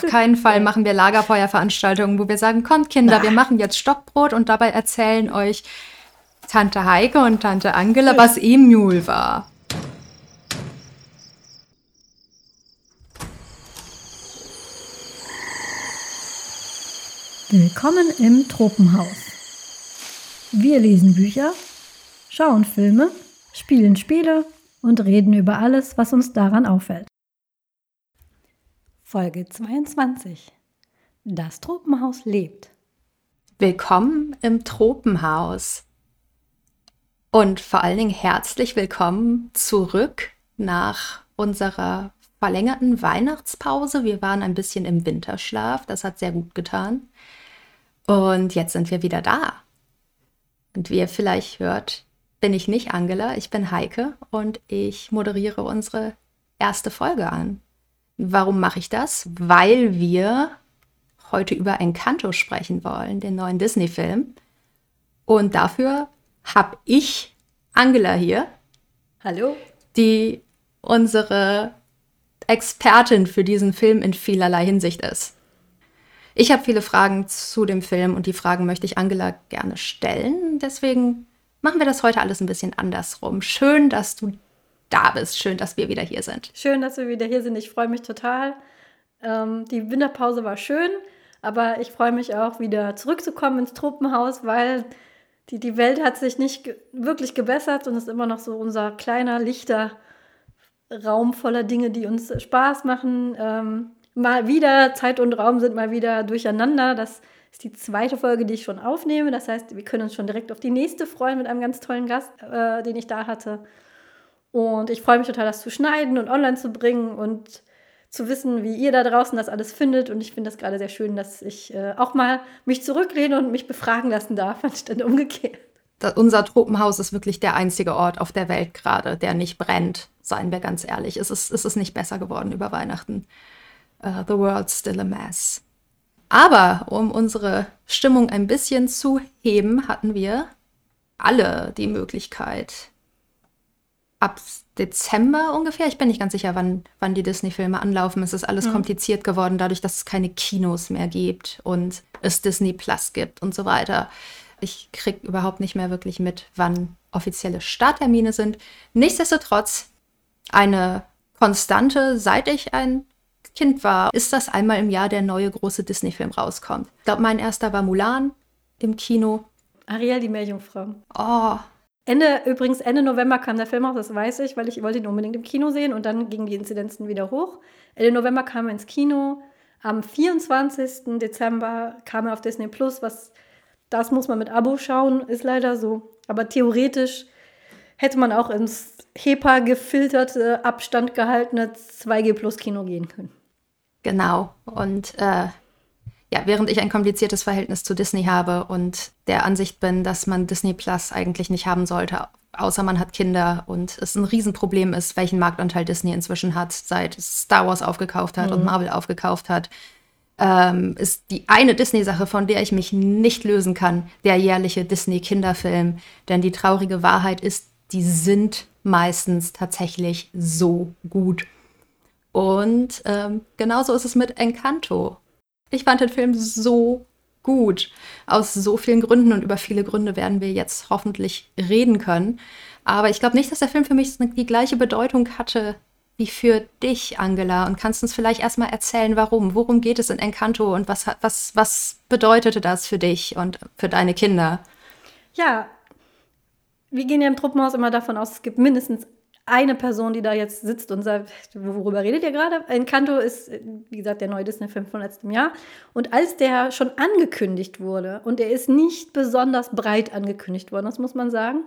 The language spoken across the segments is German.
Auf keinen Fall machen wir Lagerfeuerveranstaltungen, wo wir sagen, kommt Kinder, wir machen jetzt Stockbrot und dabei erzählen euch Tante Heike und Tante Angela, was Emul war. Willkommen im Tropenhaus. Wir lesen Bücher, schauen Filme, spielen Spiele und reden über alles, was uns daran auffällt. Folge 22. Das Tropenhaus lebt. Willkommen im Tropenhaus. Und vor allen Dingen herzlich willkommen zurück nach unserer verlängerten Weihnachtspause. Wir waren ein bisschen im Winterschlaf, das hat sehr gut getan. Und jetzt sind wir wieder da. Und wie ihr vielleicht hört, bin ich nicht Angela, ich bin Heike und ich moderiere unsere erste Folge an. Warum mache ich das? Weil wir heute über Encanto sprechen wollen, den neuen Disney-Film. Und dafür habe ich Angela hier. Hallo. Die unsere Expertin für diesen Film in vielerlei Hinsicht ist. Ich habe viele Fragen zu dem Film und die Fragen möchte ich Angela gerne stellen. Deswegen machen wir das heute alles ein bisschen andersrum. Schön, dass du da bist. Schön, dass wir wieder hier sind. Schön, dass wir wieder hier sind. Ich freue mich total. Die Winterpause war schön, aber ich freue mich auch, wieder zurückzukommen ins Tropenhaus, weil die Welt hat sich nicht wirklich gebessert und ist immer noch so unser kleiner, lichter Raum voller Dinge, die uns Spaß machen. Mal wieder, Zeit und Raum sind mal wieder durcheinander. Das ist die zweite Folge, die ich schon aufnehme. Das heißt, wir können uns schon direkt auf die nächste freuen mit einem ganz tollen Gast, den ich da hatte. Und ich freue mich total, das zu schneiden und online zu bringen und zu wissen, wie ihr da draußen das alles findet. Und ich finde das gerade sehr schön, dass ich auch mal mich zurücklehne und mich befragen lassen darf, anstatt umgekehrt. Unser Tropenhaus ist wirklich der einzige Ort auf der Welt gerade, der nicht brennt, seien wir ganz ehrlich. Es ist nicht besser geworden über Weihnachten. The world's still a mess. Aber um unsere Stimmung ein bisschen zu heben, hatten wir alle die Möglichkeit, ab Dezember ungefähr, ich bin nicht ganz sicher, wann die Disney-Filme anlaufen. Es ist alles kompliziert geworden, dadurch, dass es keine Kinos mehr gibt und es Disney Plus gibt und so weiter. Ich kriege überhaupt nicht mehr wirklich mit, wann offizielle Starttermine sind. Nichtsdestotrotz eine Konstante, seit ich ein Kind war, ist das einmal im Jahr der neue große Disney-Film rauskommt. Ich glaube, mein erster war Mulan im Kino. Ariel, die Meerjungfrau. Oh. Ende November kam der Film raus, das weiß ich, weil ich wollte ihn unbedingt im Kino sehen und dann gingen die Inzidenzen wieder hoch. Ende November kam er ins Kino. Am 24. Dezember kam er auf Disney Plus, das muss man mit Abo schauen, ist leider so. Aber theoretisch hätte man auch ins HEPA gefilterte, Abstand gehaltene 2G-Plus-Kino gehen können. Genau. Und während ich ein kompliziertes Verhältnis zu Disney habe und der Ansicht bin, dass man Disney Plus eigentlich nicht haben sollte, außer man hat Kinder und es ein Riesenproblem ist, welchen Marktanteil Disney inzwischen hat, seit es Star Wars aufgekauft hat und Marvel aufgekauft hat, ist die eine Disney-Sache, von der ich mich nicht lösen kann, der jährliche Disney-Kinderfilm. Denn die traurige Wahrheit ist, die sind meistens tatsächlich so gut. Und genauso ist es mit Encanto. Ich fand den Film so gut, aus so vielen Gründen und über viele Gründe werden wir jetzt hoffentlich reden können. Aber ich glaube nicht, dass der Film für mich die gleiche Bedeutung hatte wie für dich, Angela. Und kannst uns vielleicht erstmal erzählen, warum? Worum geht es in Encanto und was bedeutete das für dich und für deine Kinder? Ja, wir gehen ja im Truppenhaus immer davon aus, es gibt mindestens eine Person, die da jetzt sitzt und sagt, worüber redet ihr gerade? Encanto ist, wie gesagt, der neue Disney-Film von letztem Jahr. Und als der schon angekündigt wurde, und er ist nicht besonders breit angekündigt worden, das muss man sagen,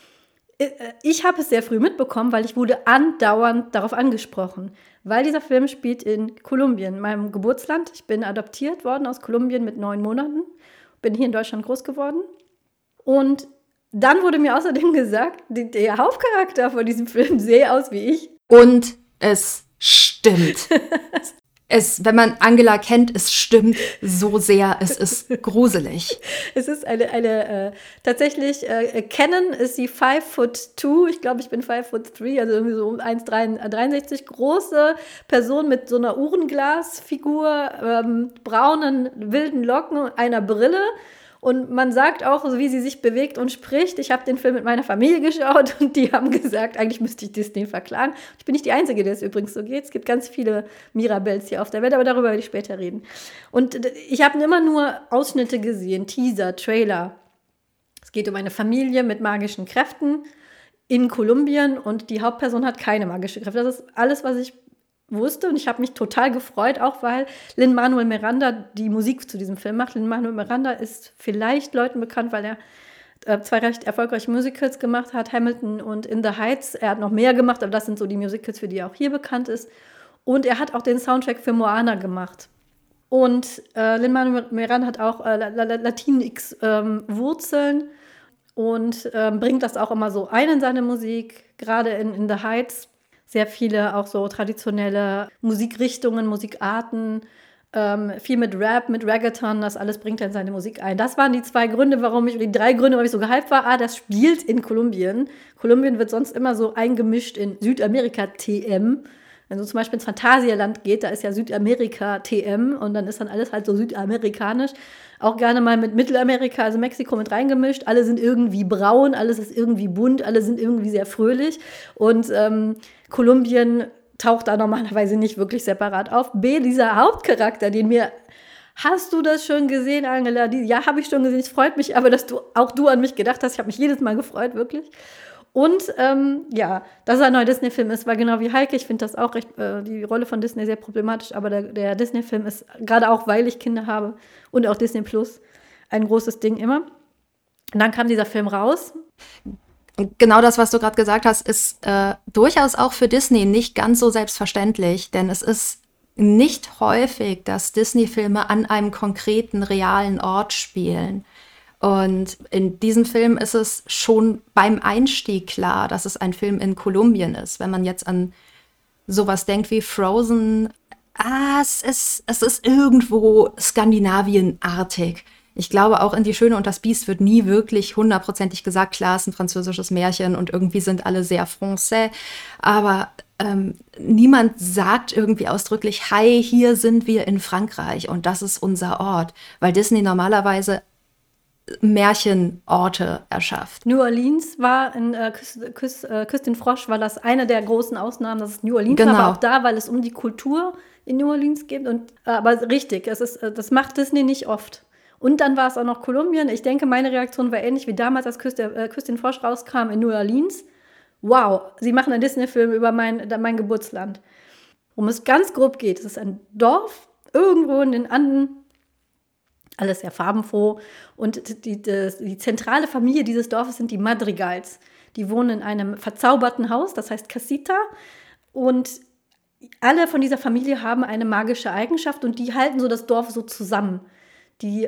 ich habe es sehr früh mitbekommen, weil ich wurde andauernd darauf angesprochen. Weil dieser Film spielt in Kolumbien, meinem Geburtsland. Ich bin adoptiert worden aus Kolumbien mit 9 Monaten, bin hier in Deutschland groß geworden. Und dann wurde mir außerdem gesagt, der Hauptcharakter von diesem Film sehe aus wie ich. Und es stimmt. Wenn man Angela kennt, es stimmt so sehr, es ist gruselig. Es ist tatsächlich, Canon ist sie 5'2", ich glaube, ich bin 5'3", also irgendwie so 1,63 große Person mit so einer Uhrenglasfigur, braunen, wilden Locken, einer Brille. Und man sagt auch, so wie sie sich bewegt und spricht. Ich habe den Film mit meiner Familie geschaut und die haben gesagt, eigentlich müsste ich Disney verklagen. Ich bin nicht die Einzige, der es übrigens so geht. Es gibt ganz viele Mirabells hier auf der Welt, aber darüber werde ich später reden. Und ich habe immer nur Ausschnitte gesehen, Teaser, Trailer. Es geht um eine Familie mit magischen Kräften in Kolumbien und die Hauptperson hat keine magische Kräfte. Das ist alles, was ich wusste und ich habe mich total gefreut, auch weil Lin-Manuel Miranda die Musik zu diesem Film macht. Lin-Manuel Miranda ist vielleicht Leuten bekannt, weil er 2 recht erfolgreiche Musicals gemacht hat, Hamilton und In the Heights. Er hat noch mehr gemacht, aber das sind so die Musicals, für die er auch hier bekannt ist. Und er hat auch den Soundtrack für Moana gemacht. Und Lin-Manuel Miranda hat auch Latinx-Wurzeln und bringt das auch immer so ein in seine Musik, gerade in The Heights. Sehr viele auch so traditionelle Musikrichtungen, Musikarten, viel mit Rap, mit Reggaeton, das alles bringt er in seine Musik ein. Das waren die 3 Gründe, warum ich so gehypt war. Das spielt in Kolumbien. Kolumbien wird sonst immer so eingemischt in Südamerika-TM. Wenn du zum Beispiel ins Phantasialand geht, da ist ja Südamerika-TM und dann ist dann alles halt so südamerikanisch. Auch gerne mal mit Mittelamerika, also Mexiko mit reingemischt. Alle sind irgendwie braun, alles ist irgendwie bunt, alle sind irgendwie sehr fröhlich. Und Kolumbien taucht da normalerweise nicht wirklich separat auf. Dieser Hauptcharakter, hast du das schon gesehen, Angela? Ja, habe ich schon gesehen. Es freut mich aber, dass du an mich gedacht hast. Ich habe mich jedes Mal gefreut, wirklich. Und dass er ein neuer Disney-Film ist, war genau wie Heike. Ich finde das auch die Rolle von Disney sehr problematisch, aber der Disney-Film ist, gerade auch, weil ich Kinder habe und auch Disney Plus, ein großes Ding immer. Und dann kam dieser Film raus. Genau das, was du gerade gesagt hast, ist durchaus auch für Disney nicht ganz so selbstverständlich, denn es ist nicht häufig, dass Disney-Filme an einem konkreten, realen Ort spielen. Und in diesem Film ist es schon beim Einstieg klar, dass es ein Film in Kolumbien ist. Wenn man jetzt an sowas denkt wie Frozen, es ist irgendwo skandinavienartig. Ich glaube, auch in Die Schöne und das Biest wird nie wirklich hundertprozentig gesagt, klar, es ist ein französisches Märchen und irgendwie sind alle sehr français, aber niemand sagt irgendwie ausdrücklich, hi, hier sind wir in Frankreich und das ist unser Ort, weil Disney normalerweise Märchenorte erschafft. New Orleans war in Küss den Frosch, war das eine der großen Ausnahmen, dass es New Orleans Genau. war, aber auch da, weil es um die Kultur in New Orleans geht. Aber richtig, das macht Disney nicht oft. Und dann war es auch noch Kolumbien. Ich denke, meine Reaktion war ähnlich wie damals, als Küss den Frosch rauskam in New Orleans. Wow, sie machen einen Disney-Film über mein Geburtsland. Worum es ganz grob geht, es ist ein Dorf irgendwo in den Anden, alles sehr farbenfroh. Und die zentrale Familie dieses Dorfes sind die Madrigals. Die wohnen in einem verzauberten Haus, das heißt Casita. Und alle von dieser Familie haben eine magische Eigenschaft und die halten so das Dorf so zusammen. Die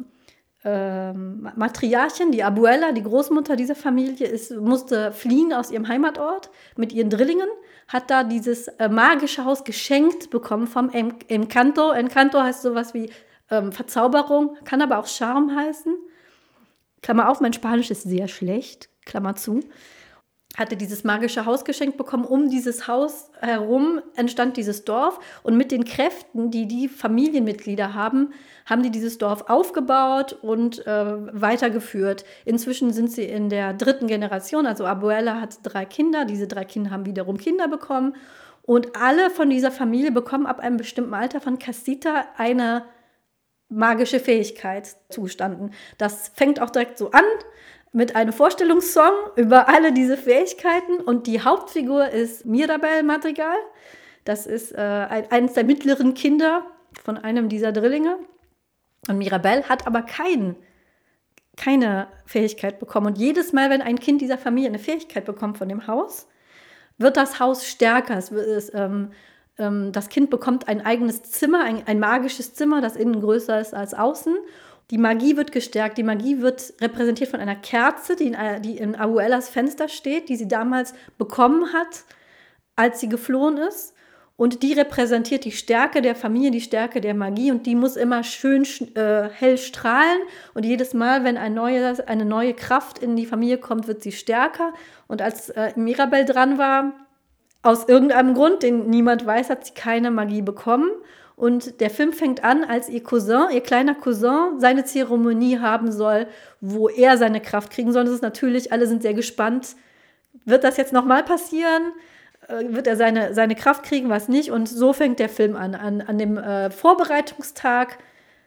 Matriarchin, die Abuela, die Großmutter dieser Familie, musste fliehen aus ihrem Heimatort mit ihren Drillingen, hat da dieses magische Haus geschenkt bekommen vom Encanto. Encanto heißt sowas wie Verzauberung, kann aber auch Charme heißen. Klammer auf, mein Spanisch ist sehr schlecht, Klammer zu. Hatte dieses magische Haus geschenkt bekommen. Um dieses Haus herum entstand dieses Dorf. Und mit den Kräften, die Familienmitglieder haben die dieses Dorf aufgebaut und weitergeführt. Inzwischen sind sie in der 3. Generation. Also Abuela hat 3 Kinder. Diese 3 Kinder haben wiederum Kinder bekommen. Und alle von dieser Familie bekommen ab einem bestimmten Alter von Casita eine magische Fähigkeit zugestanden. Das fängt auch direkt so an mit einem Vorstellungssong über alle diese Fähigkeiten und die Hauptfigur ist Mirabel Madrigal. Das ist eines der mittleren Kinder von einem dieser Drillinge. Und Mirabel hat aber keine Fähigkeit bekommen. Und jedes Mal, wenn ein Kind dieser Familie eine Fähigkeit bekommt von dem Haus, wird das Haus stärker. Das Kind bekommt ein eigenes Zimmer, ein magisches Zimmer, das innen größer ist als außen. Die Magie wird gestärkt. Die Magie wird repräsentiert von einer Kerze, die in Abuelas Fenster steht, die sie damals bekommen hat, als sie geflohen ist. Und die repräsentiert die Stärke der Familie, die Stärke der Magie und die muss immer schön hell strahlen. Und jedes Mal, wenn eine neue Kraft in die Familie kommt, wird sie stärker. Und als Mirabel dran war, aus irgendeinem Grund, den niemand weiß, hat sie keine Magie bekommen. Und der Film fängt an, als ihr kleiner Cousin, seine Zeremonie haben soll, wo er seine Kraft kriegen soll. Das ist natürlich, alle sind sehr gespannt. Wird das jetzt nochmal passieren? Wird er seine Kraft kriegen, was nicht? Und so fängt der Film an dem Vorbereitungstag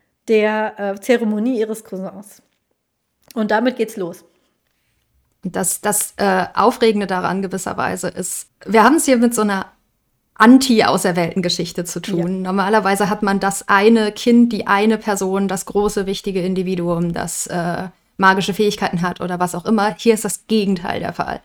der Zeremonie ihres Cousins. Und damit geht's los. Das Aufregende daran gewisserweise ist, wir haben es hier mit so einer Anti-Auserwählten-Geschichte zu tun. Ja. Normalerweise hat man das eine Kind, die eine Person, das große, wichtige Individuum, das magische Fähigkeiten hat oder was auch immer. Hier ist das Gegenteil der Fall.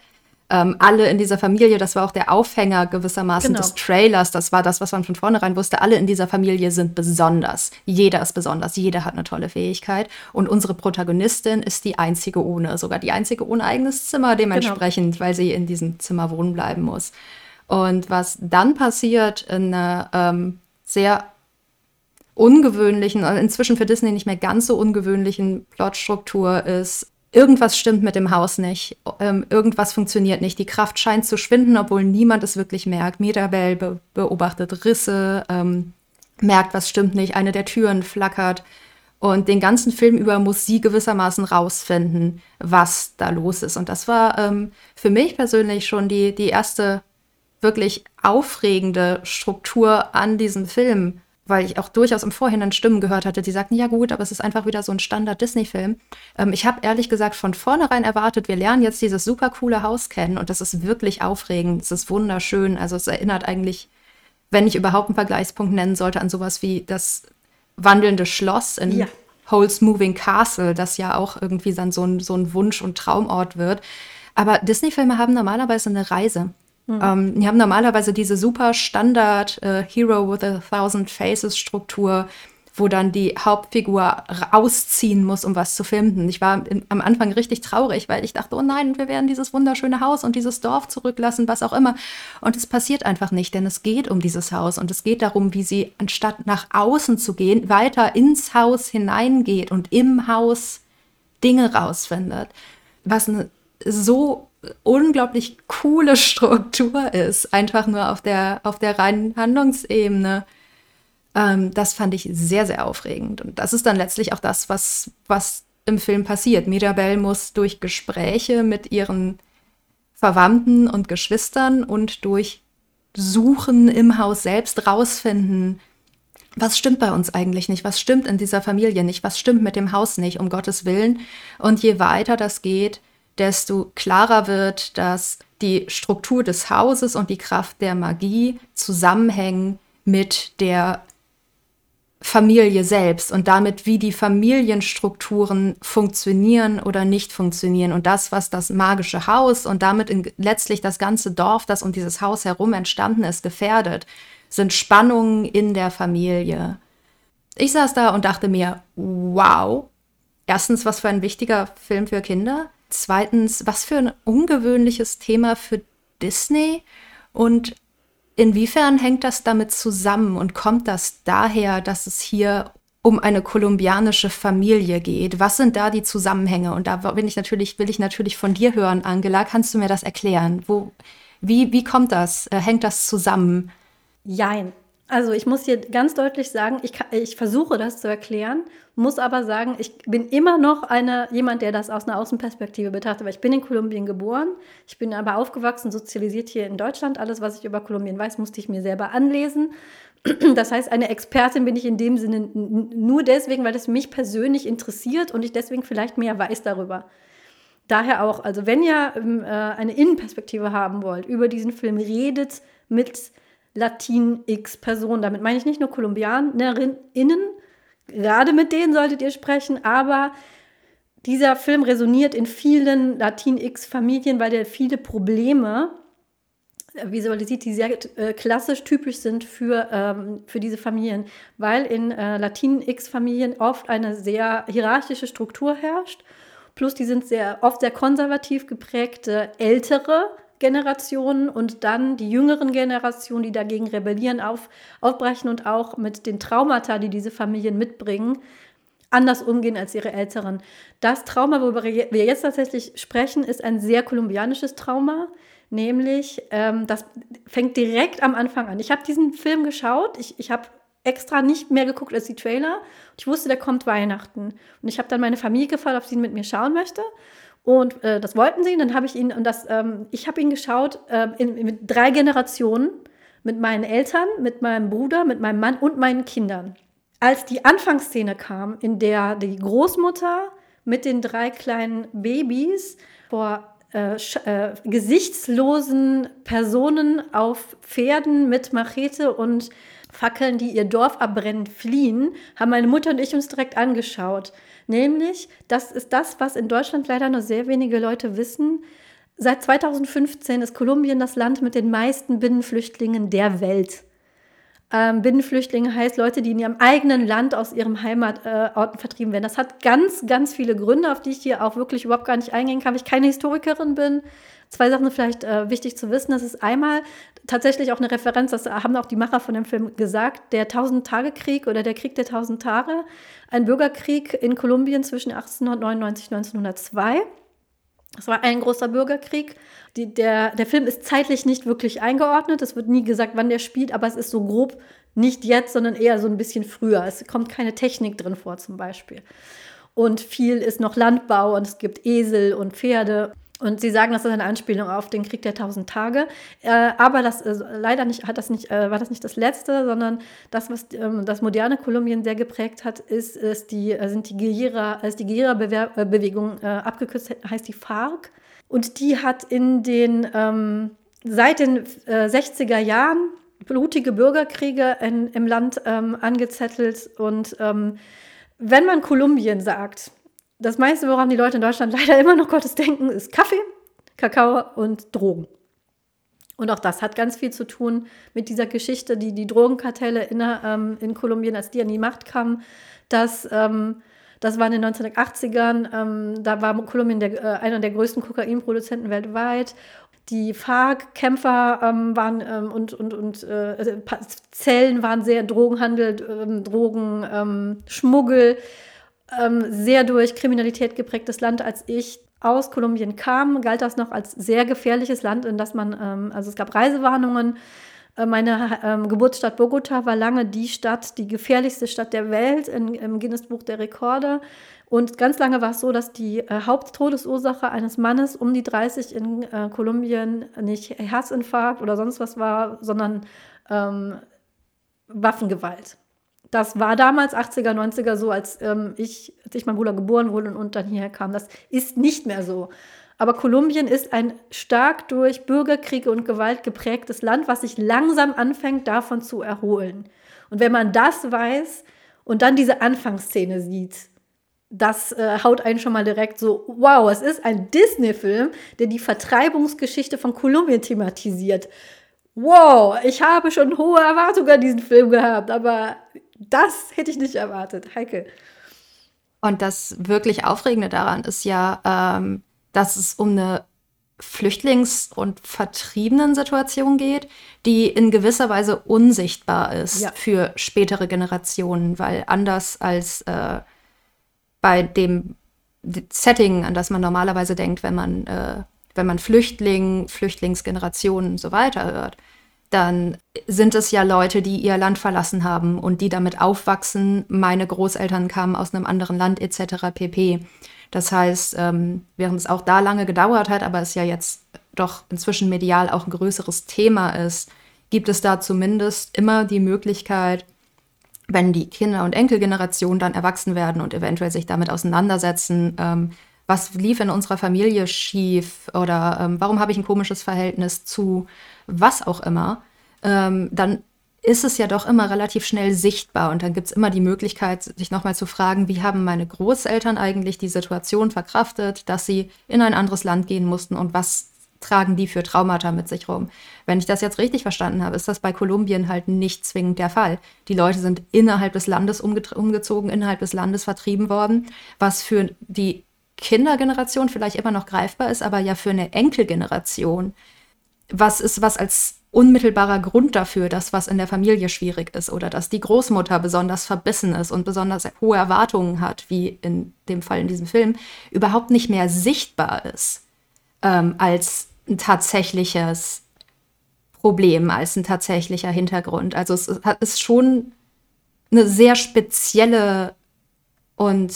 Alle in dieser Familie, das war auch der Aufhänger gewissermaßen des Trailers, das war das, was man von vornherein wusste, alle in dieser Familie sind besonders. Jeder ist besonders, jeder hat eine tolle Fähigkeit und unsere Protagonistin ist die einzige sogar die einzige ohne eigenes Zimmer dementsprechend, weil sie in diesem Zimmer wohnen bleiben muss. Und was dann passiert in einer sehr ungewöhnlichen, inzwischen für Disney nicht mehr ganz so ungewöhnlichen Plotstruktur ist, irgendwas stimmt mit dem Haus nicht, irgendwas funktioniert nicht, die Kraft scheint zu schwinden, obwohl niemand es wirklich merkt. Mirabel beobachtet Risse, merkt, was stimmt nicht, eine der Türen flackert und den ganzen Film über muss sie gewissermaßen rausfinden, was da los ist. Und das war für mich persönlich schon die erste wirklich aufregende Struktur an diesem Film, weil ich auch durchaus im Vorhinein Stimmen gehört hatte, die sagten, ja gut, aber es ist einfach wieder so ein Standard-Disney-Film. Ich habe ehrlich gesagt von vornherein erwartet, wir lernen jetzt dieses super coole Haus kennen und das ist wirklich aufregend, es ist wunderschön. Also es erinnert eigentlich, wenn ich überhaupt einen Vergleichspunkt nennen sollte, an sowas wie das wandelnde Schloss in Hole's Moving Castle, das ja auch irgendwie dann so ein Wunsch- und Traumort wird. Aber Disney-Filme haben normalerweise eine Reise. Die haben normalerweise diese super Standard Hero with 1000 Faces Struktur, wo dann die Hauptfigur rausziehen muss, um was zu finden. Ich war am Anfang richtig traurig, weil ich dachte, oh nein, wir werden dieses wunderschöne Haus und dieses Dorf zurücklassen, was auch immer. Und es passiert einfach nicht, denn es geht um dieses Haus und es geht darum, wie sie, anstatt nach außen zu gehen, weiter ins Haus hineingeht und im Haus Dinge rausfindet. Was eine so unglaublich coole Struktur ist, einfach nur auf der reinen Handlungsebene. Das fand ich sehr, sehr aufregend. Und das ist dann letztlich auch das, was im Film passiert. Mirabel muss durch Gespräche mit ihren Verwandten und Geschwistern und durch Suchen im Haus selbst rausfinden, was stimmt bei uns eigentlich nicht, was stimmt in dieser Familie nicht, was stimmt mit dem Haus nicht, um Gottes Willen. Und je weiter das geht, desto klarer wird, dass die Struktur des Hauses und die Kraft der Magie zusammenhängen mit der Familie selbst und damit, wie die Familienstrukturen funktionieren oder nicht funktionieren. Und das, was das magische Haus und damit letztlich das ganze Dorf, das um dieses Haus herum entstanden ist, gefährdet, sind Spannungen in der Familie. Ich saß da und dachte mir, wow, erstens, was für ein wichtiger Film für Kinder. Zweitens, was für ein ungewöhnliches Thema für Disney und inwiefern hängt das damit zusammen und kommt das daher, dass es hier um eine kolumbianische Familie geht? Was sind da die Zusammenhänge? Und da will ich natürlich von dir hören, Angela. Kannst du mir das erklären? Wie kommt das? Hängt das zusammen? Jein. Also ich muss hier ganz deutlich sagen, ich versuche das zu erklären, muss aber sagen, ich bin immer noch jemand, der das aus einer Außenperspektive betrachtet, weil ich bin in Kolumbien geboren, ich bin aber aufgewachsen, sozialisiert hier in Deutschland. Alles, was ich über Kolumbien weiß, musste ich mir selber anlesen. Das heißt, eine Expertin bin ich in dem Sinne nur deswegen, weil es mich persönlich interessiert und ich deswegen vielleicht mehr weiß darüber. Daher auch, also wenn ihr eine Innenperspektive haben wollt über diesen Film, redet mit Latin-X-Personen. Damit meine ich nicht nur KolumbianerInnen, gerade mit denen solltet ihr sprechen, aber dieser Film resoniert in vielen Latin-X-Familien, weil der viele Probleme visualisiert, die sehr klassisch typisch sind für diese Familien, weil in Latin-X-Familien oft eine sehr hierarchische Struktur herrscht, plus die sind oft sehr konservativ geprägte ältere Generationen und dann die jüngeren Generationen, die dagegen rebellieren, aufbrechen und auch mit den Traumata, die diese Familien mitbringen, anders umgehen als ihre Älteren. Das Trauma, worüber wir jetzt tatsächlich sprechen, ist ein sehr kolumbianisches Trauma, nämlich das fängt direkt am Anfang an. Ich habe diesen Film geschaut, ich habe extra nicht mehr geguckt als die Trailer. Ich wusste, der kommt Weihnachten. Und ich habe dann meine Familie gefragt, ob sie ihn mit mir schauen möchte. Und das wollten sie. Und dann habe ich ihn, ich habe ihn geschaut mit 3 Generationen, mit meinen Eltern, mit meinem Bruder, mit meinem Mann und meinen Kindern. Als die Anfangsszene kam, in der die Großmutter mit den 3 kleinen Babys vor gesichtslosen Personen auf Pferden mit Machete und Fackeln, die ihr Dorf abbrennen, fliehen, haben meine Mutter und ich uns direkt angeschaut. Nämlich, das ist das, was in Deutschland leider nur sehr wenige Leute wissen. Seit 2015 ist Kolumbien das Land mit den meisten Binnenflüchtlingen der Welt. Binnenflüchtlinge heißt Leute, die in ihrem eigenen Land aus ihrem Heimatorten vertrieben werden. Das hat ganz, ganz viele Gründe, auf die ich hier auch wirklich überhaupt gar nicht eingehen kann, weil ich keine Historikerin bin. 2 Sachen vielleicht wichtig zu wissen. Das ist einmal tatsächlich auch eine Referenz, das haben auch die Macher von dem Film gesagt, der 1000-Tage-Krieg oder der Krieg der 1000 Tage, ein Bürgerkrieg in Kolumbien zwischen 1899 und 1902. Das war ein großer Bürgerkrieg. Der Film ist zeitlich nicht wirklich eingeordnet. Es wird nie gesagt, wann der spielt, aber es ist so grob nicht jetzt, sondern eher so ein bisschen früher. Es kommt keine Technik drin vor zum Beispiel. Und viel ist noch Landbau und es gibt Esel und Pferde. Und sie sagen, das ist eine Anspielung auf den Krieg der 1000 Tage. Aber das leider nicht, war das nicht das Letzte, sondern das, was das moderne Kolumbien sehr geprägt hat, ist die Guerilla-Bewegung, abgekürzt heißt die FARC. Und die hat seit den 60er Jahren blutige Bürgerkriege im Land angezettelt. Und wenn man Kolumbien sagt, das meiste, woran die Leute in Deutschland leider immer noch Gottes denken, ist Kaffee, Kakao und Drogen. Und auch das hat ganz viel zu tun mit dieser Geschichte, die Drogenkartelle in Kolumbien, als die an die Macht kamen. Das war in den 1980ern. Da war Kolumbien einer der größten Kokainproduzenten weltweit. Die FARC-Kämpfer Zellen waren sehr Drogenhandel, Drogenschmuggel, sehr durch Kriminalität geprägtes Land. Als ich aus Kolumbien kam, galt das noch als sehr gefährliches Land, in das man, also es gab Reisewarnungen. Meine Geburtsstadt Bogotá war lange die gefährlichste Stadt der Welt im Guinness-Buch der Rekorde. Und ganz lange war es so, dass die Haupttodesursache eines Mannes um die 30 in Kolumbien nicht Herzinfarkt oder sonst was war, sondern Waffengewalt. Das war damals 80er, 90er so, als mein Bruder geboren wurde und dann hierher kam. Das ist nicht mehr so. Aber Kolumbien ist ein stark durch Bürgerkriege und Gewalt geprägtes Land, was sich langsam anfängt, davon zu erholen. Und wenn man das weiß und dann diese Anfangsszene sieht, das haut einen schon mal direkt so, wow, es ist ein Disney-Film, der die Vertreibungsgeschichte von Kolumbien thematisiert. Wow, ich habe schon hohe Erwartungen an diesen Film gehabt, aber das hätte ich nicht erwartet. Heike. Und das wirklich Aufregende daran ist ja, dass es um eine Flüchtlings- und Vertriebenen-Situation geht, die in gewisser Weise unsichtbar ist für spätere Generationen, weil anders als bei dem Setting, an das man normalerweise denkt, wenn man Flüchtlingsgenerationen und so weiter hört, dann sind es ja Leute, die ihr Land verlassen haben und die damit aufwachsen. Meine Großeltern kamen aus einem anderen Land etc. pp. Das heißt, während es auch da lange gedauert hat, aber es ja jetzt doch inzwischen medial auch ein größeres Thema ist, gibt es da zumindest immer die Möglichkeit, wenn die Kinder- und Enkelgeneration dann erwachsen werden und eventuell sich damit auseinandersetzen, was lief in unserer Familie schief oder warum habe ich ein komisches Verhältnis zu was auch immer, dann ist es ja doch immer relativ schnell sichtbar. Und dann gibt es immer die Möglichkeit, sich nochmal zu fragen, wie haben meine Großeltern eigentlich die Situation verkraftet, dass sie in ein anderes Land gehen mussten und was tragen die für Traumata mit sich rum. Wenn ich das jetzt richtig verstanden habe, ist das bei Kolumbien halt nicht zwingend der Fall. Die Leute sind innerhalb des Landes umgezogen, innerhalb des Landes vertrieben worden, was für die Kindergeneration vielleicht immer noch greifbar ist, aber ja für eine Enkelgeneration was ist was als unmittelbarer Grund dafür, dass was in der Familie schwierig ist oder dass die Großmutter besonders verbissen ist und besonders hohe Erwartungen hat, wie in dem Fall in diesem Film, überhaupt nicht mehr sichtbar ist als ein tatsächliches Problem, als ein tatsächlicher Hintergrund. Also es ist schon eine sehr spezielle und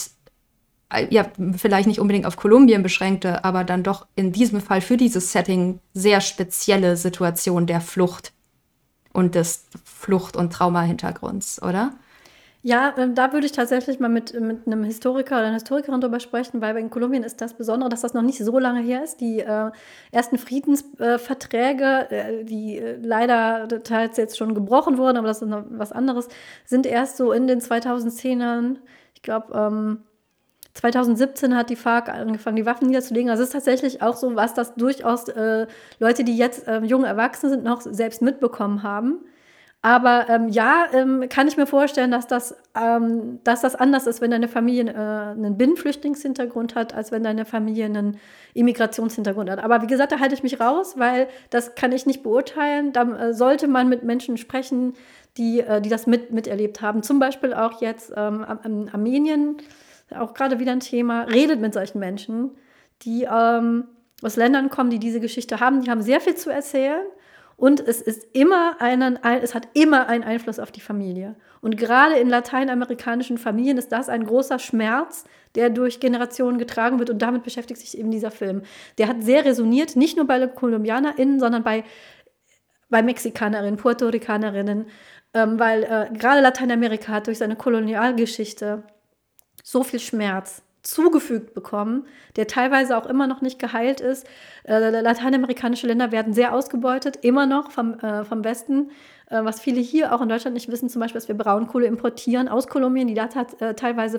ja, vielleicht nicht unbedingt auf Kolumbien beschränkte, aber dann doch in diesem Fall für dieses Setting sehr spezielle Situation der Flucht und des Flucht- und Trauma-Hintergrunds, oder? Ja, da würde ich tatsächlich mal mit einem Historiker oder einer Historikerin drüber sprechen, weil in Kolumbien ist das Besondere, dass das noch nicht so lange her ist. Die ersten Friedensverträge, die leider teils jetzt schon gebrochen wurden, aber das ist noch was anderes, sind erst so in den 2010ern, ich glaube, 2017 hat die FARC angefangen, die Waffen niederzulegen. Also es ist tatsächlich auch so, was das durchaus Leute, die jetzt junge Erwachsene sind, noch selbst mitbekommen haben. Aber kann ich mir vorstellen, dass das anders ist, wenn deine Familie einen Binnenflüchtlingshintergrund hat, als wenn deine Familie einen Immigrationshintergrund hat. Aber wie gesagt, da halte ich mich raus, weil das kann ich nicht beurteilen. Da sollte man mit Menschen sprechen, die das miterlebt haben. Zum Beispiel auch jetzt Armenien, auch gerade wieder ein Thema, redet mit solchen Menschen, die aus Ländern kommen, die diese Geschichte haben. Die haben sehr viel zu erzählen. Und es hat immer einen Einfluss auf die Familie. Und gerade in lateinamerikanischen Familien ist das ein großer Schmerz, der durch Generationen getragen wird. Und damit beschäftigt sich eben dieser Film. Der hat sehr resoniert, nicht nur bei KolumbianerInnen, sondern bei Mexikanerinnen, Puerto Ricanerinnen, weil gerade Lateinamerika hat durch seine Kolonialgeschichte so viel Schmerz zugefügt bekommen, der teilweise auch immer noch nicht geheilt ist. Lateinamerikanische Länder werden sehr ausgebeutet, immer noch vom Westen, was viele hier auch in Deutschland nicht wissen, zum Beispiel, dass wir Braunkohle importieren aus Kolumbien, die da teilweise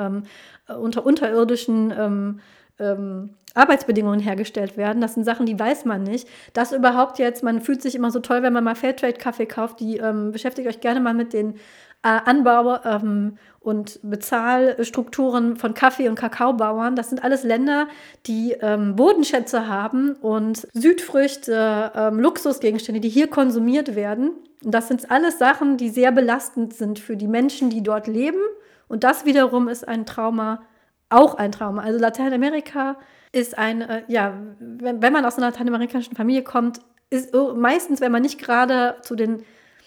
unter unterirdischen Arbeitsbedingungen hergestellt werden. Das sind Sachen, die weiß man nicht. Das überhaupt jetzt, man fühlt sich immer so toll, wenn man mal Fairtrade-Kaffee kauft, beschäftigt euch gerne mal mit den Anbau und Bezahlstrukturen von Kaffee- und Kakaobauern. Das sind alles Länder, die Bodenschätze haben und Südfrüchte, Luxusgegenstände, die hier konsumiert werden. Und das sind alles Sachen, die sehr belastend sind für die Menschen, die dort leben. Und das wiederum ist ein Trauma, auch ein Trauma. Also Lateinamerika ist wenn man aus einer lateinamerikanischen Familie kommt, ist meistens, wenn man nicht gerade zu den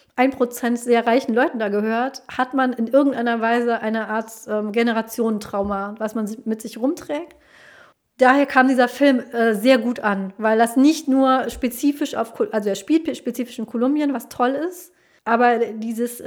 1% sehr reichen Leuten da gehört, hat man in irgendeiner Weise eine Art Generationentrauma, was man mit sich rumträgt. Daher kam dieser Film sehr gut an, weil das nicht nur spezifisch er spielt spezifisch in Kolumbien, was toll ist, aber dieses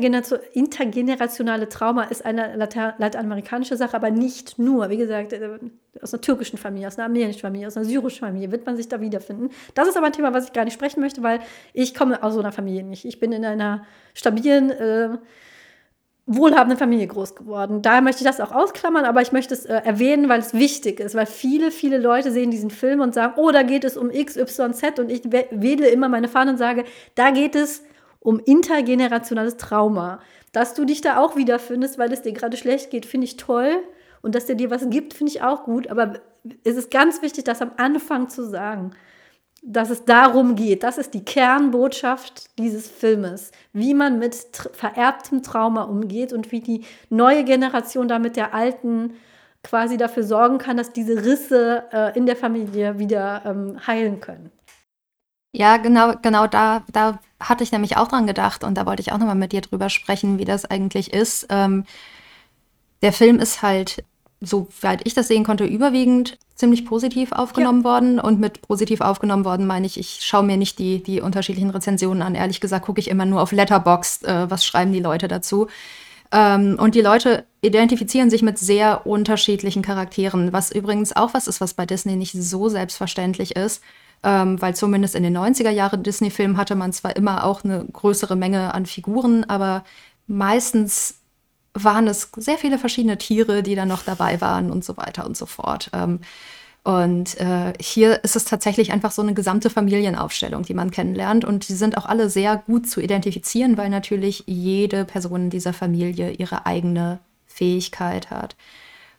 intergenerationale Trauma ist eine lateinamerikanische Sache, aber nicht nur. Wie gesagt, aus einer türkischen Familie, aus einer armenischen Familie, aus einer syrischen Familie wird man sich da wiederfinden. Das ist aber ein Thema, was ich gar nicht sprechen möchte, weil ich komme aus so einer Familie nicht. Ich bin in einer stabilen, wohlhabenden Familie groß geworden. Daher möchte ich das auch ausklammern, aber ich möchte es erwähnen, weil es wichtig ist, weil viele, viele Leute sehen diesen Film und sagen, oh, da geht es um X, Y, Z und ich wedle immer meine Fahne und sage, da geht es um intergenerationales Trauma. Dass du dich da auch wiederfindest, weil es dir gerade schlecht geht, finde ich toll. Und dass der dir was gibt, finde ich auch gut. Aber es ist ganz wichtig, das am Anfang zu sagen, dass es darum geht. Das ist die Kernbotschaft dieses Filmes. Wie man mit vererbtem Trauma umgeht und wie die neue Generation da mit der alten quasi dafür sorgen kann, dass diese Risse in der Familie wieder heilen können. Ja, genau da hatte ich nämlich auch dran gedacht und da wollte ich auch nochmal mit dir drüber sprechen, wie das eigentlich ist. Der Film ist halt, soweit ich das sehen konnte, überwiegend ziemlich positiv aufgenommen worden. Und mit positiv aufgenommen worden meine ich schaue mir nicht die unterschiedlichen Rezensionen an. Ehrlich gesagt gucke ich immer nur auf Letterboxd, was schreiben die Leute dazu. Und die Leute identifizieren sich mit sehr unterschiedlichen Charakteren, was übrigens auch was ist, was bei Disney nicht so selbstverständlich ist. Weil zumindest in den 90er-Jahre-Disney-Filmen hatte man zwar immer auch eine größere Menge an Figuren, aber meistens waren es sehr viele verschiedene Tiere, die dann noch dabei waren und so weiter und so fort. Hier ist es tatsächlich einfach so eine gesamte Familienaufstellung, die man kennenlernt. Und die sind auch alle sehr gut zu identifizieren, weil natürlich jede Person in dieser Familie ihre eigene Fähigkeit hat.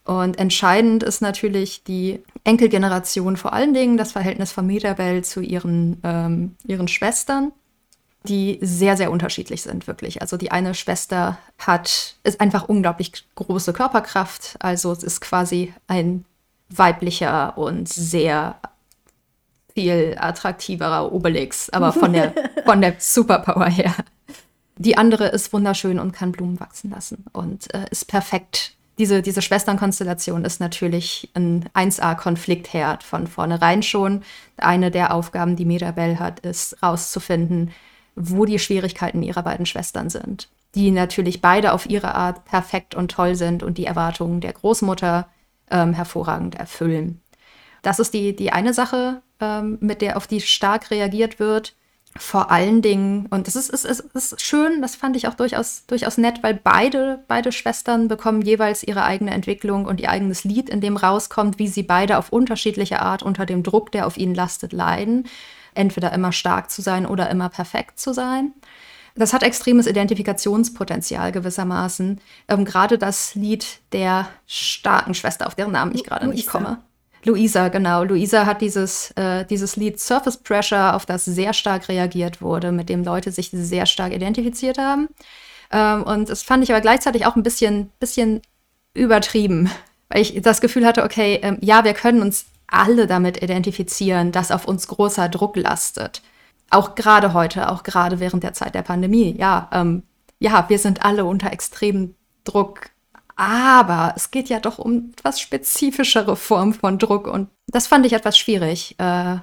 Und entscheidend ist natürlich die Enkelgeneration, vor allen Dingen das Verhältnis von Mirabel zu ihren Schwestern, die sehr, sehr unterschiedlich sind, wirklich. Also die eine Schwester ist einfach unglaublich große Körperkraft, also es ist quasi ein weiblicher und sehr viel attraktiverer Obelix, aber von der Superpower her. Die andere ist wunderschön und kann Blumen wachsen lassen und ist perfekt. Diese Schwesternkonstellation ist natürlich ein 1A-Konfliktherd von vornherein schon. Eine der Aufgaben, die Mirabel hat, ist rauszufinden, wo die Schwierigkeiten ihrer beiden Schwestern sind. Die natürlich beide auf ihre Art perfekt und toll sind und die Erwartungen der Großmutter hervorragend erfüllen. Das ist die eine Sache, auf die stark reagiert wird. Vor allen Dingen, und das ist schön, das fand ich auch durchaus nett, weil beide Schwestern bekommen jeweils ihre eigene Entwicklung und ihr eigenes Lied, in dem rauskommt, wie sie beide auf unterschiedliche Art unter dem Druck, der auf ihnen lastet, leiden. Entweder immer stark zu sein oder immer perfekt zu sein. Das hat extremes Identifikationspotenzial gewissermaßen. Gerade das Lied der starken Schwester, auf deren Namen ich gerade nicht komme. Luisa, genau. Luisa hat dieses Lied Surface Pressure, auf das sehr stark reagiert wurde, mit dem Leute sich sehr stark identifiziert haben. Und das fand ich aber gleichzeitig auch ein bisschen übertrieben, weil ich das Gefühl hatte, okay, ja, wir können uns alle damit identifizieren, dass auf uns großer Druck lastet. Auch gerade heute, auch gerade während der Zeit der Pandemie. Ja, wir sind alle unter extremem Druck. Aber es geht ja doch um etwas spezifischere Form von Druck. Und das fand ich etwas schwierig,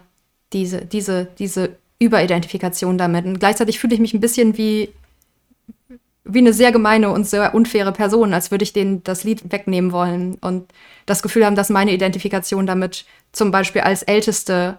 diese Überidentifikation damit. Und gleichzeitig fühle ich mich ein bisschen wie eine sehr gemeine und sehr unfaire Person, als würde ich denen das Lied wegnehmen wollen. Und das Gefühl haben, dass meine Identifikation damit zum Beispiel als ältere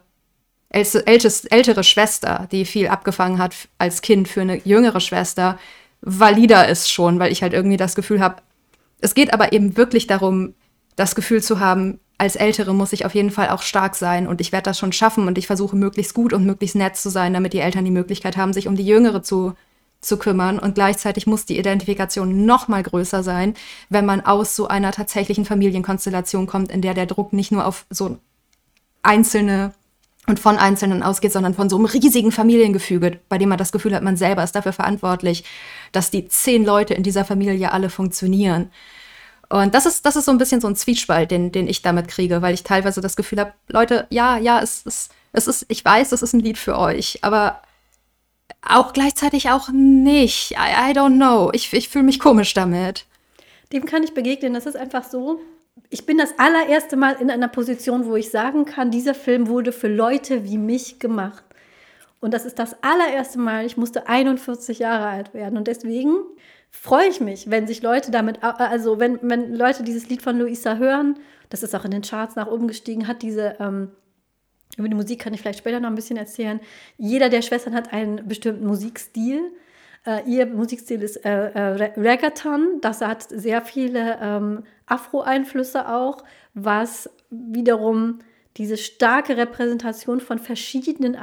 Schwester, die viel abgefangen hat als Kind für eine jüngere Schwester, valider ist schon, weil ich halt irgendwie das Gefühl habe, es geht aber eben wirklich darum, das Gefühl zu haben, als Ältere muss ich auf jeden Fall auch stark sein und ich werde das schon schaffen und ich versuche möglichst gut und möglichst nett zu sein, damit die Eltern die Möglichkeit haben, sich um die Jüngere zu kümmern. Und gleichzeitig muss die Identifikation noch mal größer sein, wenn man aus so einer tatsächlichen Familienkonstellation kommt, in der Druck nicht nur auf so einzelne und von Einzelnen ausgeht, sondern von so einem riesigen Familiengefüge, bei dem man das Gefühl hat, man selber ist dafür verantwortlich, dass die 10 Leute in dieser Familie alle funktionieren. Und das ist so ein bisschen so ein Zwiespalt, den ich damit kriege, weil ich teilweise das Gefühl habe, Leute, ja, es ist, ich weiß, es ist ein Lied für euch, aber auch gleichzeitig auch nicht. I don't know. Ich fühle mich komisch damit. Dem kann ich begegnen. Das ist einfach so. Ich bin das allererste Mal in einer Position, wo ich sagen kann, dieser Film wurde für Leute wie mich gemacht. Und das ist das allererste Mal, ich musste 41 Jahre alt werden. Und deswegen freue ich mich, wenn sich Leute damit, also wenn Leute dieses Lied von Luisa hören, das ist auch in den Charts nach oben gestiegen, hat über die Musik kann ich vielleicht später noch ein bisschen erzählen. Jeder der Schwestern hat einen bestimmten Musikstil. Ihr Musikstil ist Reggaeton. Das hat sehr viele Afro-Einflüsse auch, was wiederum diese starke Repräsentation von verschiedenen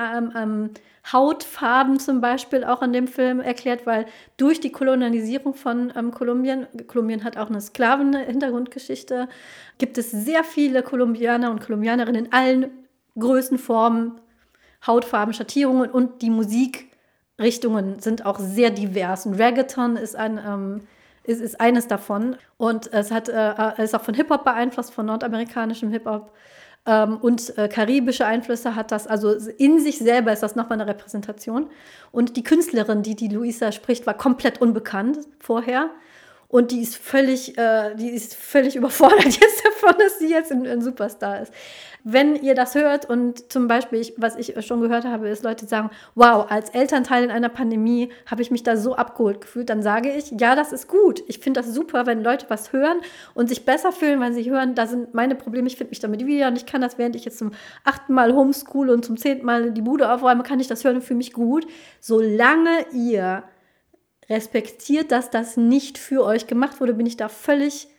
Hautfarben zum Beispiel auch in dem Film erklärt, weil durch die Kolonialisierung von Kolumbien hat auch eine Sklaven-Hintergrundgeschichte, gibt es sehr viele Kolumbianer und Kolumbianerinnen in allen Größen, Formen, Hautfarben, Schattierungen und die Musikrichtungen sind auch sehr divers. Und Reggaeton ist eines davon und es ist auch von Hip-Hop beeinflusst, von nordamerikanischem Hip-Hop und karibische Einflüsse hat das, also in sich selber ist das nochmal eine Repräsentation. Und die Künstlerin, die Luisa spricht, war komplett unbekannt vorher. Und die ist völlig überfordert jetzt davon, dass sie jetzt ein Superstar ist. Wenn ihr das hört und zum Beispiel, was ich schon gehört habe, ist Leute sagen, wow, als Elternteil in einer Pandemie habe ich mich da so abgeholt gefühlt, dann sage ich, ja, das ist gut. Ich finde das super, wenn Leute was hören und sich besser fühlen, weil sie hören, da sind meine Probleme, ich finde mich damit wieder und ich kann das, während ich jetzt zum 8. Mal Homeschool und zum 10. Mal die Bude aufräume, kann ich das hören und fühle mich gut. Solange ihr respektiert, dass das nicht für euch gemacht wurde, bin ich da völlig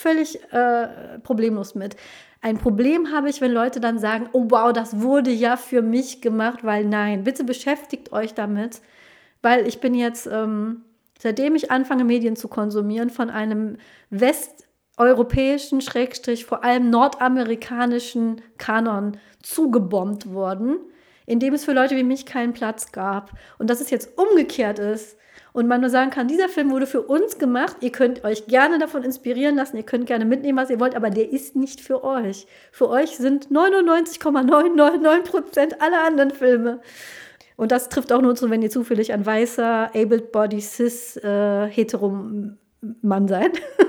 problemlos mit. Ein Problem habe ich, wenn Leute dann sagen, oh wow, das wurde ja für mich gemacht, weil nein, bitte beschäftigt euch damit, weil ich bin jetzt, seitdem ich anfange, Medien zu konsumieren, von einem europäischen, vor allem nordamerikanischen Kanon zugebombt worden, in dem es für Leute wie mich keinen Platz gab. Und dass es jetzt umgekehrt ist und man nur sagen kann, dieser Film wurde für uns gemacht, ihr könnt euch gerne davon inspirieren lassen, ihr könnt gerne mitnehmen, was ihr wollt, aber der ist nicht für euch. Für euch sind 99,999% aller anderen Filme. Und das trifft auch nur zu, wenn ihr zufällig ein weißer, able-body, cis, hetero Mann seid.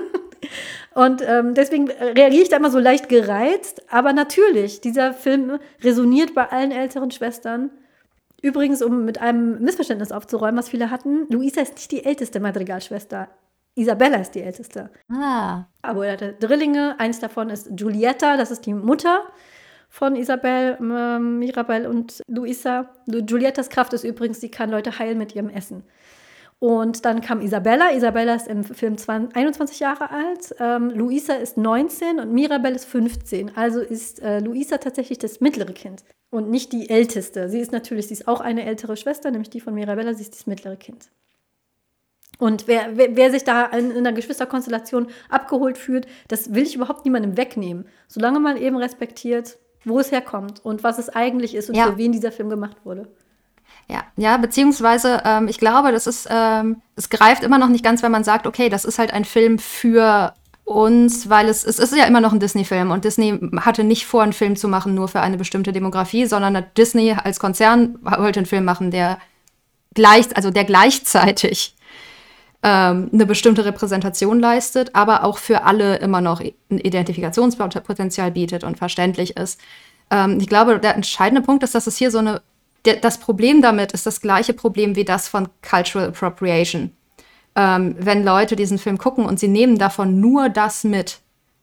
Und deswegen reagiere ich da immer so leicht gereizt. Aber natürlich, dieser Film resoniert bei allen älteren Schwestern. Übrigens, um mit einem Missverständnis aufzuräumen, was viele hatten, Luisa ist nicht die älteste Madrigal-Schwester. Isabella ist die älteste. Aber er hatte Drillinge. Eins davon ist Giulietta, das ist die Mutter von Isabel, Mirabel und Luisa. Giuliettas Kraft ist übrigens, sie kann Leute heilen mit ihrem Essen. Und dann kam Isabella. Isabella ist im Film 21 Jahre alt. Luisa ist 19 und Mirabel ist 15. Also ist Luisa tatsächlich das mittlere Kind und nicht die älteste. Sie ist auch eine ältere Schwester, nämlich die von Mirabella. Sie ist das mittlere Kind. Und wer sich da in einer Geschwisterkonstellation abgeholt fühlt, das will ich überhaupt niemandem wegnehmen. Solange man eben respektiert, wo es herkommt und was es eigentlich ist und für wen dieser Film gemacht wurde. Ja, beziehungsweise ich glaube, das ist, es greift immer noch nicht ganz, wenn man sagt, okay, das ist halt ein Film für uns, weil es ist ja immer noch ein Disney-Film und Disney hatte nicht vor, einen Film zu machen nur für eine bestimmte Demografie, sondern Disney als Konzern wollte einen Film machen, der gleichzeitig eine bestimmte Repräsentation leistet, aber auch für alle immer noch ein Identifikationspotenzial bietet und verständlich ist. Ich glaube, der entscheidende Punkt ist, dass es hier das Problem damit ist das gleiche Problem wie das von Cultural Appropriation. Wenn Leute diesen Film gucken und sie nehmen davon nur das mit,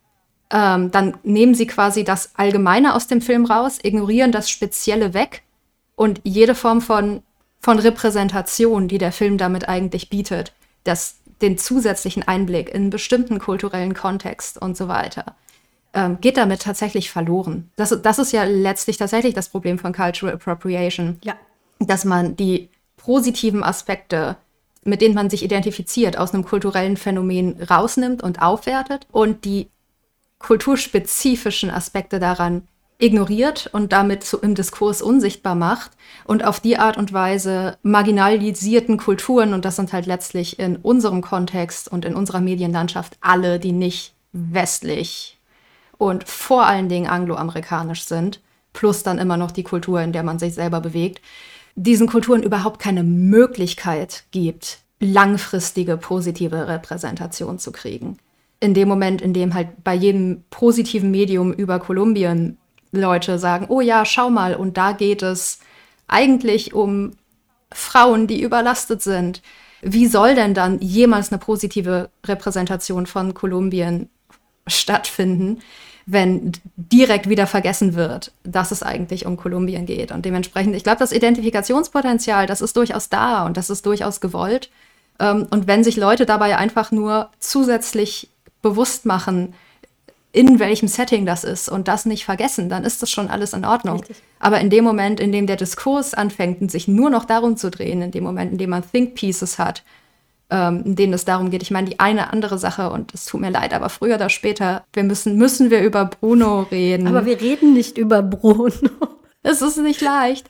dann nehmen sie quasi das Allgemeine aus dem Film raus, ignorieren das Spezielle weg und jede Form von Repräsentation, die der Film damit eigentlich bietet, den zusätzlichen Einblick in einen bestimmten kulturellen Kontext und so weiter, geht damit tatsächlich verloren. Das ist ja letztlich tatsächlich das Problem von Cultural Appropriation. Ja. Dass man die positiven Aspekte, mit denen man sich identifiziert, aus einem kulturellen Phänomen rausnimmt und aufwertet und die kulturspezifischen Aspekte daran ignoriert und damit so im Diskurs unsichtbar macht und auf die Art und Weise marginalisierten Kulturen, und das sind halt letztlich in unserem Kontext und in unserer Medienlandschaft alle, die nicht westlich und vor allen Dingen angloamerikanisch sind, plus dann immer noch die Kultur, in der man sich selber bewegt, diesen Kulturen überhaupt keine Möglichkeit gibt, langfristige positive Repräsentation zu kriegen. In dem Moment, in dem halt bei jedem positiven Medium über Kolumbien Leute sagen, oh ja, schau mal, und da geht es eigentlich um Frauen, die überlastet sind. Wie soll denn dann jemals eine positive Repräsentation von Kolumbien stattfinden, wenn direkt wieder vergessen wird, dass es eigentlich um Kolumbien geht? Und dementsprechend, ich glaube, das Identifikationspotenzial, das ist durchaus da und das ist durchaus gewollt. Und wenn sich Leute dabei einfach nur zusätzlich bewusst machen, in welchem Setting das ist und das nicht vergessen, dann ist das schon alles in Ordnung. Richtig. Aber in dem Moment, in dem der Diskurs anfängt, sich nur noch darum zu drehen, in dem Moment, in dem man Think Pieces hat, in denen es darum geht, ich meine, die eine andere Sache, und es tut mir leid, aber früher oder später, müssen wir über Bruno reden. Aber wir reden nicht über Bruno. Es ist nicht leicht.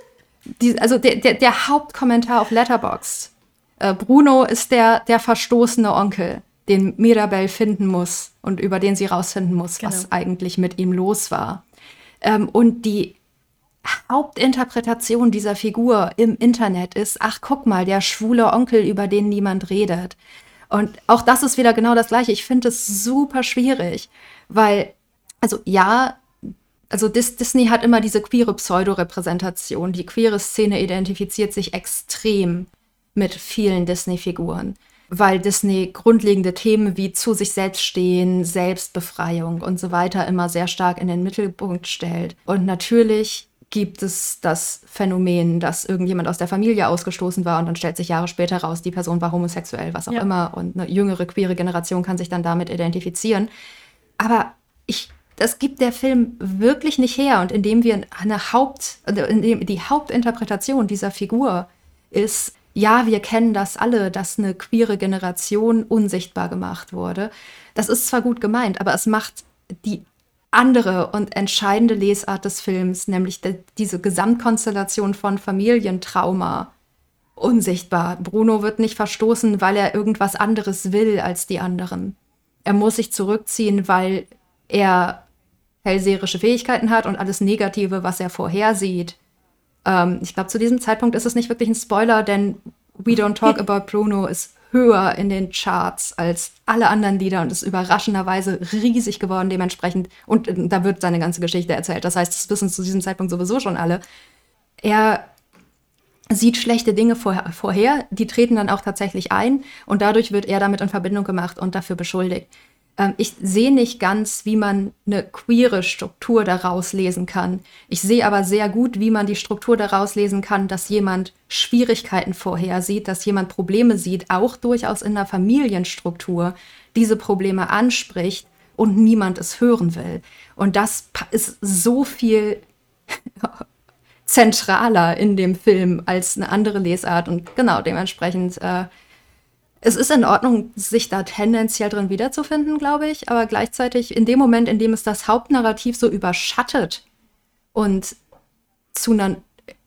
Der Hauptkommentar auf Letterboxd. Bruno ist der verstoßene Onkel, den Mirabel finden muss und über den sie rausfinden muss, Genau. was eigentlich mit ihm los war. Und die Hauptinterpretation dieser Figur im Internet ist, ach, guck mal, der schwule Onkel, über den niemand redet. Und auch das ist wieder genau das Gleiche. Ich finde es super schwierig, weil, Disney hat immer diese queere Pseudo-Repräsentation. Die queere Szene identifiziert sich extrem mit vielen Disney-Figuren, weil Disney grundlegende Themen wie zu sich selbst stehen, Selbstbefreiung und so weiter immer sehr stark in den Mittelpunkt stellt. Und natürlich gibt es das Phänomen, dass irgendjemand aus der Familie ausgestoßen war und dann stellt sich Jahre später raus, die Person war homosexuell, was auch immer. Und eine jüngere queere Generation kann sich dann damit identifizieren. Aber das gibt der Film wirklich nicht her. Und indem wir indem die Hauptinterpretation dieser Figur ist, ja, wir kennen das alle, dass eine queere Generation unsichtbar gemacht wurde. Das ist zwar gut gemeint, aber es macht die andere und entscheidende Lesart des Films, nämlich diese Gesamtkonstellation von Familientrauma, unsichtbar. Bruno wird nicht verstoßen, weil er irgendwas anderes will als die anderen. Er muss sich zurückziehen, weil er hellseherische Fähigkeiten hat und alles Negative, was er vorhersieht. Ich glaube, zu diesem Zeitpunkt ist es nicht wirklich ein Spoiler, denn We Don't Talk About Bruno ist höher in den Charts als alle anderen Lieder und ist überraschenderweise riesig geworden dementsprechend. Und da wird seine ganze Geschichte erzählt. Das heißt, das wissen zu diesem Zeitpunkt sowieso schon alle. Er sieht schlechte Dinge vorher, die treten dann auch tatsächlich ein und dadurch wird er damit in Verbindung gemacht und dafür beschuldigt. Ich sehe nicht ganz, wie man eine queere Struktur daraus lesen kann. Ich sehe aber sehr gut, wie man die Struktur daraus lesen kann, dass jemand Schwierigkeiten vorhersieht, dass jemand Probleme sieht, auch durchaus in der Familienstruktur, diese Probleme anspricht und niemand es hören will. Und das ist so viel zentraler in dem Film als eine andere Lesart. Und genau, dementsprechend es ist in Ordnung, sich da tendenziell drin wiederzufinden, glaube ich, aber gleichzeitig in dem Moment, in dem es das Hauptnarrativ so überschattet und zu einer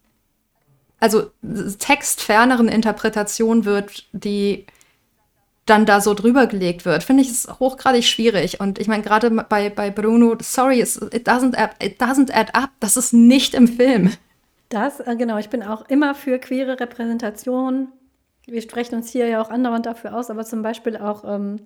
textferneren Interpretation wird, die dann da so drüber gelegt wird, finde ich es hochgradig schwierig. Und ich meine, gerade bei Bruno, sorry, it doesn't add up. Das ist nicht im Film. Genau, ich bin auch immer für queere Repräsentation. Wir sprechen uns hier ja auch andauernd dafür aus, aber zum Beispiel auch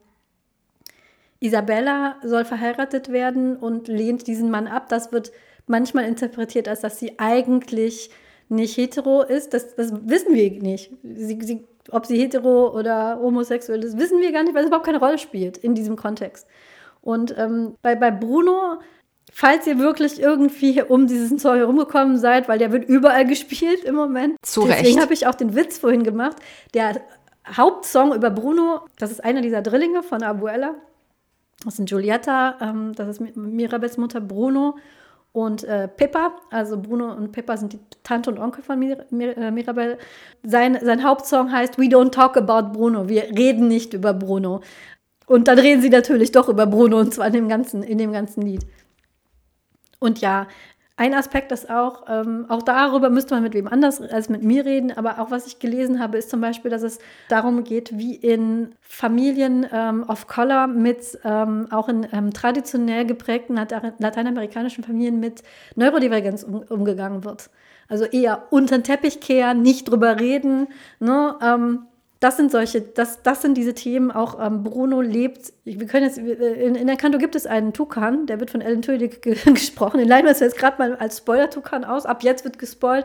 Isabella soll verheiratet werden und lehnt diesen Mann ab. Das wird manchmal interpretiert, als dass sie eigentlich nicht hetero ist. Das wissen wir nicht. Ob sie hetero oder homosexuell ist, wissen wir gar nicht, weil es überhaupt keine Rolle spielt in diesem Kontext. Und bei Bruno, falls ihr wirklich irgendwie um diesen Song herumgekommen seid, weil der wird überall gespielt im Moment. Zu Recht. Deswegen habe ich auch den Witz vorhin gemacht. Der Hauptsong über Bruno, das ist einer dieser Drillinge von Abuela. Das sind Giulietta, das ist Mirabels Mutter Bruno und Pippa. Also Bruno und Pippa sind die Tante und Onkel von Mirabel. Sein Hauptsong heißt We Don't Talk About Bruno. Wir reden nicht über Bruno. Und dann reden sie natürlich doch über Bruno, und zwar in dem ganzen Lied. Und ja, ein Aspekt ist auch darüber müsste man mit wem anders als mit mir reden, aber auch was ich gelesen habe, ist zum Beispiel, dass es darum geht, wie in Familien of Color auch in traditionell geprägten lateinamerikanischen Familien mit Neurodivergenz umgegangen wird. Also eher unter den Teppich kehren, nicht drüber reden, ne? Das sind diese Themen, auch Bruno lebt, wir können jetzt, in Encanto gibt es einen Tukan, der wird von Alan Tudyk gesprochen, den leihen wir jetzt gerade mal als Spoiler-Tukan aus, ab jetzt wird gespoilt.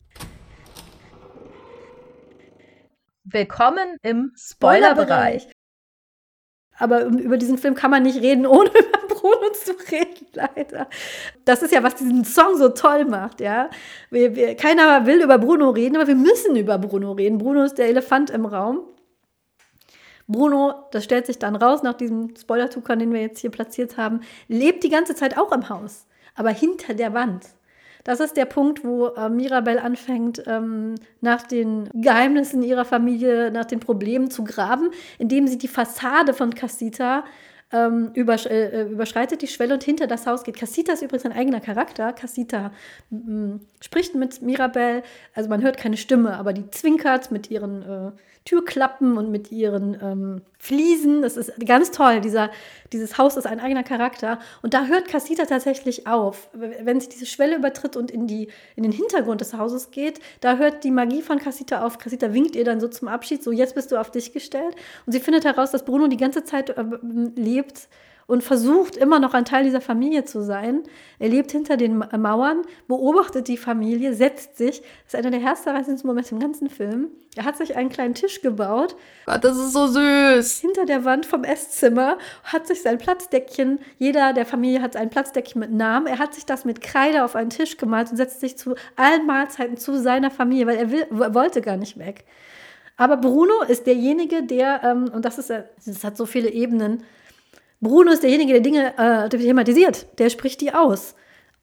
Willkommen im Spoilerbereich. Aber über diesen Film kann man nicht reden, ohne über Bruno zu reden, leider. Das ist ja, was diesen Song so toll macht, ja. Keiner will über Bruno reden, aber wir müssen über Bruno reden. Bruno ist der Elefant im Raum. Bruno, das stellt sich dann raus, nach diesem Spoiler-Tukan, den wir jetzt hier platziert haben, lebt die ganze Zeit auch im Haus, aber hinter der Wand. Das ist der Punkt, wo Mirabel anfängt, nach den Geheimnissen ihrer Familie, nach den Problemen zu graben, indem sie die Fassade von Casita überschreitet, die Schwelle, und hinter das Haus geht. Casita ist übrigens ein eigener Charakter. Casita spricht mit Mirabel, also man hört keine Stimme, aber die zwinkert mit ihren Türklappen und mit ihren Fliesen. Das ist ganz toll. Dieses Haus ist ein eigener Charakter. Und da hört Casita tatsächlich auf. Wenn sie diese Schwelle übertritt und in den Hintergrund des Hauses geht, da hört die Magie von Casita auf. Casita winkt ihr dann so zum Abschied, so jetzt bist du auf dich gestellt. Und sie findet heraus, dass Bruno die ganze Zeit lebt und versucht immer noch ein Teil dieser Familie zu sein. Er lebt hinter den Mauern, beobachtet die Familie, setzt sich. Das ist einer der herzzerreißendsten Momente im ganzen Film. Er hat sich einen kleinen Tisch gebaut. Gott, das ist so süß. Hinter der Wand vom Esszimmer hat sich sein Platzdeckchen, jeder der Familie hat ein Platzdeckchen mit Namen. Er hat sich das mit Kreide auf einen Tisch gemalt und setzt sich zu allen Mahlzeiten zu seiner Familie, weil er wollte gar nicht weg. Aber Bruno ist derjenige, der, und das hat so viele Ebenen, Bruno ist derjenige, der Dinge thematisiert, der spricht die aus.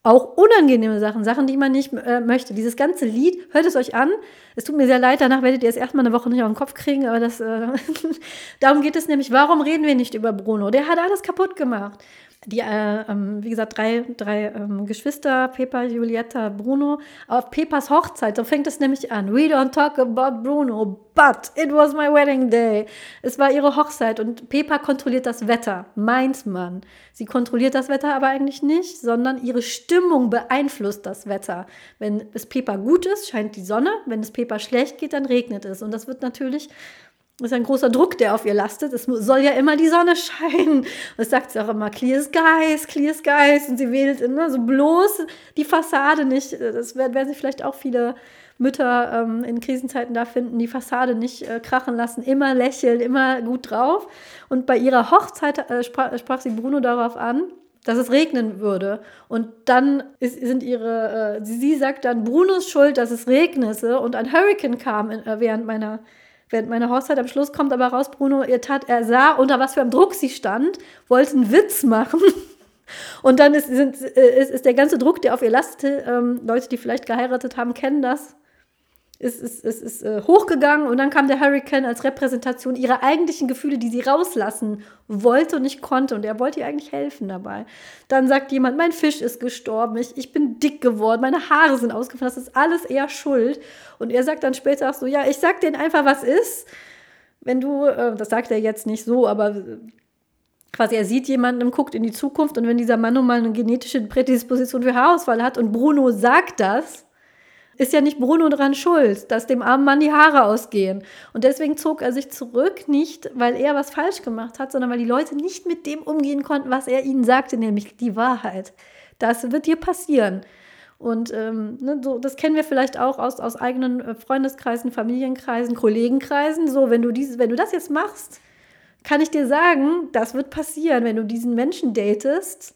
auch unangenehme Sachen, die man nicht möchte. Dieses ganze Lied, hört es euch an. Es tut mir sehr leid, danach werdet ihr es erstmal eine Woche nicht auf den Kopf kriegen, aber darum geht es nämlich. Warum reden wir nicht über Bruno? Der hat alles kaputt gemacht. Die, wie gesagt, drei Geschwister, Pepa, Giulietta, Bruno, auf Pepas Hochzeit, so fängt es nämlich an. We don't talk about Bruno, but it was my wedding day. Es war ihre Hochzeit und Pepa kontrolliert das Wetter, meint man. Sie kontrolliert das Wetter aber eigentlich nicht, sondern ihre Stimmung beeinflusst das Wetter. Wenn es Pepa gut ist, scheint die Sonne, wenn es Pepa schlecht geht, dann regnet es. Und das wird natürlich... Das ist ein großer Druck, der auf ihr lastet. Es soll ja immer die Sonne scheinen. Und das sagt sie auch immer, clear skies. Und sie wählt so bloß die Fassade nicht. Das werden sich vielleicht auch viele Mütter in Krisenzeiten da finden, die Fassade nicht krachen lassen. Immer lächeln, immer gut drauf. Und bei ihrer Hochzeit sprach sie Bruno darauf an, dass es regnen würde. Und dann sie sagt dann, Bruno ist schuld, dass es regnete. Und ein Hurricane kam während meiner Hochzeit. Am Schluss kommt aber raus, Bruno, er sah, unter was für einem Druck sie stand, wollte einen Witz machen. Und dann ist der ganze Druck, der auf ihr lastete, Leute, die vielleicht geheiratet haben, kennen das, ist hochgegangen und dann kam der Hurricane als Repräsentation ihrer eigentlichen Gefühle, die sie rauslassen wollte und nicht konnte. Und er wollte ihr eigentlich helfen dabei. Dann sagt jemand, mein Fisch ist gestorben, ich bin dick geworden, meine Haare sind ausgefallen, das ist alles eher schuld. Und er sagt dann später auch so, ja, ich sag denen einfach, was ist. Wenn du, das sagt er jetzt nicht so, aber quasi er sieht jemanden, guckt in die Zukunft und wenn dieser Mann nun mal eine genetische Prädisposition für Haarausfall hat und Bruno sagt das, ist ja nicht Bruno dran schuld, dass dem armen Mann die Haare ausgehen. Und deswegen zog er sich zurück, nicht weil er was falsch gemacht hat, sondern weil die Leute nicht mit dem umgehen konnten, was er ihnen sagte, nämlich die Wahrheit. Das wird dir passieren. Und so, das kennen wir vielleicht auch aus eigenen Freundeskreisen, Familienkreisen, Kollegenkreisen. So, wenn du das jetzt machst, kann ich dir sagen, das wird passieren, wenn du diesen Menschen datest,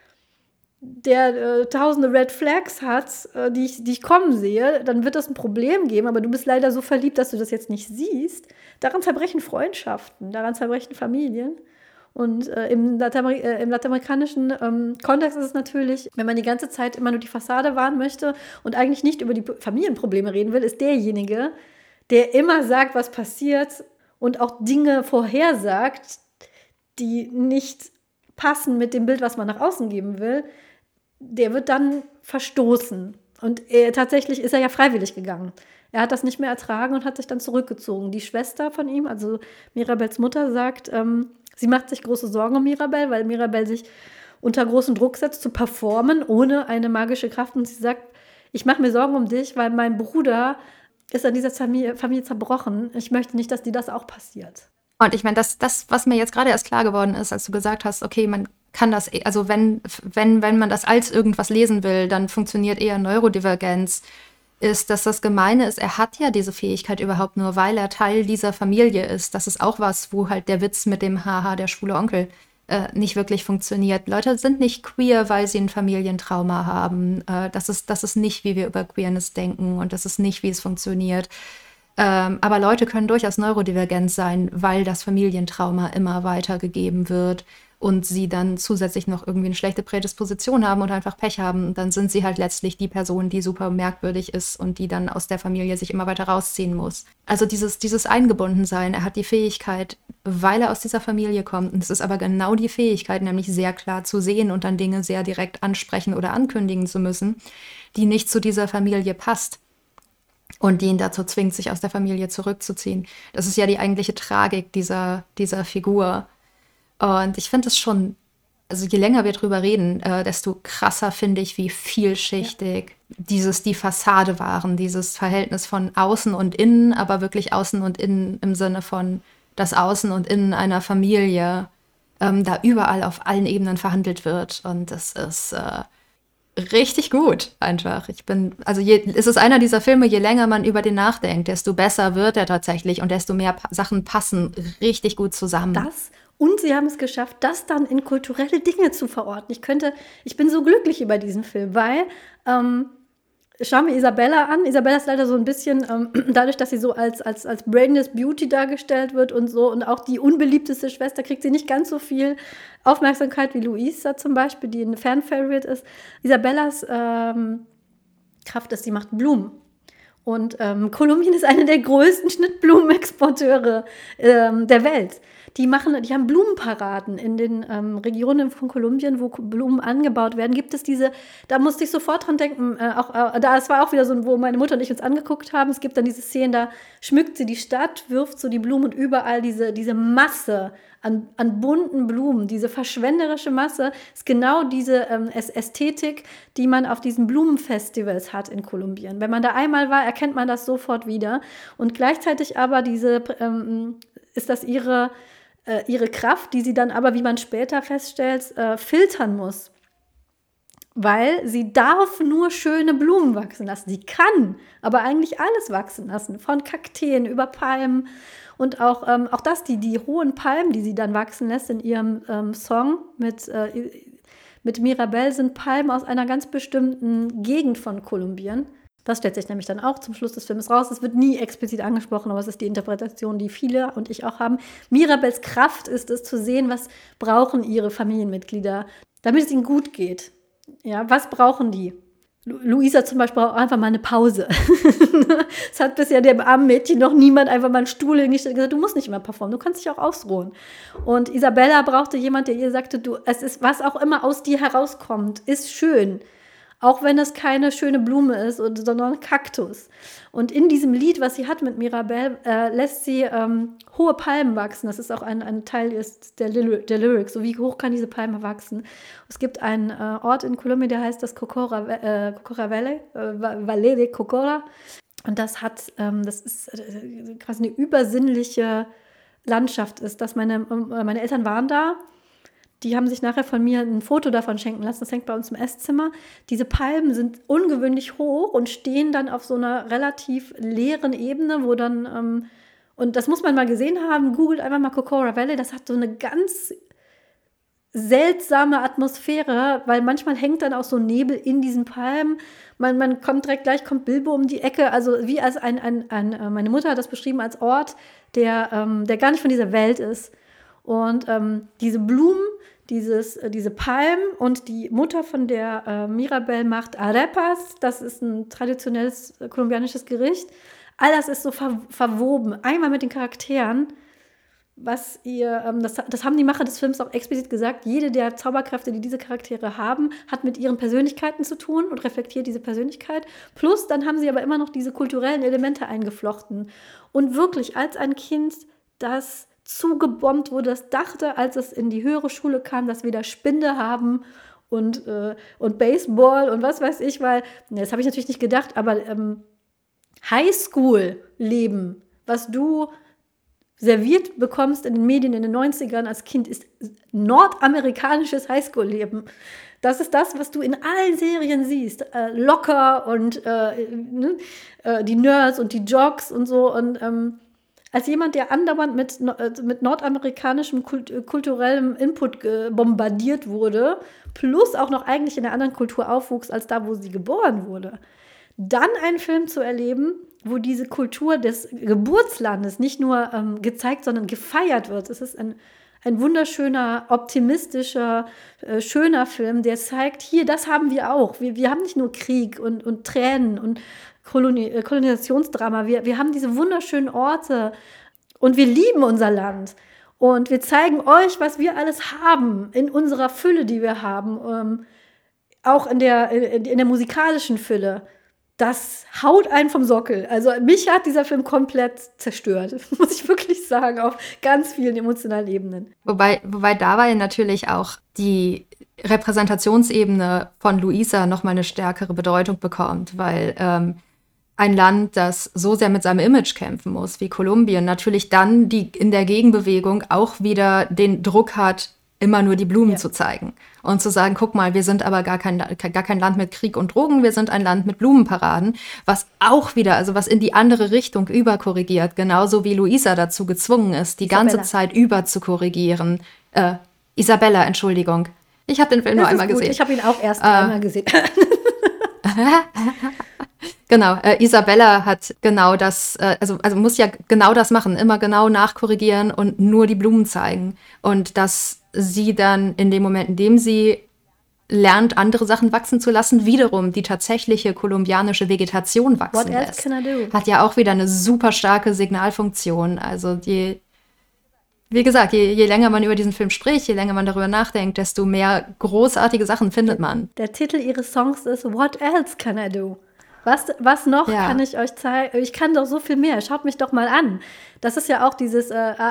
der tausende Red Flags hat, die ich kommen sehe, dann wird das ein Problem geben, aber du bist leider so verliebt, dass du das jetzt nicht siehst. Daran zerbrechen Freundschaften, daran zerbrechen Familien. Und im lateinamerikanischen Kontext ist es natürlich, wenn man die ganze Zeit immer nur die Fassade wahren möchte und eigentlich nicht über die Familienprobleme reden will, ist derjenige, der immer sagt, was passiert und auch Dinge vorhersagt, die nicht passen mit dem Bild, was man nach außen geben will, der wird dann verstoßen. Und tatsächlich ist er ja freiwillig gegangen. Er hat das nicht mehr ertragen und hat sich dann zurückgezogen. Die Schwester von ihm, also Mirabels Mutter, sagt, sie macht sich große Sorgen um Mirabel, weil Mirabel sich unter großen Druck setzt, zu performen, ohne eine magische Kraft. Und sie sagt, ich mache mir Sorgen um dich, weil mein Bruder ist an dieser Familie zerbrochen. Ich möchte nicht, dass dir das auch passiert. Und ich meine, das, was mir jetzt gerade erst klar geworden ist, als du gesagt hast, okay, man kann das, also wenn man das als irgendwas lesen will, dann funktioniert eher Neurodivergenz, ist, dass das Gemeine ist, er hat ja diese Fähigkeit überhaupt nur, weil er Teil dieser Familie ist. Das ist auch was, wo halt der Witz mit dem Haha, der schwule Onkel, nicht wirklich funktioniert. Leute sind nicht queer, weil sie ein Familientrauma haben. Das ist nicht, wie wir über Queerness denken und das ist nicht, wie es funktioniert. Aber Leute können durchaus neurodivergent sein, weil das Familientrauma immer weitergegeben wird und sie dann zusätzlich noch irgendwie eine schlechte Prädisposition haben und einfach Pech haben. Und dann sind sie halt letztlich die Person, die super merkwürdig ist und die dann aus der Familie sich immer weiter rausziehen muss. Also dieses Eingebundensein, er hat die Fähigkeit, weil er aus dieser Familie kommt, und es ist aber genau die Fähigkeit, nämlich sehr klar zu sehen und dann Dinge sehr direkt ansprechen oder ankündigen zu müssen, die nicht zu dieser Familie passt. Und die ihn dazu zwingt, sich aus der Familie zurückzuziehen. Das ist ja die eigentliche Tragik dieser Figur. Und ich finde es schon, also je länger wir drüber reden, desto krasser finde ich, wie vielschichtig die Fassade waren, dieses Verhältnis von Außen und Innen, aber wirklich Außen und Innen im Sinne von das Außen und Innen einer Familie, da überall auf allen Ebenen verhandelt wird. Und das ist richtig gut, einfach. Es ist einer dieser Filme, je länger man über den nachdenkt, desto besser wird er tatsächlich und desto mehr Sachen passen richtig gut zusammen. Und sie haben es geschafft, das dann in kulturelle Dinge zu verorten. Ich bin so glücklich über diesen Film, weil schau mir Isabella an. Isabella ist leider so ein bisschen, dadurch, dass sie so als Brainless Beauty dargestellt wird und so und auch die unbeliebteste Schwester, kriegt sie nicht ganz so viel Aufmerksamkeit wie Luisa zum Beispiel, die ein Fan-Favorite ist. Isabellas Kraft ist, sie macht Blumen. Und Kolumbien ist eine der größten Schnittblumenexporteure der Welt. Die haben Blumenparaden in den Regionen von Kolumbien, wo Blumen angebaut werden. Gibt es diese, da musste ich sofort dran denken, es war auch wieder so, wo meine Mutter und ich uns angeguckt haben. Es gibt dann diese Szenen, da schmückt sie die Stadt, wirft so die Blumen und überall diese Masse an bunten Blumen, diese verschwenderische Masse, ist genau diese Ästhetik, die man auf diesen Blumenfestivals hat in Kolumbien. Wenn man da einmal war, erkennt man das sofort wieder. Und gleichzeitig aber ist das ihre Kraft, die sie dann aber, wie man später feststellt, filtern muss. Weil sie darf nur schöne Blumen wachsen lassen. Sie kann aber eigentlich alles wachsen lassen. Von Kakteen über Palmen und auch das, die hohen Palmen, die sie dann wachsen lässt in ihrem Song mit Mirabel, sind Palmen aus einer ganz bestimmten Gegend von Kolumbien. Das stellt sich nämlich dann auch zum Schluss des Films raus. Es wird nie explizit angesprochen, aber es ist die Interpretation, die viele und ich auch haben. Mirabels Kraft ist es, zu sehen, was brauchen ihre Familienmitglieder, damit es ihnen gut geht. Ja, was brauchen die? Luisa zum Beispiel braucht einfach mal eine Pause. Es hat bisher dem armen Mädchen noch niemand einfach mal einen Stuhl hingestellt und gesagt, du musst nicht immer performen, du kannst dich auch ausruhen. Und Isabella brauchte jemand, der ihr sagte, es ist, was auch immer aus dir herauskommt, ist schön. Auch wenn es keine schöne Blume ist, sondern ein Kaktus. Und in diesem Lied, was sie hat mit Mirabel, lässt sie hohe Palmen wachsen. Das ist auch ein Teil der Lyrics. So wie hoch kann diese Palme wachsen? Es gibt einen Ort in Kolumbien, der heißt das Cocora Valley, Valle de Cocora. Und das ist quasi eine übersinnliche Landschaft. Meine Eltern waren da. Die haben sich nachher von mir ein Foto davon schenken lassen. Das hängt bei uns im Esszimmer. Diese Palmen sind ungewöhnlich hoch und stehen dann auf so einer relativ leeren Ebene, wo dann, und das muss man mal gesehen haben, googelt einfach mal Cocora Valley, das hat so eine ganz seltsame Atmosphäre, weil manchmal hängt dann auch so Nebel in diesen Palmen. Man kommt gleich kommt Bilbo um die Ecke, also wie als meine Mutter hat das beschrieben als Ort, der gar nicht von dieser Welt ist. Und diese Blumen, diese Palmen und die Mutter von der Mirabel macht Arepas, das ist ein traditionelles kolumbianisches Gericht. All das ist so verwoben, einmal mit den Charakteren, das haben die Macher des Films auch explizit gesagt, jede der Zauberkräfte, die diese Charaktere haben, hat mit ihren Persönlichkeiten zu tun und reflektiert diese Persönlichkeit. Plus, dann haben sie aber immer noch diese kulturellen Elemente eingeflochten. Und wirklich, als ein Kind, das zugebombt wurde, das dachte, als es in die höhere Schule kam, dass wir da Spinde haben und Baseball und was weiß ich, weil, das habe ich natürlich nicht gedacht, aber Highschool-Leben, was du serviert bekommst in den Medien in den 90ern als Kind, ist nordamerikanisches Highschool-Leben. Das ist das, was du in allen Serien siehst. Locker und die Nerds und die Jocks und so. Und als jemand, der andauernd mit nordamerikanischem kulturellem Input bombardiert wurde, plus auch noch eigentlich in einer anderen Kultur aufwuchs, als da, wo sie geboren wurde, dann einen Film zu erleben, wo diese Kultur des Geburtslandes nicht nur gezeigt, sondern gefeiert wird. Es ist ein wunderschöner, optimistischer, schöner Film, der zeigt, hier, das haben wir auch. Wir haben nicht nur Krieg und Tränen und Kolonisationsdrama. Wir haben diese wunderschönen Orte und wir lieben unser Land. Und wir zeigen euch, was wir alles haben in unserer Fülle, die wir haben. Auch in der musikalischen Fülle. Das haut einen vom Sockel. Also mich hat dieser Film komplett zerstört, muss ich wirklich sagen, auf ganz vielen emotionalen Ebenen. Wobei dabei natürlich auch die Repräsentationsebene von Luisa nochmal eine stärkere Bedeutung bekommt, weil ein Land, das so sehr mit seinem Image kämpfen muss, wie Kolumbien, natürlich dann in der Gegenbewegung auch wieder den Druck hat, immer nur die Blumen zu zeigen und zu sagen, guck mal, wir sind aber gar kein Land mit Krieg und Drogen, wir sind ein Land mit Blumenparaden, was auch wieder, also was in die andere Richtung überkorrigiert, genauso wie Luisa dazu gezwungen ist, die ganze Zeit über zu korrigieren. Isabella, Entschuldigung. Ich habe den Film nur einmal gesehen. Ich habe ihn auch erst einmal gesehen. Genau, Isabella hat genau das, also muss ja genau das machen, immer genau nachkorrigieren und nur die Blumen zeigen. Und dass sie dann in dem Moment, in dem sie lernt, andere Sachen wachsen zu lassen, wiederum die tatsächliche kolumbianische Vegetation wachsen What else lässt. can I do? Hat ja auch wieder eine super starke Signalfunktion. Also wie gesagt, je länger man über diesen Film spricht, je länger man darüber nachdenkt, desto mehr großartige Sachen findet man. Der Titel ihres Songs ist What else can I do? Was noch kann ich euch zeigen? Ich kann doch so viel mehr. Schaut mich doch mal an. Das ist ja auch dieses,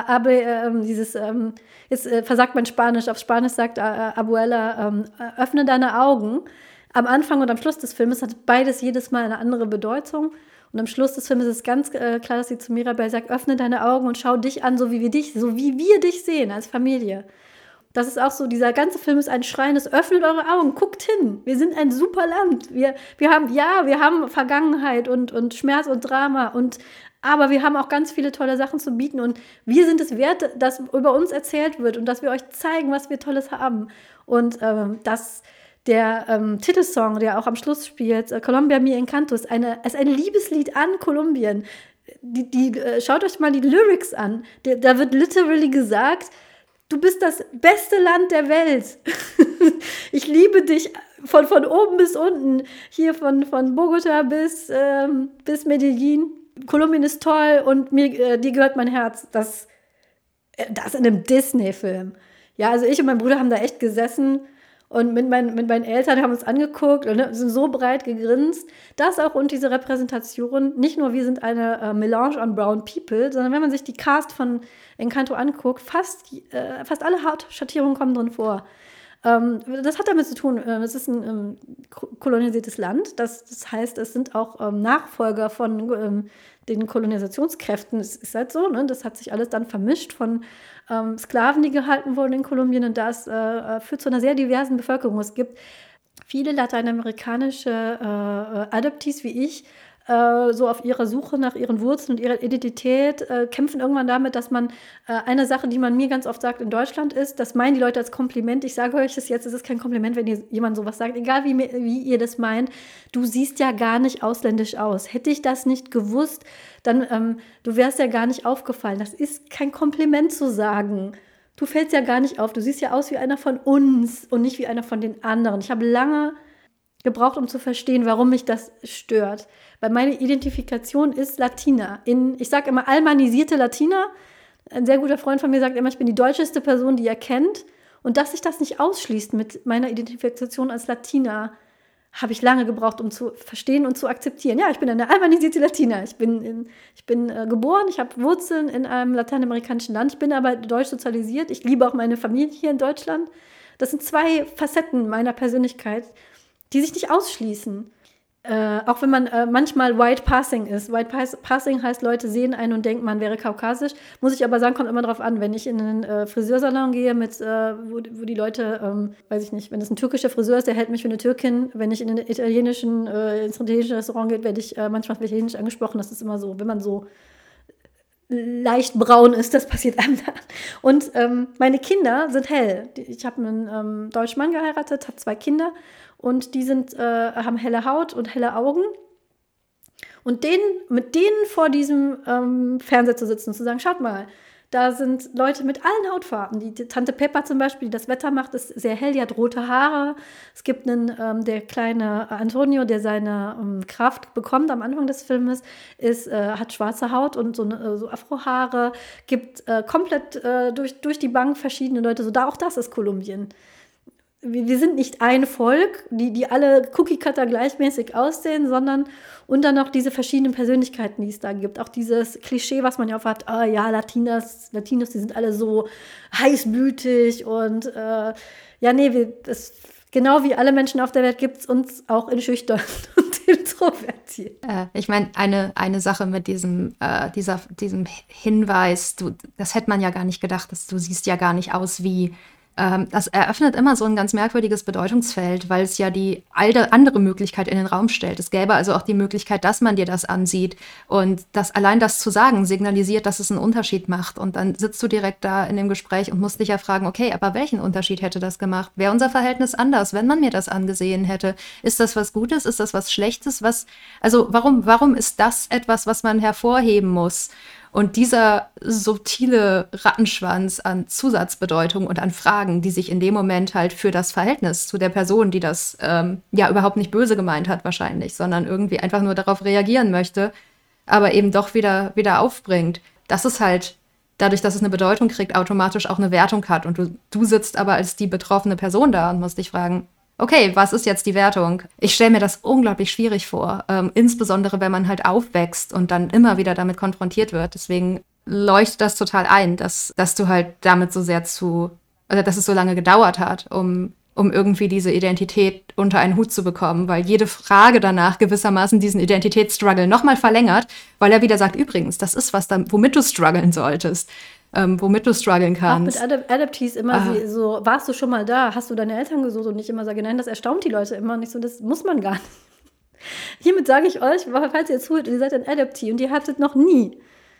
jetzt versagt mein Spanisch. Auf Spanisch sagt Abuela, öffne deine Augen. Am Anfang und am Schluss des Films hat beides jedes Mal eine andere Bedeutung. Und am Schluss des Films ist es ganz klar, dass sie zu Mirabel sagt, öffne deine Augen und schau dich an, so wie wir dich sehen als Familie. Das ist auch so, dieser ganze Film ist ein schreiendes, öffnet eure Augen, guckt hin. Wir sind ein super Land. Wir haben Vergangenheit und Schmerz und Drama, aber wir haben auch ganz viele tolle Sachen zu bieten und wir sind es wert, dass über uns erzählt wird und dass wir euch zeigen, was wir Tolles haben. Und der Titelsong, der auch am Schluss spielt, Colombia Mi Encanto, ist ein Liebeslied an Kolumbien. Schaut euch mal die Lyrics an. Da wird literally gesagt, du bist das beste Land der Welt. Ich liebe dich von oben bis unten. Hier von Bogota bis Medellin. Kolumbien ist toll und dir gehört mein Herz. Das in einem Disney-Film. Ja, also ich und mein Bruder haben da echt gesessen und mit meinen Eltern haben uns angeguckt und sind so breit gegrinst. Das auch und diese Repräsentation, nicht nur wir sind eine Melange an Brown People, sondern wenn man sich die Cast von Encanto anguckt, fast alle Hauptschattierungen kommen drin vor. Das hat damit zu tun, es ist ein kolonisiertes Land, das heißt, es sind auch Nachfolger von den Kolonisationskräften, es ist halt so, ne? Das hat sich alles dann vermischt von Sklaven, die gehalten wurden in Kolumbien und das führt zu einer sehr diversen Bevölkerung. Es gibt viele lateinamerikanische Adoptees wie ich, so auf ihrer Suche nach ihren Wurzeln und ihrer Identität, kämpfen irgendwann damit, dass man eine Sache, die man mir ganz oft sagt in Deutschland ist, das meinen die Leute als Kompliment, ich sage euch das jetzt, es ist kein Kompliment, wenn jemand sowas sagt, egal wie ihr das meint, du siehst ja gar nicht ausländisch aus. Hätte ich das nicht gewusst, dann du wärst ja gar nicht aufgefallen. Das ist kein Kompliment zu sagen. Du fällst ja gar nicht auf, du siehst ja aus wie einer von uns und nicht wie einer von den anderen. Ich habe lange gebraucht, um zu verstehen, warum mich das stört. Weil meine Identifikation ist Latina. Ich sage immer almanisierte Latina. Ein sehr guter Freund von mir sagt immer, ich bin die deutscheste Person, die er kennt. Und dass sich das nicht ausschließt mit meiner Identifikation als Latina, habe ich lange gebraucht, um zu verstehen und zu akzeptieren. Ja, ich bin eine almanisierte Latina. Ich bin geboren, ich habe Wurzeln in einem lateinamerikanischen Land. Ich bin aber deutsch sozialisiert. Ich liebe auch meine Familie hier in Deutschland. Das sind zwei Facetten meiner Persönlichkeit, die sich nicht ausschließen. Auch wenn man manchmal White Passing ist. White Passing heißt, Leute sehen einen und denken, man wäre kaukasisch. Muss ich aber sagen, kommt immer drauf an. Wenn ich in einen Friseursalon gehe, wo die Leute, weiß ich nicht, wenn es ein türkischer Friseur ist, der hält mich für eine Türkin. Wenn ich in ins italienische Restaurant gehe, werde ich manchmal italienisch angesprochen. Das ist immer so, wenn man so leicht braun ist, das passiert einem dann. Und meine Kinder sind hell. Ich habe einen deutschen Mann geheiratet, habe 2 Kinder und die haben helle Haut und helle Augen. Und mit denen vor diesem Fernseher zu sitzen und zu sagen, schaut mal, da sind Leute mit allen Hautfarben. Die Tante Peppa zum Beispiel, die das Wetter macht, ist sehr hell, die hat rote Haare. Es gibt der kleine Antonio, der seine Kraft bekommt am Anfang des Filmes, hat schwarze Haut und so Afrohaare. Gibt komplett durch die Bank verschiedene Leute. Auch das ist Kolumbien. Wir sind nicht ein Volk, die alle Cookie-Cutter gleichmäßig aussehen, sondern und dann noch diese verschiedenen Persönlichkeiten, die es da gibt. Auch dieses Klischee, was man ja oft hat, Latinos, die sind alle so heißblütig und genau wie alle Menschen auf der Welt gibt es uns auch in schüchtern und introvertiert. Ich meine, eine Sache mit diesem Hinweis, das hätte man ja gar nicht gedacht, du siehst ja gar nicht aus wie Das eröffnet immer so ein ganz merkwürdiges Bedeutungsfeld, weil es ja die andere Möglichkeit in den Raum stellt. Es gäbe also auch die Möglichkeit, dass man dir das ansieht und dass allein das zu sagen signalisiert, dass es einen Unterschied macht. Und dann sitzt du direkt da in dem Gespräch und musst dich ja fragen, okay, aber welchen Unterschied hätte das gemacht? Wäre unser Verhältnis anders, wenn man mir das angesehen hätte? Ist das was Gutes? Ist das was Schlechtes? Also warum ist das etwas, was man hervorheben muss? Und dieser subtile Rattenschwanz an Zusatzbedeutung und an Fragen, die sich in dem Moment halt für das Verhältnis zu der Person, die das ja überhaupt nicht böse gemeint hat wahrscheinlich, sondern irgendwie einfach nur darauf reagieren möchte, aber eben doch wieder aufbringt. Das ist halt, dadurch, dass es eine Bedeutung kriegt, automatisch auch eine Wertung hat. Und du sitzt aber als die betroffene Person da und musst dich fragen, okay, was ist jetzt die Wertung? Ich stelle mir das unglaublich schwierig vor, insbesondere wenn man halt aufwächst und dann immer wieder damit konfrontiert wird. Deswegen leuchtet das total ein, dass du halt damit so sehr dass es so lange gedauert hat, um irgendwie diese Identität unter einen Hut zu bekommen, weil jede Frage danach gewissermaßen diesen Identitätsstruggle nochmal verlängert, weil er wieder sagt, übrigens, das ist was, womit du strugglen solltest. Womit du strugglen kannst. Auch mit Adoptees immer so, warst du schon mal da? Hast du deine Eltern gesucht? Und ich immer sage, nein, das erstaunt die Leute immer nicht so, das muss man gar nicht. Hiermit sage ich euch, falls ihr zuhört und ihr seid ein Adoptee und ihr hattet noch nie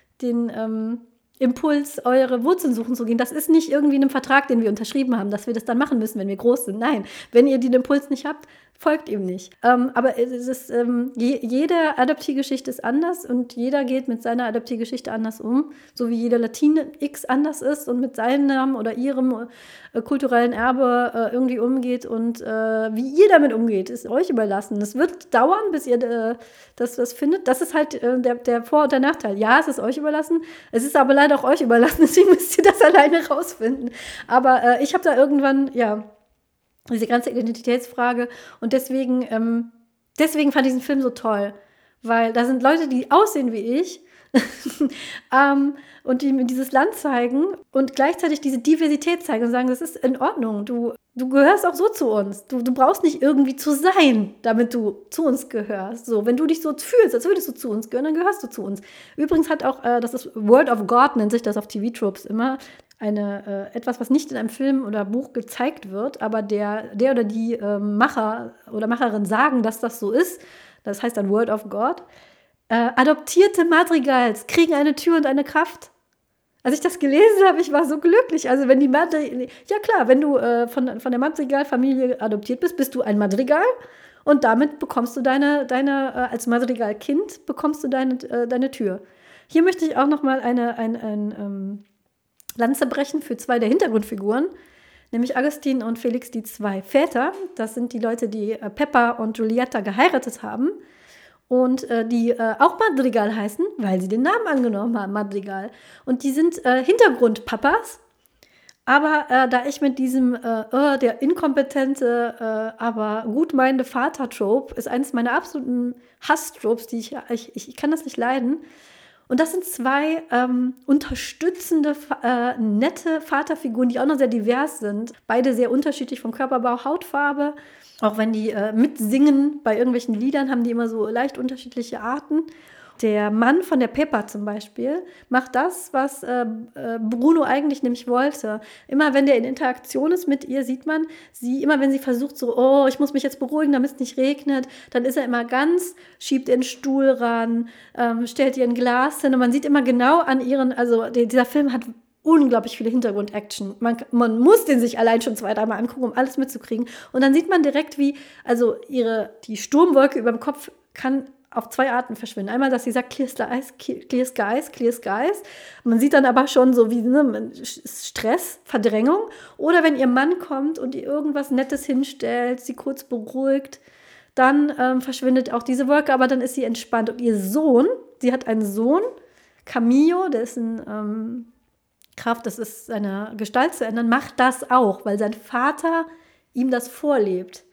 den Impuls, eure Wurzeln suchen zu gehen. Das ist nicht irgendwie in einem Vertrag, den wir unterschrieben haben, dass wir das dann machen müssen, wenn wir groß sind. Nein, wenn ihr den Impuls nicht habt, folgt ihm nicht. Aber es ist, jede Adoptiergeschichte ist anders und jeder geht mit seiner Adoptiergeschichte anders um, so wie jeder Latinx anders ist und mit seinem oder ihrem kulturellen Erbe irgendwie umgeht und wie ihr damit umgeht, ist euch überlassen. Es wird dauern, bis ihr das findet. Das ist halt der Vor- und der Nachteil. Ja, es ist euch überlassen, es ist aber leider auch euch überlassen, deswegen müsst ihr das alleine rausfinden. Aber ich habe da irgendwann, diese ganze Identitätsfrage und deswegen fand ich diesen Film so toll, weil da sind Leute, die aussehen wie ich und die mir dieses Land zeigen und gleichzeitig diese Diversität zeigen und sagen, das ist in Ordnung, du gehörst auch so zu uns, du brauchst nicht irgendwie zu sein, damit du zu uns gehörst. So, wenn du dich so fühlst, als würdest du zu uns gehören, dann gehörst du zu uns. Übrigens hat auch, das ist Word of God, nennt sich das auf TV-Tropes immer, etwas, was nicht in einem Film oder Buch gezeigt wird, aber der oder die Macher oder Macherin sagen, dass das so ist. Das heißt dann Word of God. Adoptierte Madrigals kriegen eine Tür und eine Kraft. Als ich das gelesen habe, ich war so glücklich. Also wenn wenn du von der Madrigal-Familie adoptiert bist, bist du ein Madrigal und damit bekommst du als Madrigal-Kind bekommst du deine Tür. Hier möchte ich auch nochmal eine Lanze brechen für zwei der Hintergrundfiguren, nämlich Agustin und Felix, die zwei Väter. Das sind die Leute, die Peppa und Giulietta geheiratet haben und die auch Madrigal heißen, weil sie den Namen angenommen haben, Madrigal. Und die sind Hintergrundpapas. Aber da ich mit diesem der inkompetente, aber gutmeinende Vater-Trope ist eines meiner absoluten Hass-Tropes, die ich kann das nicht leiden. Und das sind zwei unterstützende, nette Vaterfiguren, die auch noch sehr divers sind. Beide sehr unterschiedlich vom Körperbau, Hautfarbe. Auch wenn die mitsingen bei irgendwelchen Liedern, haben die immer so leicht unterschiedliche Arten. Der Mann von der Peppa zum Beispiel macht das, was Bruno eigentlich nämlich wollte. Immer wenn der in Interaktion ist mit ihr, sieht man sie, immer wenn sie versucht so, oh, ich muss mich jetzt beruhigen, damit es nicht regnet, dann ist er immer schiebt den Stuhl ran, stellt ihr ein Glas hin und man sieht immer genau an dieser Film hat unglaublich viele Hintergrund-Action. Man muss den sich allein schon 2-3 Mal angucken, um alles mitzukriegen. Und dann sieht man direkt, wie die Sturmwolke über dem Kopf kann auf 2 Arten verschwinden. Einmal, dass sie sagt, clear skies, clear skies, clear skies. Man sieht dann aber schon so wie Stress, Verdrängung. Oder wenn ihr Mann kommt und ihr irgendwas Nettes hinstellt, sie kurz beruhigt, dann verschwindet auch diese Wolke, aber dann ist sie entspannt. Und ihr Sohn, sie hat einen Sohn, Camillo, dessen Kraft, das ist seine Gestalt zu ändern, macht das auch, weil sein Vater ihm das vorlebt.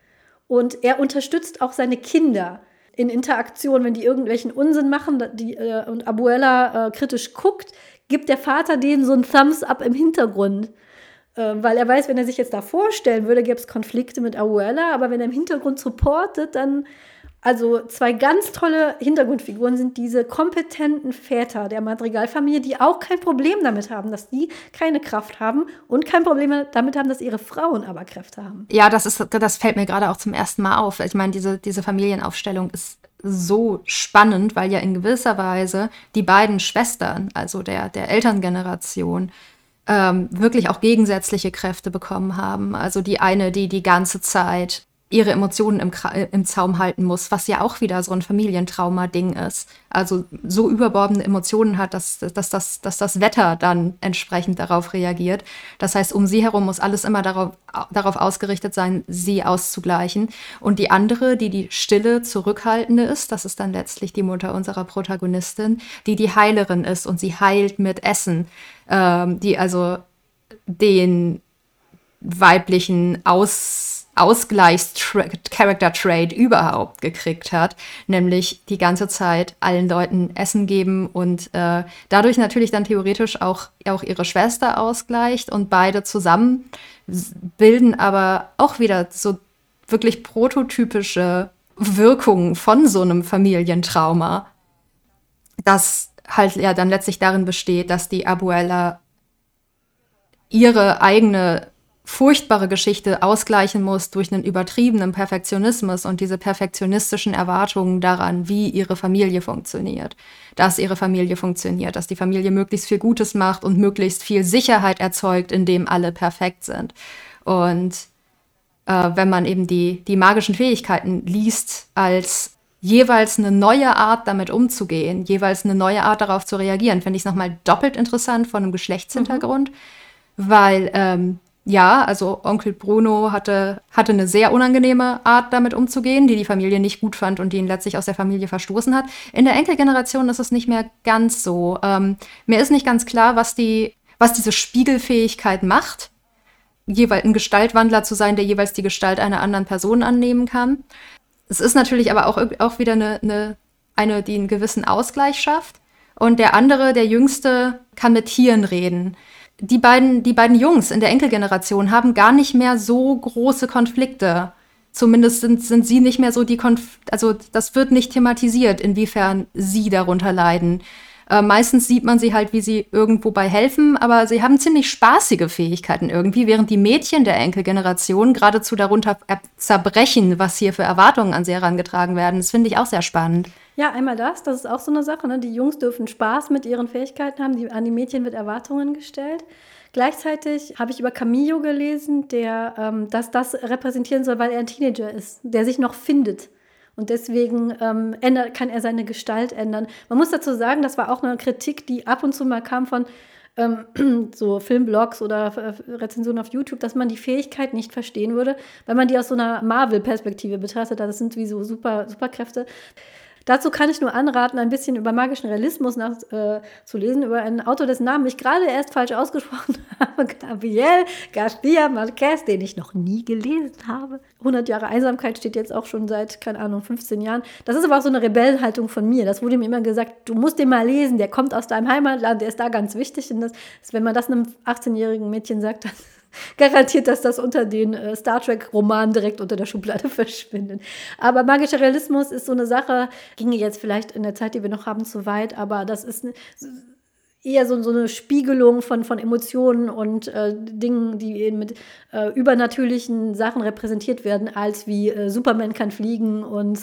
Und er unterstützt auch seine Kinder in Interaktion, wenn die irgendwelchen Unsinn machen und Abuela kritisch guckt, gibt der Vater denen so ein Thumbs-up im Hintergrund. Weil er weiß, wenn er sich jetzt da vorstellen würde, gäbe es Konflikte mit Abuela, aber wenn er im Hintergrund supportet, dann Also 2 ganz tolle Hintergrundfiguren sind diese kompetenten Väter der Madrigal-Familie, die auch kein Problem damit haben, dass die keine Kraft haben und kein Problem damit haben, dass ihre Frauen aber Kräfte haben. Ja, das fällt mir gerade auch zum ersten Mal auf. Ich meine, diese Familienaufstellung ist so spannend, weil ja in gewisser Weise die beiden Schwestern, also der Elterngeneration, wirklich auch gegensätzliche Kräfte bekommen haben. Also die eine, die ganze Zeit ihre Emotionen im Zaum halten muss, was ja auch wieder so ein Familientrauma-Ding ist. Also so überbordende Emotionen hat, dass das Wetter dann entsprechend darauf reagiert. Das heißt, um sie herum muss alles immer darauf ausgerichtet sein, sie auszugleichen. Und die andere, die stille, zurückhaltende ist, das ist dann letztlich die Mutter unserer Protagonistin, die Heilerin ist und sie heilt mit Essen, die also den weiblichen Ausgleichs-Character-Trait überhaupt gekriegt hat, nämlich die ganze Zeit allen Leuten Essen geben und dadurch natürlich dann theoretisch auch ihre Schwester ausgleicht und beide zusammen bilden aber auch wieder so wirklich prototypische Wirkungen von so einem Familientrauma, das halt ja dann letztlich darin besteht, dass die Abuela ihre eigene furchtbare Geschichte ausgleichen muss durch einen übertriebenen Perfektionismus und diese perfektionistischen Erwartungen daran, wie ihre Familie funktioniert. Dass ihre Familie funktioniert, dass die Familie möglichst viel Gutes macht und möglichst viel Sicherheit erzeugt, indem alle perfekt sind. Und wenn man eben die magischen Fähigkeiten liest als jeweils eine neue Art, damit umzugehen, jeweils eine neue Art, darauf zu reagieren, finde ich es nochmal doppelt interessant von einem Geschlechtshintergrund, weil ja, also Onkel Bruno hatte eine sehr unangenehme Art, damit umzugehen, die Familie nicht gut fand und die ihn letztlich aus der Familie verstoßen hat. In der Enkelgeneration ist es nicht mehr ganz so. Mir ist nicht ganz klar, was diese Spiegelfähigkeit macht, jeweils ein Gestaltwandler zu sein, der jeweils die Gestalt einer anderen Person annehmen kann. Es ist natürlich aber auch wieder eine, die einen gewissen Ausgleich schafft. Und der andere, der Jüngste, kann mit Tieren reden. Die beiden Jungs in der Enkelgeneration haben gar nicht mehr so große Konflikte. Zumindest sind sie nicht mehr so also das wird nicht thematisiert, inwiefern sie darunter leiden. Meistens sieht man sie halt, wie sie irgendwo bei helfen, aber sie haben ziemlich spaßige Fähigkeiten irgendwie, während die Mädchen der Enkelgeneration geradezu darunter zerbrechen, was hier für Erwartungen an sie herangetragen werden. Das finde ich auch sehr spannend. Ja, einmal das ist auch so eine Sache, ne? Die Jungs dürfen Spaß mit ihren Fähigkeiten haben, an die Mädchen wird Erwartungen gestellt. Gleichzeitig habe ich über Camillo gelesen, der das repräsentieren soll, weil er ein Teenager ist, der sich noch findet. Und deswegen kann er seine Gestalt ändern. Man muss dazu sagen, das war auch eine Kritik, die ab und zu mal kam von so Filmblogs oder Rezensionen auf YouTube, dass man die Fähigkeit nicht verstehen würde, weil man die aus so einer Marvel-Perspektive betrachtet. Das sind wie so Superkräfte. Dazu kann ich nur anraten, ein bisschen über magischen Realismus zu lesen, über einen Autor, dessen Namen ich gerade erst falsch ausgesprochen habe, Gabriel García Márquez, den ich noch nie gelesen habe. 100 Jahre Einsamkeit steht jetzt auch schon seit, 15 Jahren. Das ist aber auch so eine Rebellenhaltung von mir. Das wurde mir immer gesagt, du musst den mal lesen, der kommt aus deinem Heimatland, der ist da ganz wichtig. Und wenn man das einem 18-jährigen Mädchen sagt, dann garantiert, dass das unter den Star Trek-Romanen direkt unter der Schublade verschwindet. Aber magischer Realismus ist so eine Sache, ginge jetzt vielleicht in der Zeit, die wir noch haben, zu weit, aber das ist eher so eine Spiegelung von Emotionen und Dingen, die eben mit übernatürlichen Sachen repräsentiert werden, als wie Superman kann fliegen und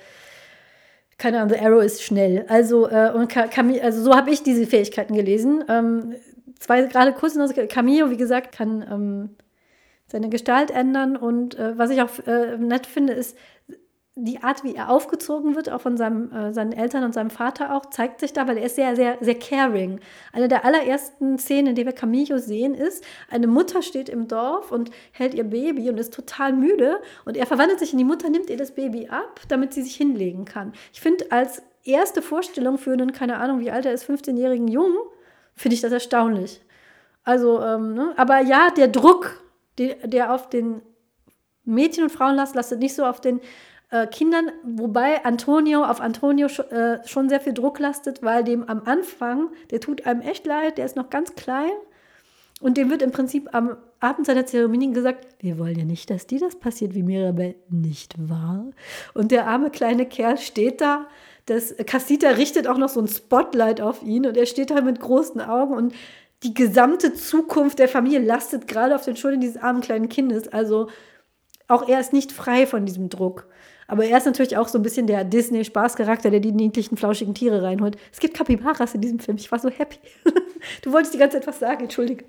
keine Ahnung, The Arrow ist schnell. Also, so habe ich diese Fähigkeiten gelesen. Gerade kurz noch, Camillo, wie gesagt, kann seine Gestalt ändern und was ich auch nett finde, ist die Art, wie er aufgezogen wird, auch von seinen Eltern und seinem Vater auch, zeigt sich da, weil er ist sehr, sehr, sehr caring. Eine der allerersten Szenen, in der wir Camillo sehen, ist, eine Mutter steht im Dorf und hält ihr Baby und ist total müde und er verwandelt sich in die Mutter, nimmt ihr das Baby ab, damit sie sich hinlegen kann. Ich finde, als erste Vorstellung für einen, keine Ahnung, wie alt er ist, 15-jährigen Jungen, finde ich das erstaunlich. Also, aber ja, der Druck, der auf den Mädchen und Frauen lastet nicht so auf den Kindern, wobei auf Antonio schon sehr viel Druck lastet, weil dem am Anfang, der tut einem echt leid, der ist noch ganz klein und dem wird im Prinzip am Abend seiner Zeremonie gesagt, wir wollen ja nicht, dass dir das passiert wie Mirabel, nicht wahr? Und der arme kleine Kerl steht da, das Casita richtet auch noch so ein Spotlight auf ihn und er steht da mit großen Augen und die gesamte Zukunft der Familie lastet gerade auf den Schultern dieses armen kleinen Kindes. Also auch er ist nicht frei von diesem Druck. Aber er ist natürlich auch so ein bisschen der Disney-Spaßcharakter, der die niedlichen, flauschigen Tiere reinholt. Es gibt Kapibaras in diesem Film. Ich war so happy. Du wolltest die ganze Zeit was sagen, entschuldige.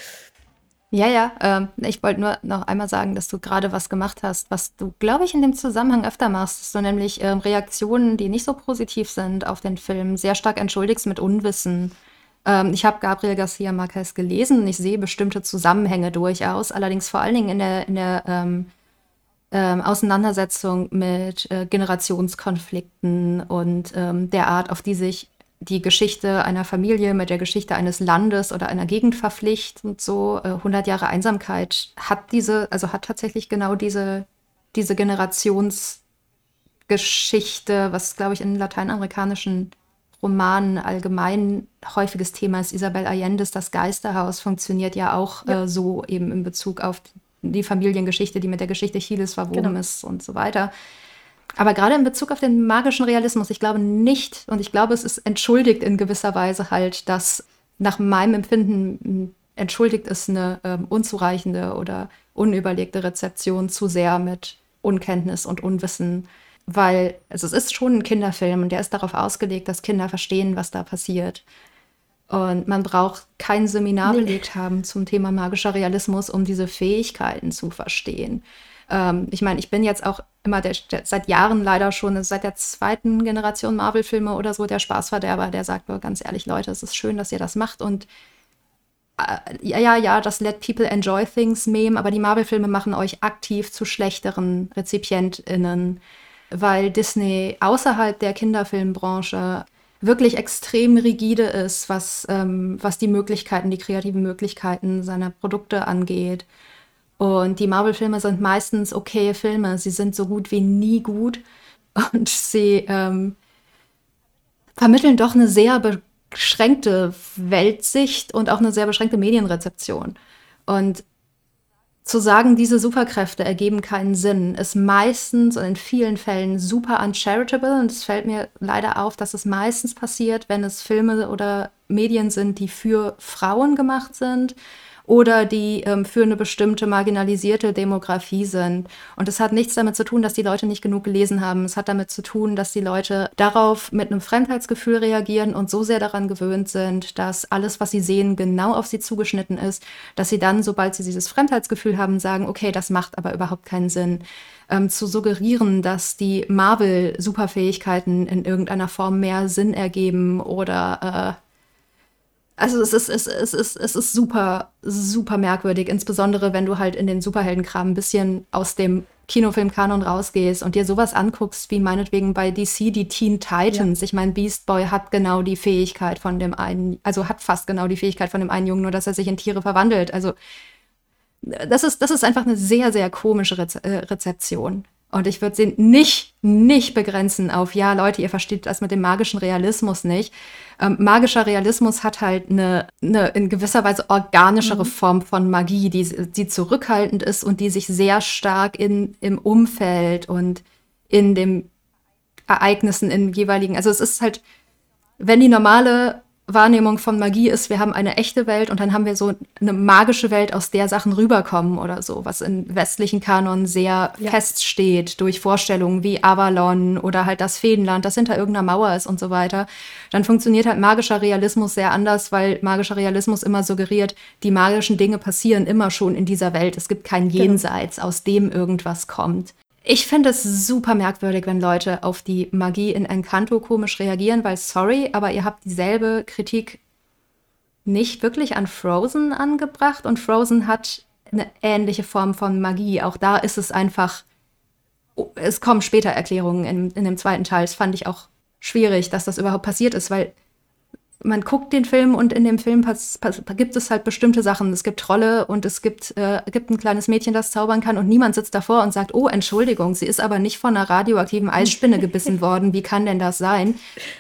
Ja, ich wollte nur noch einmal sagen, dass du gerade was gemacht hast, was du, glaube ich, in dem Zusammenhang öfter machst, dass du nämlich Reaktionen, die nicht so positiv sind auf den Film, sehr stark entschuldigst mit Unwissen. Ich habe Gabriel García Márquez gelesen und ich sehe bestimmte Zusammenhänge durchaus, allerdings vor allen Dingen in der Auseinandersetzung mit Generationskonflikten und der Art, auf die sich die Geschichte einer Familie mit der Geschichte eines Landes oder einer Gegend verpflichtet und so. 100 Jahre Einsamkeit hat tatsächlich genau diese Generationsgeschichte, was, glaube ich, in lateinamerikanischen Romanen allgemein häufiges Thema ist. Isabel Allende's Das Geisterhaus funktioniert ja auch so eben in Bezug auf die Familiengeschichte, die mit der Geschichte Chiles verwoben ist und so weiter. Aber gerade in Bezug auf den magischen Realismus, ich glaube nicht, und ich glaube, es ist entschuldigt in gewisser Weise halt, dass nach meinem Empfinden entschuldigt ist eine unzureichende oder unüberlegte Rezeption zu sehr mit Unkenntnis und Unwissen, weil es ist schon ein Kinderfilm und der ist darauf ausgelegt, dass Kinder verstehen, was da passiert. Und man braucht kein Seminar belegt haben zum Thema magischer Realismus, um diese Fähigkeiten zu verstehen. Ich meine, ich bin jetzt auch immer seit Jahren leider schon, seit der zweiten Generation Marvel-Filme oder so, der Spaßverderber, der sagt, ganz ehrlich, Leute, es ist schön, dass ihr das macht und das Let People Enjoy Things Meme, aber die Marvel-Filme machen euch aktiv zu schlechteren RezipientInnen, weil Disney außerhalb der Kinderfilmbranche wirklich extrem rigide ist, was die Möglichkeiten, die kreativen Möglichkeiten seiner Produkte angeht. Und die Marvel-Filme sind meistens okaye Filme. Sie sind so gut wie nie gut. Und sie vermitteln doch eine sehr beschränkte Weltsicht und auch eine sehr beschränkte Medienrezeption. Und zu sagen, diese Superkräfte ergeben keinen Sinn, ist meistens und in vielen Fällen super uncharitable. Und es fällt mir leider auf, dass es meistens passiert, wenn es Filme oder Medien sind, die für Frauen gemacht sind oder die für eine bestimmte marginalisierte Demografie sind. Und es hat nichts damit zu tun, dass die Leute nicht genug gelesen haben. Es hat damit zu tun, dass die Leute darauf mit einem Fremdheitsgefühl reagieren und so sehr daran gewöhnt sind, dass alles, was sie sehen, genau auf sie zugeschnitten ist, dass sie dann, sobald sie dieses Fremdheitsgefühl haben, sagen, okay, das macht aber überhaupt keinen Sinn. Zu suggerieren, dass die Marvel-Superfähigkeiten in irgendeiner Form mehr Sinn ergeben oder also es ist super, super merkwürdig, insbesondere wenn du halt in den Superheldenkram ein bisschen aus dem Kinofilmkanon rausgehst und dir sowas anguckst, wie meinetwegen bei DC die Teen Titans. Ja. Ich meine, Beast Boy hat genau die Fähigkeit von dem einen, also hat fast genau die Fähigkeit von dem einen Jungen, nur dass er sich in Tiere verwandelt. Also das ist einfach eine sehr, sehr komische Rezeption. Und ich würde sie nicht begrenzen auf, ja, Leute, ihr versteht das mit dem magischen Realismus nicht. Magischer Realismus hat halt eine in gewisser Weise organischere Form von Magie, die zurückhaltend ist und die sich sehr stark im Umfeld und in den Ereignissen im jeweiligen, also es ist halt, wenn die normale Wahrnehmung von Magie ist, wir haben eine echte Welt und dann haben wir so eine magische Welt, aus der Sachen rüberkommen oder so, was im westlichen Kanon sehr feststeht durch Vorstellungen wie Avalon oder halt das Feenland, das hinter irgendeiner Mauer ist und so weiter. Dann funktioniert halt magischer Realismus sehr anders, weil magischer Realismus immer suggeriert, die magischen Dinge passieren immer schon in dieser Welt. Es gibt kein Jenseits, aus dem irgendwas kommt. Ich finde es super merkwürdig, wenn Leute auf die Magie in Encanto komisch reagieren, weil, sorry, aber ihr habt dieselbe Kritik nicht wirklich an Frozen angebracht und Frozen hat eine ähnliche Form von Magie. Auch da ist es einfach, es kommen später Erklärungen in dem zweiten Teil. Das fand ich auch schwierig, dass das überhaupt passiert ist, weil man guckt den Film und in dem Film gibt es halt bestimmte Sachen. Es gibt Trolle und es gibt ein kleines Mädchen, das zaubern kann und niemand sitzt davor und sagt, oh, Entschuldigung, sie ist aber nicht von einer radioaktiven Eisspinne gebissen worden. Wie kann denn das sein?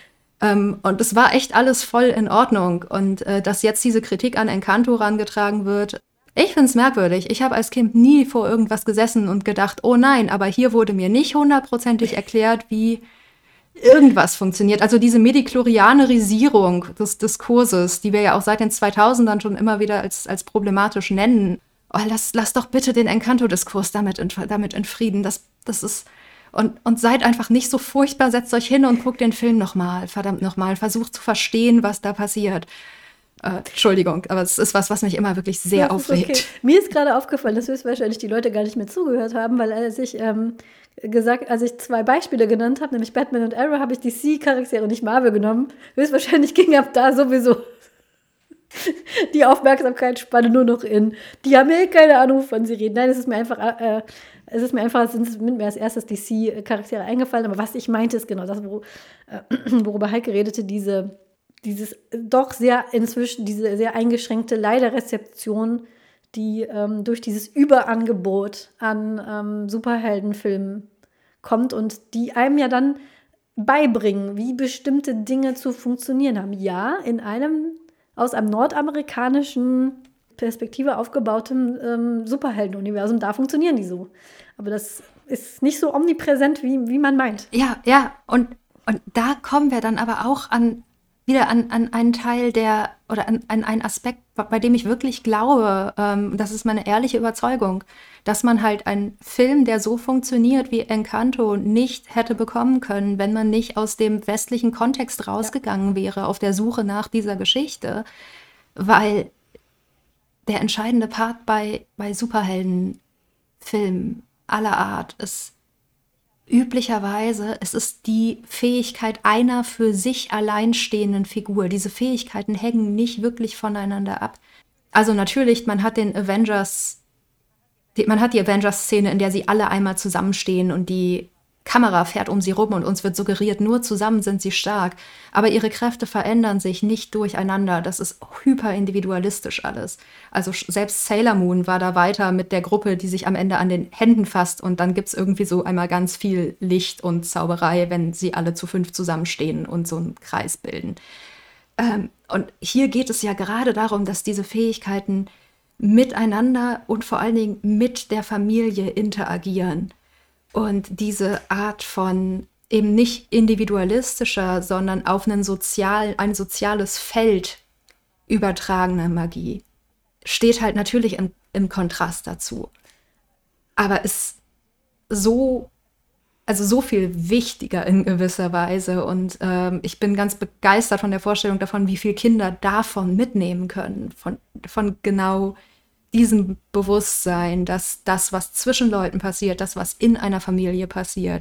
Und es war echt alles voll in Ordnung. Und dass jetzt diese Kritik an Encanto rangetragen wird, Ich finde es merkwürdig. Ich habe als Kind nie vor irgendwas gesessen und gedacht, oh nein, aber hier wurde mir nicht 100%ig erklärt, wie irgendwas funktioniert. Also diese Mediklorianerisierung des Diskurses, die wir ja auch seit den 2000ern schon immer wieder als problematisch nennen. Oh, lass doch bitte den Encanto-Diskurs damit in Frieden. Das ist und seid einfach nicht so furchtbar, setzt euch hin und guckt den Film nochmal, verdammt nochmal, versucht zu verstehen, was da passiert. Entschuldigung, aber es ist was mich immer wirklich sehr aufregt. Okay. Mir ist gerade aufgefallen, dass höchstwahrscheinlich die Leute gar nicht mehr zugehört haben, weil als ich 2 Beispiele genannt habe, nämlich Batman und Arrow, habe ich DC-Charaktere und nicht Marvel genommen. Höchstwahrscheinlich ging ab da sowieso die Aufmerksamkeitsspanne nur noch in. Die haben ja keine Ahnung, wovon sie reden. Nein, es sind mir als erstes DC-Charaktere eingefallen. Aber was ich meinte, ist genau das, worüber Heike redete, diese sehr eingeschränkte leider Rezeption, die durch dieses Überangebot an Superheldenfilmen kommt und die einem ja dann beibringen, wie bestimmte Dinge zu funktionieren haben. Ja, in einem aus einem nordamerikanischen Perspektive aufgebautem Superheldenuniversum, da funktionieren die so. Aber das ist nicht so omnipräsent, wie man meint. Ja, und da kommen wir dann aber auch wieder an einen Teil an einen Aspekt, bei dem ich wirklich glaube, das ist meine ehrliche Überzeugung, dass man halt einen Film, der so funktioniert wie Encanto, nicht hätte bekommen können, wenn man nicht aus dem westlichen Kontext rausgegangen wäre auf der Suche nach dieser Geschichte, weil der entscheidende Part bei Superheldenfilmen aller Art ist üblicherweise, es ist die Fähigkeit einer für sich alleinstehenden Figur. Diese Fähigkeiten hängen nicht wirklich voneinander ab. Also natürlich, man hat die Avengers-Szene, in der sie alle einmal zusammenstehen und die Kamera fährt um sie rum und uns wird suggeriert, nur zusammen sind sie stark. Aber ihre Kräfte verändern sich nicht durcheinander. Das ist hyperindividualistisch alles. Also selbst Sailor Moon war da weiter mit der Gruppe, die sich am Ende an den Händen fasst und dann gibt es irgendwie so einmal ganz viel Licht und Zauberei, wenn sie alle zu 5 zusammenstehen und so einen Kreis bilden. Und hier geht es ja gerade darum, dass diese Fähigkeiten miteinander und vor allen Dingen mit der Familie interagieren. Und diese Art von eben nicht individualistischer, sondern auf ein soziales Feld übertragene Magie steht halt natürlich im Kontrast dazu. Aber ist so viel wichtiger in gewisser Weise. Und ich bin ganz begeistert von der Vorstellung davon, wie viel Kinder davon mitnehmen können, von genau diesem Bewusstsein, dass das, was zwischen Leuten passiert, das, was in einer Familie passiert,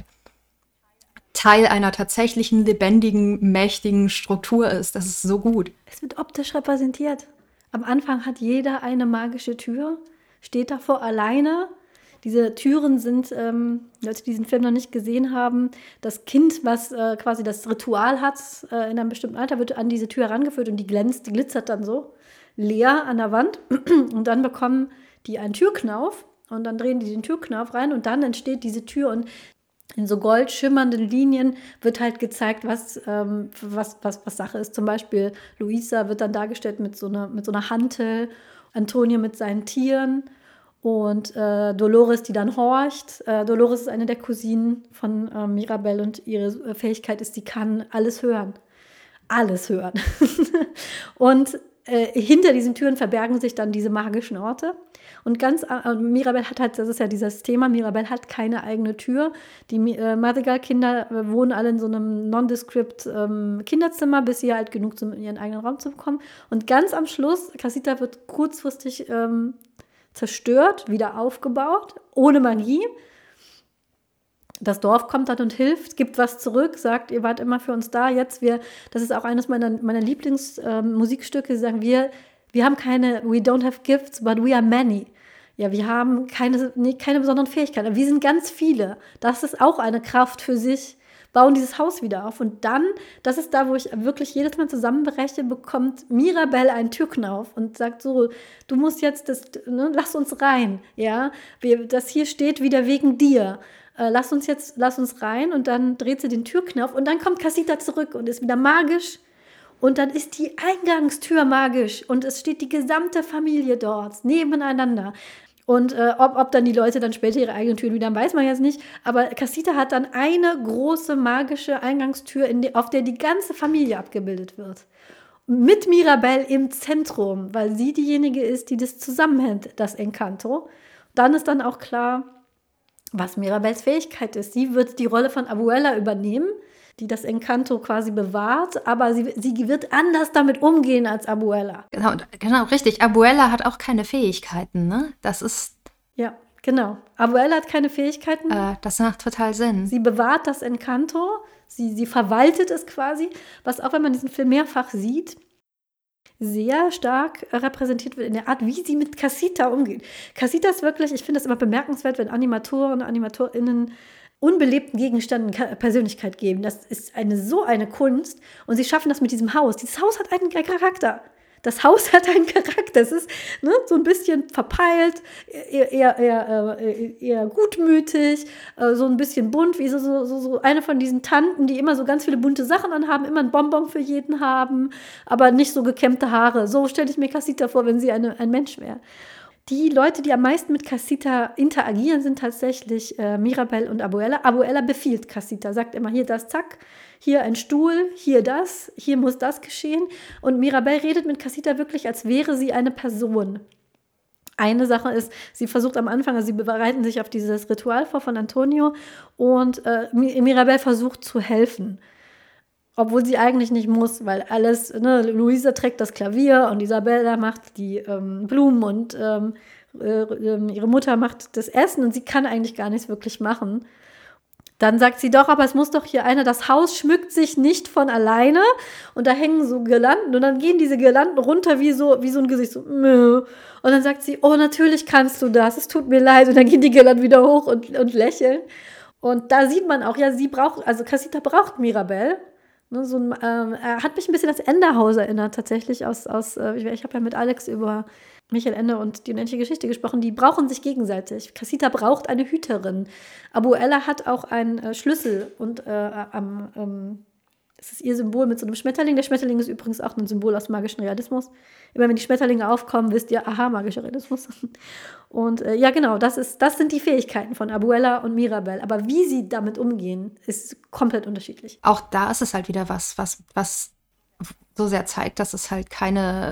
Teil einer tatsächlichen, lebendigen, mächtigen Struktur ist. Das ist so gut. Es wird optisch repräsentiert. Am Anfang hat jeder eine magische Tür, steht davor alleine. Diese Türen sind, Leute, die diesen Film noch nicht gesehen haben, das Kind, was quasi das Ritual hat, in einem bestimmten Alter, wird an diese Tür herangeführt und die glitzert dann so leer an der Wand und dann bekommen die einen Türknauf und dann drehen die den Türknauf rein und dann entsteht diese Tür und in so goldschimmernden Linien wird halt gezeigt, was Sache ist. Zum Beispiel Luisa wird dann dargestellt mit so einer Hantel, Antonio mit seinen Tieren und Dolores, die dann horcht. Dolores ist eine der Cousinen von Mirabel und ihre Fähigkeit ist, sie kann alles hören. Alles hören. Und hinter diesen Türen verbergen sich dann diese magischen Orte. Und Mirabel hat halt, das ist ja dieses Thema, Mirabel hat keine eigene Tür. Die Madrigal-Kinder wohnen alle in so einem nondescript Kinderzimmer, bis sie halt genug in ihren eigenen Raum zu bekommen. Und ganz am Schluss, Casita wird kurzfristig zerstört, wieder aufgebaut, ohne Magie. Das Dorf kommt dann und hilft, gibt was zurück, sagt, ihr wart immer für uns da. Jetzt das ist auch eines meiner Lieblingsmusikstücke, sie sagen, wir haben we don't have gifts, but we are many. Ja, wir haben keine besonderen Fähigkeiten, aber wir sind ganz viele. Das ist auch eine Kraft für sich, bauen dieses Haus wieder auf. Und dann, das ist da, wo ich wirklich jedes Mal zusammenbreche, bekommt Mirabel einen Türknauf und sagt so, du musst jetzt, lass uns rein. Ja, das hier steht wieder wegen dir. Lass uns rein und dann dreht sie den Türknopf und dann kommt Casita zurück und ist wieder magisch Und dann ist die Eingangstür magisch und es steht die gesamte Familie dort nebeneinander. Und ob dann die Leute dann später ihre eigenen Türen wieder haben, weiß man jetzt nicht. Aber Casita hat dann eine große magische Eingangstür, auf der die ganze Familie abgebildet wird. Mit Mirabel im Zentrum, weil sie diejenige ist, die das zusammenhält, das Encanto. Dann ist dann auch klar, was Mirabels Fähigkeit ist. Sie wird die Rolle von Abuela übernehmen, die das Encanto quasi bewahrt, aber sie wird anders damit umgehen als Abuela. Genau, richtig. Abuela hat auch keine Fähigkeiten, ne? Das ist... Ja, genau. Abuela hat keine Fähigkeiten. Das macht total Sinn. Sie bewahrt das Encanto, sie verwaltet es quasi, was auch, wenn man diesen Film mehrfach sieht, sehr stark repräsentiert wird in der Art, wie sie mit Casita umgeht. Casita ist wirklich, ich finde das immer bemerkenswert, wenn Animatoren, AnimatorInnen unbelebten Gegenständen Persönlichkeit geben. Das ist so eine Kunst und sie schaffen das mit diesem Haus. Dieses Haus hat einen Charakter. Das Haus hat einen Charakter. Es ist so ein bisschen verpeilt, eher gutmütig, so ein bisschen bunt, wie so eine von diesen Tanten, die immer so ganz viele bunte Sachen anhaben, immer ein Bonbon für jeden haben, aber nicht so gekämmte Haare. So stelle ich mir Casita vor, wenn sie ein Mensch wäre. Die Leute, die am meisten mit Casita interagieren, sind tatsächlich Mirabel und Abuela. Abuela befiehlt Casita, sagt immer, hier das, zack, hier ein Stuhl, hier das, hier muss das geschehen. Und Mirabel redet mit Casita wirklich, als wäre sie eine Person. Eine Sache ist, sie versucht am Anfang, also sie bereiten sich auf dieses Ritual vor von Antonio und Mirabel versucht zu helfen. Obwohl sie eigentlich nicht muss, weil alles, Luisa trägt das Klavier und Isabella macht die Blumen und ihre Mutter macht das Essen und sie kann eigentlich gar nichts wirklich machen. Dann sagt sie doch, aber es muss doch hier einer, das Haus schmückt sich nicht von alleine und da hängen so Girlanden und dann gehen diese Girlanden runter wie so ein Gesicht, so Mö. Und dann sagt sie, oh, natürlich kannst du das, es tut mir leid und dann gehen die Girlanden wieder hoch und lächeln. Und da sieht man auch, ja, Casita braucht Mirabel. Hat mich ein bisschen an Enderhaus erinnert, tatsächlich. Ich habe ja mit Alex über Michael Ende und die unendliche Geschichte gesprochen. Die brauchen sich gegenseitig. Casita braucht eine Hüterin. Abuela hat auch einen Schlüssel und das ist ihr Symbol mit so einem Schmetterling. Der Schmetterling ist übrigens auch ein Symbol aus magischem Realismus. Immer wenn die Schmetterlinge aufkommen, wisst ihr, aha, magischer Realismus. Und ja, genau, das sind die Fähigkeiten von Abuela und Mirabel. Aber wie sie damit umgehen, ist komplett unterschiedlich. Auch da ist es halt wieder was so sehr zeigt, dass es halt keine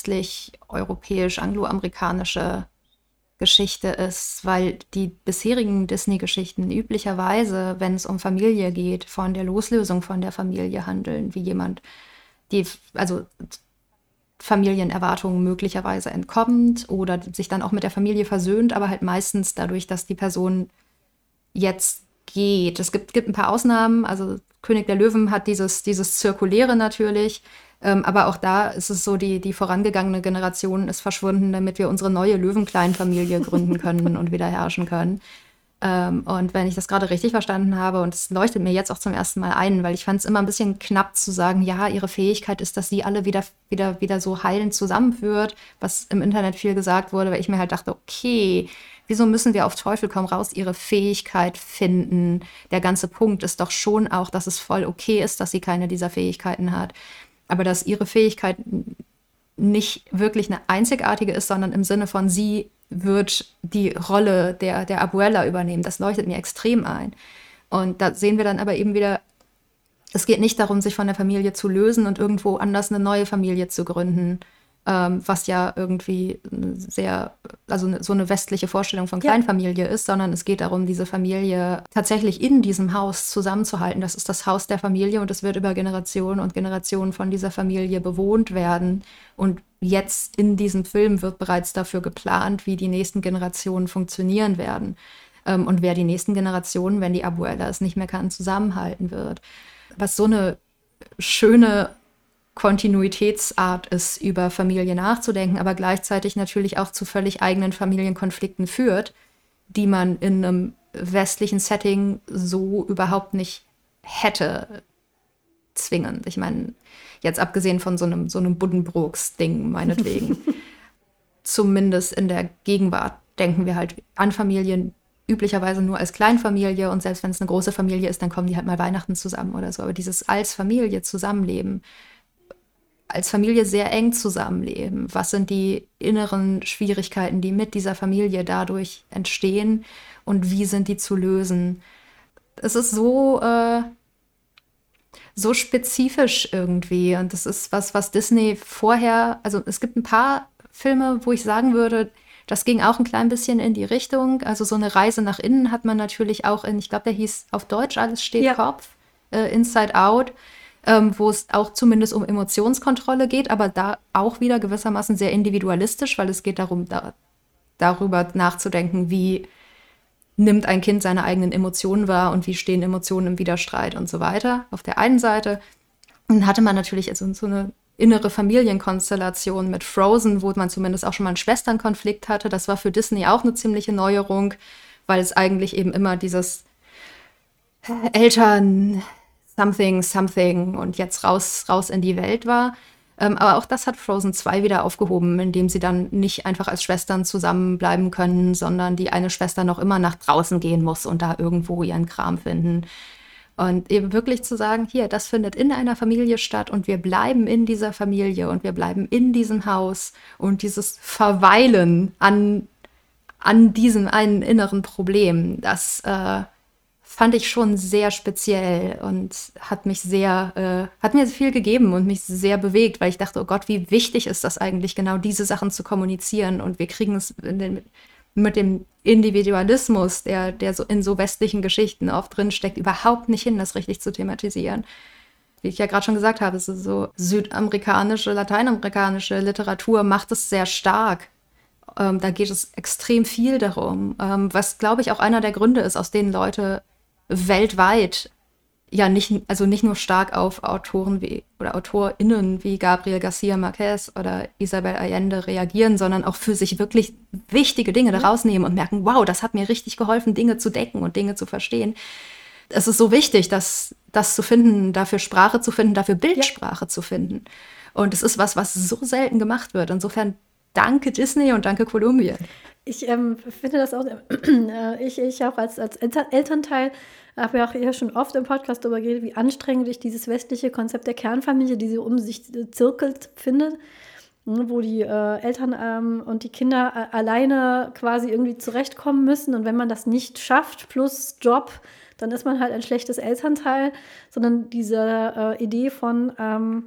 westlich-europäisch-angloamerikanische Geschichte ist, weil die bisherigen Disney-Geschichten üblicherweise, wenn es um Familie geht, von der Loslösung von der Familie handeln, wie jemand, also Familienerwartungen möglicherweise entkommt oder sich dann auch mit der Familie versöhnt, aber halt meistens dadurch, dass die Person jetzt geht. Es gibt ein paar Ausnahmen, also König der Löwen hat dieses Zirkuläre natürlich, aber auch da ist es so, die vorangegangene Generation ist verschwunden, damit wir unsere neue Löwenkleinfamilie gründen können und wieder herrschen können. Und wenn ich das gerade richtig verstanden habe, und es leuchtet mir jetzt auch zum ersten Mal ein, weil ich fand es immer ein bisschen knapp zu sagen, ja, ihre Fähigkeit ist, dass sie alle wieder so heilend zusammenführt, was im Internet viel gesagt wurde, weil ich mir halt dachte, okay, wieso müssen wir auf Teufel komm raus ihre Fähigkeit finden? Der ganze Punkt ist doch schon auch, dass es voll okay ist, dass sie keine dieser Fähigkeiten hat. Aber dass ihre Fähigkeit nicht wirklich eine einzigartige ist, sondern im Sinne von, sie wird die Rolle der Abuela übernehmen. Das leuchtet mir extrem ein. Und da sehen wir dann aber eben wieder, es geht nicht darum, sich von der Familie zu lösen und irgendwo anders eine neue Familie zu gründen, was ja irgendwie so eine westliche Vorstellung von Kleinfamilie ist, sondern es geht darum, diese Familie tatsächlich in diesem Haus zusammenzuhalten. Das ist das Haus der Familie und es wird über Generationen und Generationen von dieser Familie bewohnt werden. Und jetzt in diesem Film wird bereits dafür geplant, wie die nächsten Generationen funktionieren werden. Und wer die nächsten Generationen, wenn die Abuela es nicht mehr kann, zusammenhalten wird. Was so eine schöne Kontinuitätsart ist, über Familie nachzudenken, aber gleichzeitig natürlich auch zu völlig eigenen Familienkonflikten führt, die man in einem westlichen Setting so überhaupt nicht hätte zwingend. Ich meine, jetzt abgesehen von so einem Buddenbrooks-Ding meinetwegen. Zumindest in der Gegenwart denken wir halt an Familien üblicherweise nur als Kleinfamilie und selbst wenn es eine große Familie ist, dann kommen die halt mal Weihnachten zusammen oder so. Aber dieses als Familie zusammenleben als Familie sehr eng zusammenleben. Was sind die inneren Schwierigkeiten, die mit dieser Familie dadurch entstehen und wie sind die zu lösen? Es ist so spezifisch irgendwie und das ist was Disney vorher, also es gibt ein paar Filme, wo ich sagen würde, das ging auch ein klein bisschen in die Richtung. Also so eine Reise nach innen hat man natürlich auch ich glaube, der hieß auf Deutsch Alles steht Kopf, Inside Out, wo es auch zumindest um Emotionskontrolle geht, aber da auch wieder gewissermaßen sehr individualistisch, weil es geht darum, darüber nachzudenken, wie nimmt ein Kind seine eigenen Emotionen wahr und wie stehen Emotionen im Widerstreit und so weiter. Auf der einen Seite hatte man natürlich also so eine innere Familienkonstellation mit Frozen, wo man zumindest auch schon mal einen Schwesternkonflikt hatte. Das war für Disney auch eine ziemliche Neuerung, weil es eigentlich eben immer dieses Eltern something und jetzt raus in die Welt war. Aber auch das hat Frozen 2 wieder aufgehoben, indem sie dann nicht einfach als Schwestern zusammenbleiben können, sondern die eine Schwester noch immer nach draußen gehen muss und da irgendwo ihren Kram finden. Und eben wirklich zu sagen, hier, das findet in einer Familie statt und wir bleiben in dieser Familie und wir bleiben in diesem Haus und dieses Verweilen an diesem einen inneren Problem, das fand ich schon sehr speziell und hat mir viel gegeben und mich sehr bewegt, weil ich dachte, oh Gott, wie wichtig ist das eigentlich, genau diese Sachen zu kommunizieren und wir kriegen es mit dem Individualismus, der so in so westlichen Geschichten oft drinsteckt, überhaupt nicht hin, das richtig zu thematisieren. Wie ich ja gerade schon gesagt habe, so südamerikanische, lateinamerikanische Literatur macht es sehr stark. Da geht es extrem viel darum, was, glaube ich, auch einer der Gründe ist, aus denen Leute weltweit ja nicht nur stark auf Autoren oder AutorInnen wie Gabriel García Márquez oder Isabel Allende reagieren, sondern auch für sich wirklich wichtige Dinge da rausnehmen und merken, wow, das hat mir richtig geholfen, Dinge zu decken und Dinge zu verstehen. Es ist so wichtig, das zu finden, dafür Sprache zu finden, dafür Bildsprache zu finden. Und es ist was so selten gemacht wird. Insofern danke Disney und danke Columbia. Ich finde das auch, ich auch als Elternteil habe ja auch hier schon oft im Podcast darüber geredet, wie anstrengend ich dieses westliche Konzept der Kernfamilie, die so um sich zirkelt, finde, wo die Eltern und die Kinder alleine quasi irgendwie zurechtkommen müssen und wenn man das nicht schafft, plus Job, dann ist man halt ein schlechtes Elternteil, sondern diese Idee von,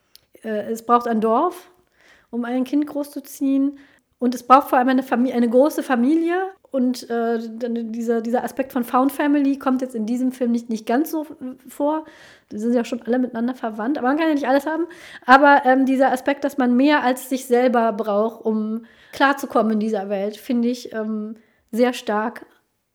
es braucht ein Dorf, um ein Kind großzuziehen. Und es braucht vor allem eine große Familie. Und dieser Aspekt von Found Family kommt jetzt in diesem Film nicht ganz so vor. Die sind ja schon alle miteinander verwandt. Aber man kann ja nicht alles haben. Aber dieser Aspekt, dass man mehr als sich selber braucht, um klarzukommen in dieser Welt, finde ich sehr stark.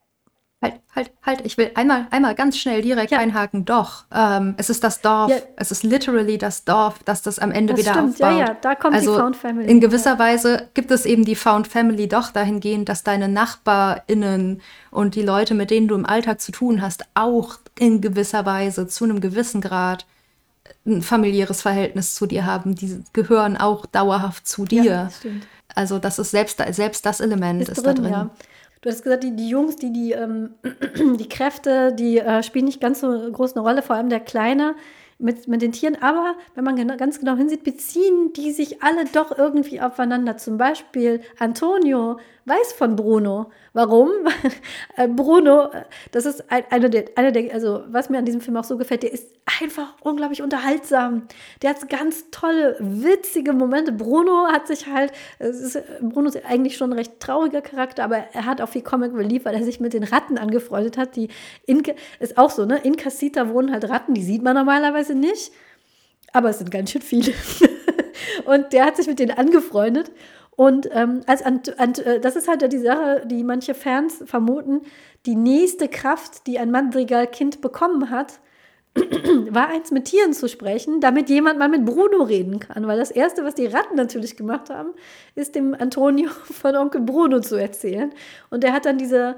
Halt, ich will einmal ganz schnell direkt einhaken. Doch, es ist das Dorf, es ist literally das Dorf, das am Ende wieder aufbaut. Ja, da kommt die Found Family. In gewisser Weise gibt es eben die Found Family doch dahingehend, dass deine NachbarInnen und die Leute, mit denen du im Alltag zu tun hast, auch in gewisser Weise zu einem gewissen Grad ein familiäres Verhältnis zu dir haben. Die gehören auch dauerhaft zu dir. Ja, das stimmt. Also das ist selbst das Element ist da drin. Ja. Du hast gesagt, die Jungs, die Kräfte, die spielen nicht ganz so groß eine Rolle, vor allem der Kleine mit den Tieren. Aber wenn man ganz genau hinsieht, beziehen die sich alle doch irgendwie aufeinander. Zum Beispiel Antonio weiß von Bruno. Warum? Bruno, das ist einer der, also was mir an diesem Film auch so gefällt, der ist einfach unglaublich unterhaltsam. Der hat ganz tolle, witzige Momente. Bruno ist eigentlich schon ein recht trauriger Charakter, aber er hat auch viel Comic Relief, weil er sich mit den Ratten angefreundet hat. Ist auch so, ne? In Casita wohnen halt Ratten, die sieht man normalerweise nicht, aber es sind ganz schön viele. Und der hat sich mit denen angefreundet. Und das ist halt die Sache, die manche Fans vermuten, die nächste Kraft, die ein Madrigal-Kind bekommen hat, war eins mit Tieren zu sprechen, damit jemand mal mit Bruno reden kann. Weil das Erste, was die Ratten natürlich gemacht haben, ist dem Antonio von Onkel Bruno zu erzählen. Und der hat dann diese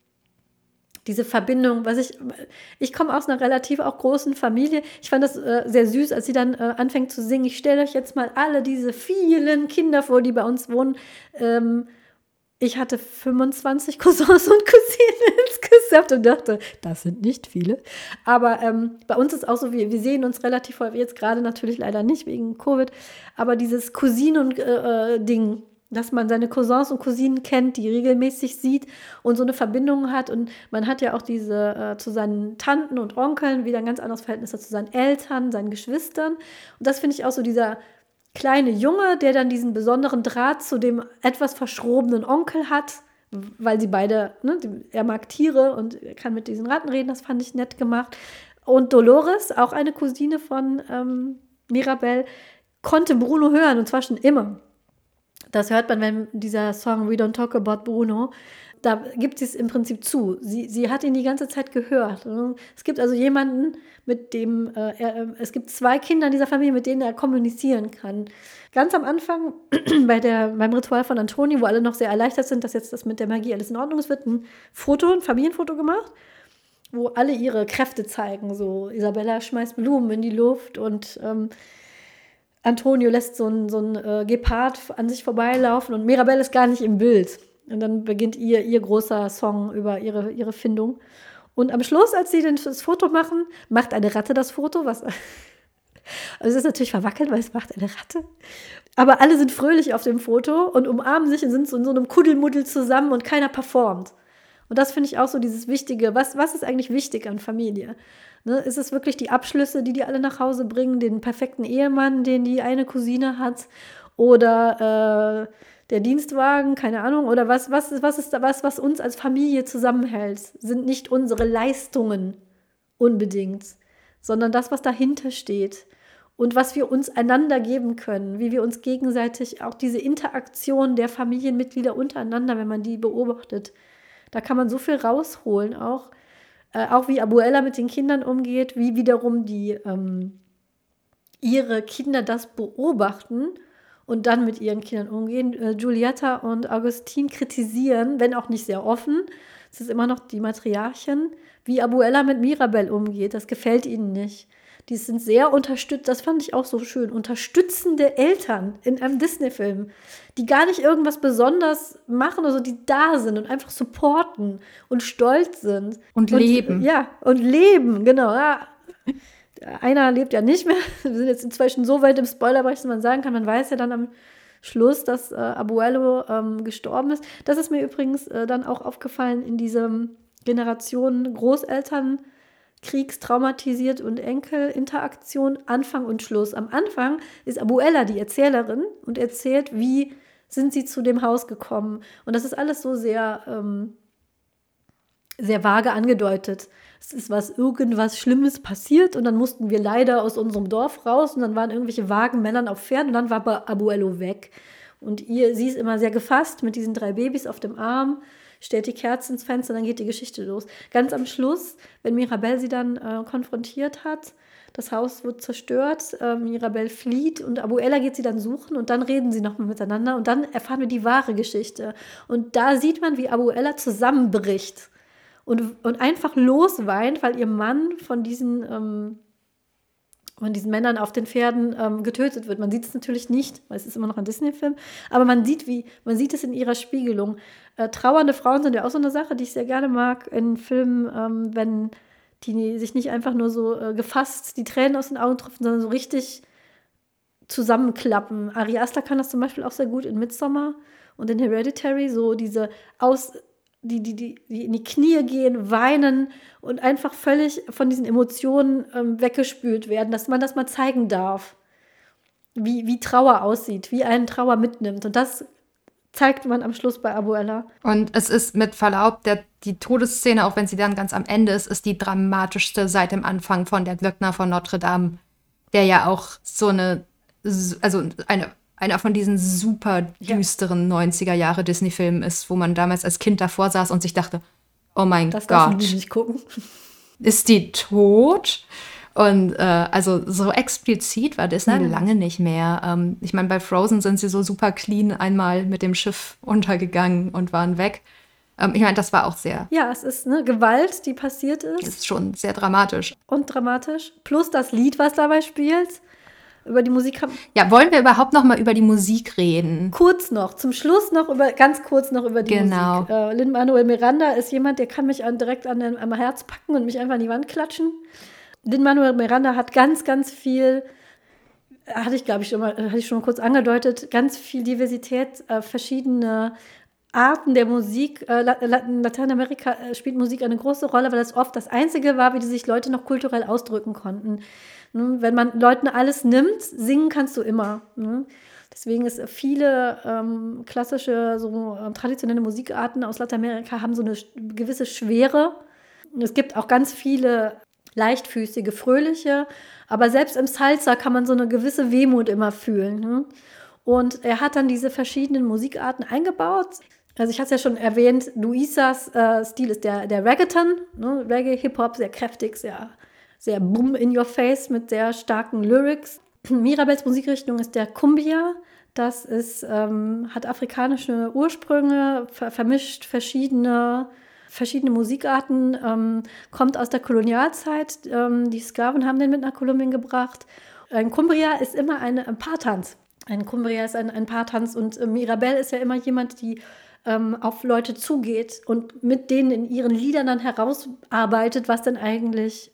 Verbindung, ich komme aus einer relativ auch großen Familie. Ich fand das sehr süß, als sie dann anfängt zu singen. Ich stelle euch jetzt mal alle diese vielen Kinder vor, die bei uns wohnen. Ich hatte 25 Cousins und Cousinen geklappt und dachte, das sind nicht viele. Aber bei uns ist auch so, wir sehen uns relativ häufig, jetzt gerade natürlich leider nicht wegen Covid, aber dieses Cousinen-Ding, dass man seine Cousins und Cousinen kennt, die regelmäßig sieht und so eine Verbindung hat. Und man hat ja auch diese zu seinen Tanten und Onkeln wieder ein ganz anderes Verhältnis zu seinen Eltern, seinen Geschwistern. Und das finde ich auch so dieser kleine Junge, der dann diesen besonderen Draht zu dem etwas verschrobenen Onkel hat, weil sie beide, ne, er mag Tiere und er kann mit diesen Ratten reden, das fand ich nett gemacht. Und Dolores, auch eine Cousine von Mirabel, konnte Bruno hören und zwar schon immer. Das hört man, wenn dieser Song We Don't Talk About Bruno, da gibt sie es im Prinzip zu. Sie hat ihn die ganze Zeit gehört. Es gibt also jemanden, mit dem es gibt 2 Kinder in dieser Familie, mit denen er kommunizieren kann. Ganz am Anfang beim Ritual von Antonio, wo alle noch sehr erleichtert sind, dass jetzt das mit der Magie alles in Ordnung ist, wird ein Familienfoto gemacht, wo alle ihre Kräfte zeigen. So Isabella schmeißt Blumen in die Luft und Antonio lässt so ein Gepard an sich vorbeilaufen und Mirabel ist gar nicht im Bild. Und dann beginnt ihr großer Song über ihre Findung. Und am Schluss, als sie das Foto machen, macht eine Ratte das Foto. Also es ist natürlich verwackelt, weil es macht eine Ratte. Aber alle sind fröhlich auf dem Foto und umarmen sich und sind so in so einem Kuddelmuddel zusammen und keiner performt. Und das finde ich auch so dieses Wichtige. Was ist eigentlich wichtig an Familie? Ne, ist es wirklich die Abschlüsse, die alle nach Hause bringen, den perfekten Ehemann, den die eine Cousine hat, oder der Dienstwagen, keine Ahnung, oder was ist da was uns als Familie zusammenhält? Sind nicht unsere Leistungen unbedingt, sondern das, was dahinter steht und was wir uns einander geben können, wie wir uns gegenseitig, auch diese Interaktion der Familienmitglieder untereinander, wenn man die beobachtet, da kann man so viel rausholen, auch wie Abuela mit den Kindern umgeht, wie wiederum ihre Kinder das beobachten und dann mit ihren Kindern umgehen. Giulietta und Augustine kritisieren, wenn auch nicht sehr offen, es ist immer noch die Matriarchin, wie Abuela mit Mirabel umgeht. Das gefällt ihnen nicht. Die sind sehr unterstützt, das fand ich auch so schön, unterstützende Eltern in einem Disney-Film, die gar nicht irgendwas besonders machen, also die da sind und einfach supporten und stolz sind. Und leben. Ja, und leben, genau. Ja. Einer lebt ja nicht mehr. Wir sind jetzt inzwischen so weit im Spoilerbereich, dass man sagen kann, man weiß ja dann am Schluss, dass Abuelo gestorben ist. Das ist mir übrigens dann auch aufgefallen in diesem Generation Großeltern, kriegstraumatisiert und Enkel-Interaktion, Anfang und Schluss. Am Anfang ist Abuela die Erzählerin und erzählt, wie sind sie zu dem Haus gekommen. Und das ist alles so sehr, sehr vage angedeutet. Es ist irgendwas Schlimmes passiert und dann mussten wir leider aus unserem Dorf raus und dann waren irgendwelche Wagenmännern auf Pferden und dann war Abuelo weg. Und sie ist immer sehr gefasst mit diesen 3 Babys auf dem Arm, stellt die Kerze ins Fenster, dann geht die Geschichte los. Ganz am Schluss, wenn Mirabel sie dann konfrontiert hat, das Haus wird zerstört, Mirabel flieht und Abuela geht sie dann suchen und dann reden sie nochmal miteinander und dann erfahren wir die wahre Geschichte. Und da sieht man, wie Abuela zusammenbricht und einfach losweint, weil ihr Mann von diesen Männern auf den Pferden getötet wird. Man sieht es natürlich nicht, weil es ist immer noch ein Disney-Film, aber man sieht es in ihrer Spiegelung. Trauernde Frauen sind ja auch so eine Sache, die ich sehr gerne mag in Filmen, wenn die sich nicht einfach nur so gefasst die Tränen aus den Augen tropfen, sondern so richtig zusammenklappen. Ari Aster kann das zum Beispiel auch sehr gut in Midsommar und in Hereditary, so diese die in die Knie gehen, weinen und einfach völlig von diesen Emotionen weggespült werden, dass man das mal zeigen darf, wie Trauer aussieht, wie einen Trauer mitnimmt. Und das zeigt man am Schluss bei Abuela. Und es ist mit Verlaub, die Todesszene, auch wenn sie dann ganz am Ende ist die dramatischste seit dem Anfang von Der Glöckner von Notre Dame, der ja auch einer von diesen super düsteren 90er-Jahre Disney-Filmen ist, wo man damals als Kind davor saß und sich dachte, oh mein Gott. Das dürfen die nicht gucken. Ist die tot? Und also so explizit war Disney lange nicht mehr. Ich meine, bei Frozen sind sie so super clean einmal mit dem Schiff untergegangen und waren weg. Ich meine, das war auch sehr... Ja, es ist eine Gewalt, die passiert ist. Ist schon sehr dramatisch. Und dramatisch. Plus das Lied, was dabei spielt. über die Musik haben. Ja, wollen wir überhaupt noch mal über die Musik reden? Kurz noch, zum Schluss noch ganz kurz noch über die Musik. Lin-Manuel Miranda ist jemand, der kann mich direkt am Herz packen und mich einfach an die Wand klatschen. Lin-Manuel Miranda hat ganz, ganz viel, hatte ich schon mal kurz angedeutet, ganz viel Diversität, verschiedene Arten der Musik. In Lateinamerika spielt Musik eine große Rolle, weil das oft das Einzige war, wie die sich Leute noch kulturell ausdrücken konnten. Wenn man Leuten alles nimmt, singen kannst du immer. Deswegen ist viele klassische, traditionelle Musikarten aus Lateinamerika haben so eine gewisse Schwere. Es gibt auch ganz viele leichtfüßige, fröhliche, aber selbst im Salsa kann man so eine gewisse Wehmut immer fühlen. Und er hat dann diese verschiedenen Musikarten eingebaut. Also ich hatte es ja schon erwähnt, Luisas Stil ist der Reggaeton, Reggae, Hip-Hop, sehr kräftig, sehr boom in your face mit sehr starken Lyrics. Mirabels Musikrichtung ist der Cumbia. Das hat afrikanische Ursprünge, vermischt verschiedene Musikarten, kommt aus der Kolonialzeit. Die Sklaven haben den mit nach Kolumbien gebracht. Ein Cumbia ist immer ein Paartanz. Ein Cumbia ist ein Paartanz und Mirabel ist ja immer jemand, die auf Leute zugeht und mit denen in ihren Liedern dann herausarbeitet, was denn eigentlich,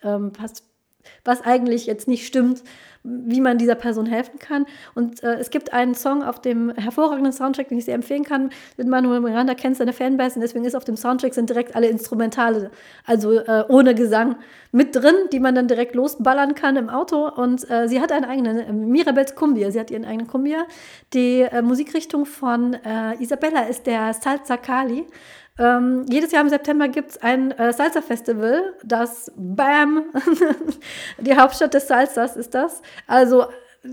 was eigentlich jetzt nicht stimmt, wie man dieser Person helfen kann. Und es gibt einen Song auf dem hervorragenden Soundtrack, den ich sehr empfehlen kann. Lin-Manuel Miranda kennt seine Fanbase und deswegen ist auf dem Soundtrack sind direkt alle Instrumentale, also ohne Gesang, mit drin, die man dann direkt losballern kann im Auto. Und sie hat einen eigenen, Mirabels Cumbia, sie hat ihren eigenen Cumbia. Die Musikrichtung von Isabella ist der Salsa Cali. Jedes Jahr im September gibt es ein Salsa-Festival, das BAM, die Hauptstadt des Salsas ist das. Also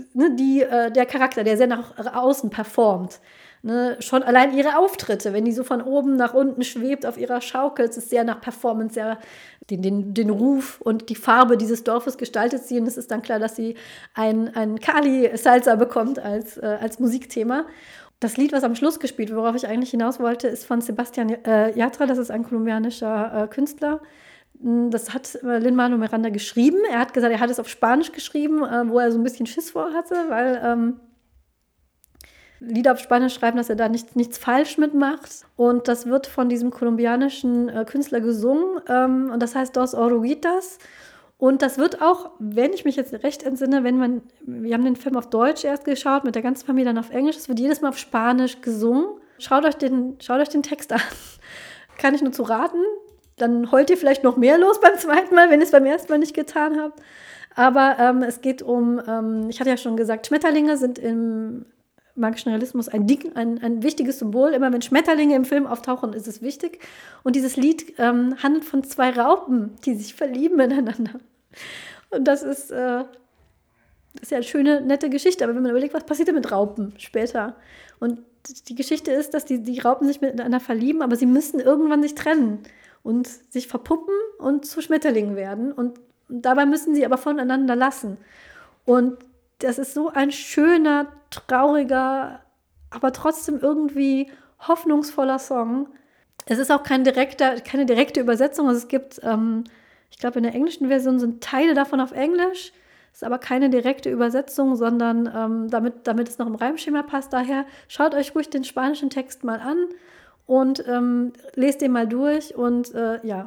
der Charakter, der sehr nach außen performt. Schon allein ihre Auftritte, wenn die so von oben nach unten schwebt auf ihrer Schaukel, es ist sehr nach Performance, sehr den Ruf und die Farbe dieses Dorfes gestaltet sie. Und es ist dann klar, dass sie ein Cali-Salsa bekommt als Musikthema. Das Lied, was am Schluss gespielt wird, worauf ich eigentlich hinaus wollte, ist von Sebastian Yatra, das ist ein kolumbianischer Künstler. Das hat Lin-Manuel Miranda geschrieben. Er hat gesagt, er hat es auf Spanisch geschrieben, wo er so ein bisschen Schiss vor hatte, weil Lieder auf Spanisch schreiben, dass er da nichts falsch mitmacht. Und das wird von diesem kolumbianischen Künstler gesungen. Und das heißt Dos Oruguitas. Und das wird auch, wenn ich mich jetzt recht entsinne, wir haben den Film auf Deutsch erst geschaut, mit der ganzen Familie dann auf Englisch, es wird jedes Mal auf Spanisch gesungen. Schaut euch den Text an. Kann ich nur zu raten. Dann heult ihr vielleicht noch mehr los beim zweiten Mal, wenn ihr es beim ersten Mal nicht getan habt. Aber es geht ich hatte ja schon gesagt, Schmetterlinge sind im magischen Realismus ein wichtiges Symbol. Immer wenn Schmetterlinge im Film auftauchen, ist es wichtig. Und dieses Lied handelt von 2 Raupen, die sich verlieben ineinander. Und das ist ja eine schöne, nette Geschichte. Aber wenn man überlegt, was passiert denn mit Raupen später? Und die Geschichte ist, dass die Raupen sich miteinander verlieben, aber sie müssen irgendwann sich trennen und sich verpuppen und zu Schmetterlingen werden. Und dabei müssen sie aber voneinander lassen. Und das ist so ein schöner, trauriger, aber trotzdem irgendwie hoffnungsvoller Song. Es ist auch keine direkte Übersetzung. Also es gibt, ich glaube, in der englischen Version sind Teile davon auf Englisch. Es ist aber keine direkte Übersetzung, sondern damit es noch im Reimschema passt. Daher schaut euch ruhig den spanischen Text mal an und lest den mal durch. Und ja,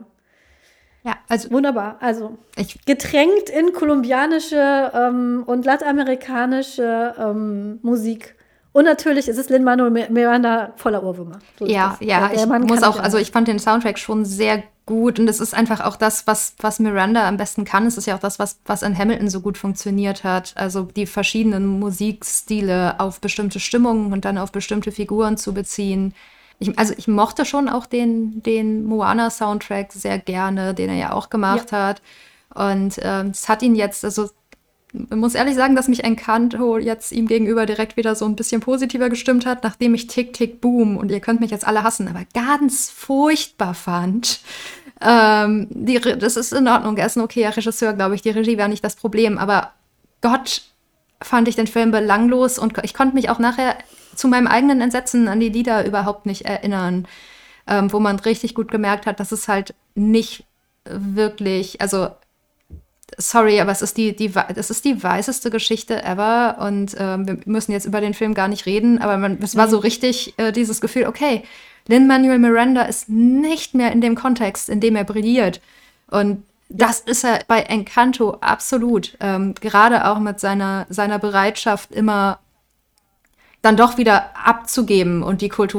also wunderbar. Also getränkt in kolumbianische und lateinamerikanische Musik. Und natürlich ist es Lin-Manuel Miranda voller Ohrwürmer. So ja, ich fand den Soundtrack schon sehr gut. Und es ist einfach auch das, was Miranda am besten kann. Es ist ja auch das, was in Hamilton so gut funktioniert hat. Also die verschiedenen Musikstile auf bestimmte Stimmungen und dann auf bestimmte Figuren zu beziehen. Ich mochte schon auch den Moana-Soundtrack sehr gerne, den er ja auch gemacht hat. Und es hat ihn jetzt, also ich muss ehrlich sagen, dass mich Encanto jetzt ihm gegenüber direkt wieder so ein bisschen positiver gestimmt hat, nachdem ich Tick, Tick, Boom, und ihr könnt mich jetzt alle hassen, aber ganz furchtbar fand. Das ist in Ordnung, er ist ein okayer Regisseur, glaube ich, die Regie wäre nicht das Problem, aber Gott, fand ich den Film belanglos und ich konnte mich auch nachher zu meinem eigenen Entsetzen an die Lieder überhaupt nicht erinnern, wo man richtig gut gemerkt hat, dass es halt nicht wirklich, also sorry, aber es ist das ist die weißeste Geschichte ever und wir müssen jetzt über den Film gar nicht reden, aber es war so richtig dieses Gefühl, okay, Lin-Manuel Miranda ist nicht mehr in dem Kontext, in dem er brilliert. Und das ist er bei Encanto absolut. Gerade auch mit seiner Bereitschaft, immer dann doch wieder abzugeben und die Kultur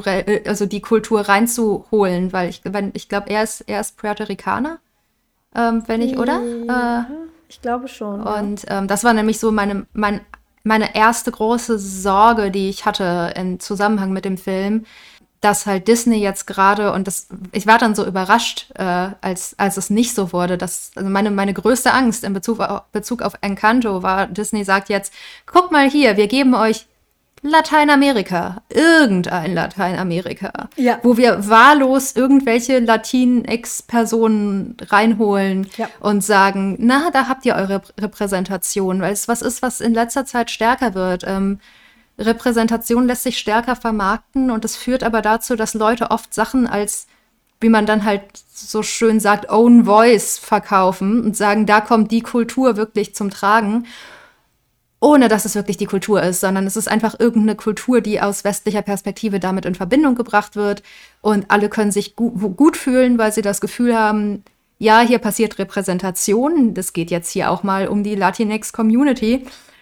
reinzuholen, weil ich glaube, er ist Puerto Ricaner, wenn ich, oder? Ich glaube schon. Und das war nämlich so meine erste große Sorge, die ich hatte im Zusammenhang mit dem Film, dass halt Disney jetzt gerade, und ich war dann so überrascht, als es nicht so wurde, also meine größte Angst in Bezug auf Encanto war, Disney sagt jetzt, guck mal hier, wir geben euch Lateinamerika, irgendein Lateinamerika, wo wir wahllos irgendwelche Latinx-Personen reinholen und sagen, na, da habt ihr eure Repräsentation, weil es was ist, was in letzter Zeit stärker wird. Repräsentation lässt sich stärker vermarkten und es führt aber dazu, dass Leute oft Sachen als, wie man dann halt so schön sagt, Own Voice verkaufen und sagen, da kommt die Kultur wirklich zum Tragen, ohne dass es wirklich die Kultur ist, sondern es ist einfach irgendeine Kultur, die aus westlicher Perspektive damit in Verbindung gebracht wird und alle können sich gut fühlen, weil sie das Gefühl haben, ja, hier passiert Repräsentation, das geht jetzt hier auch mal um die Latinx-Community,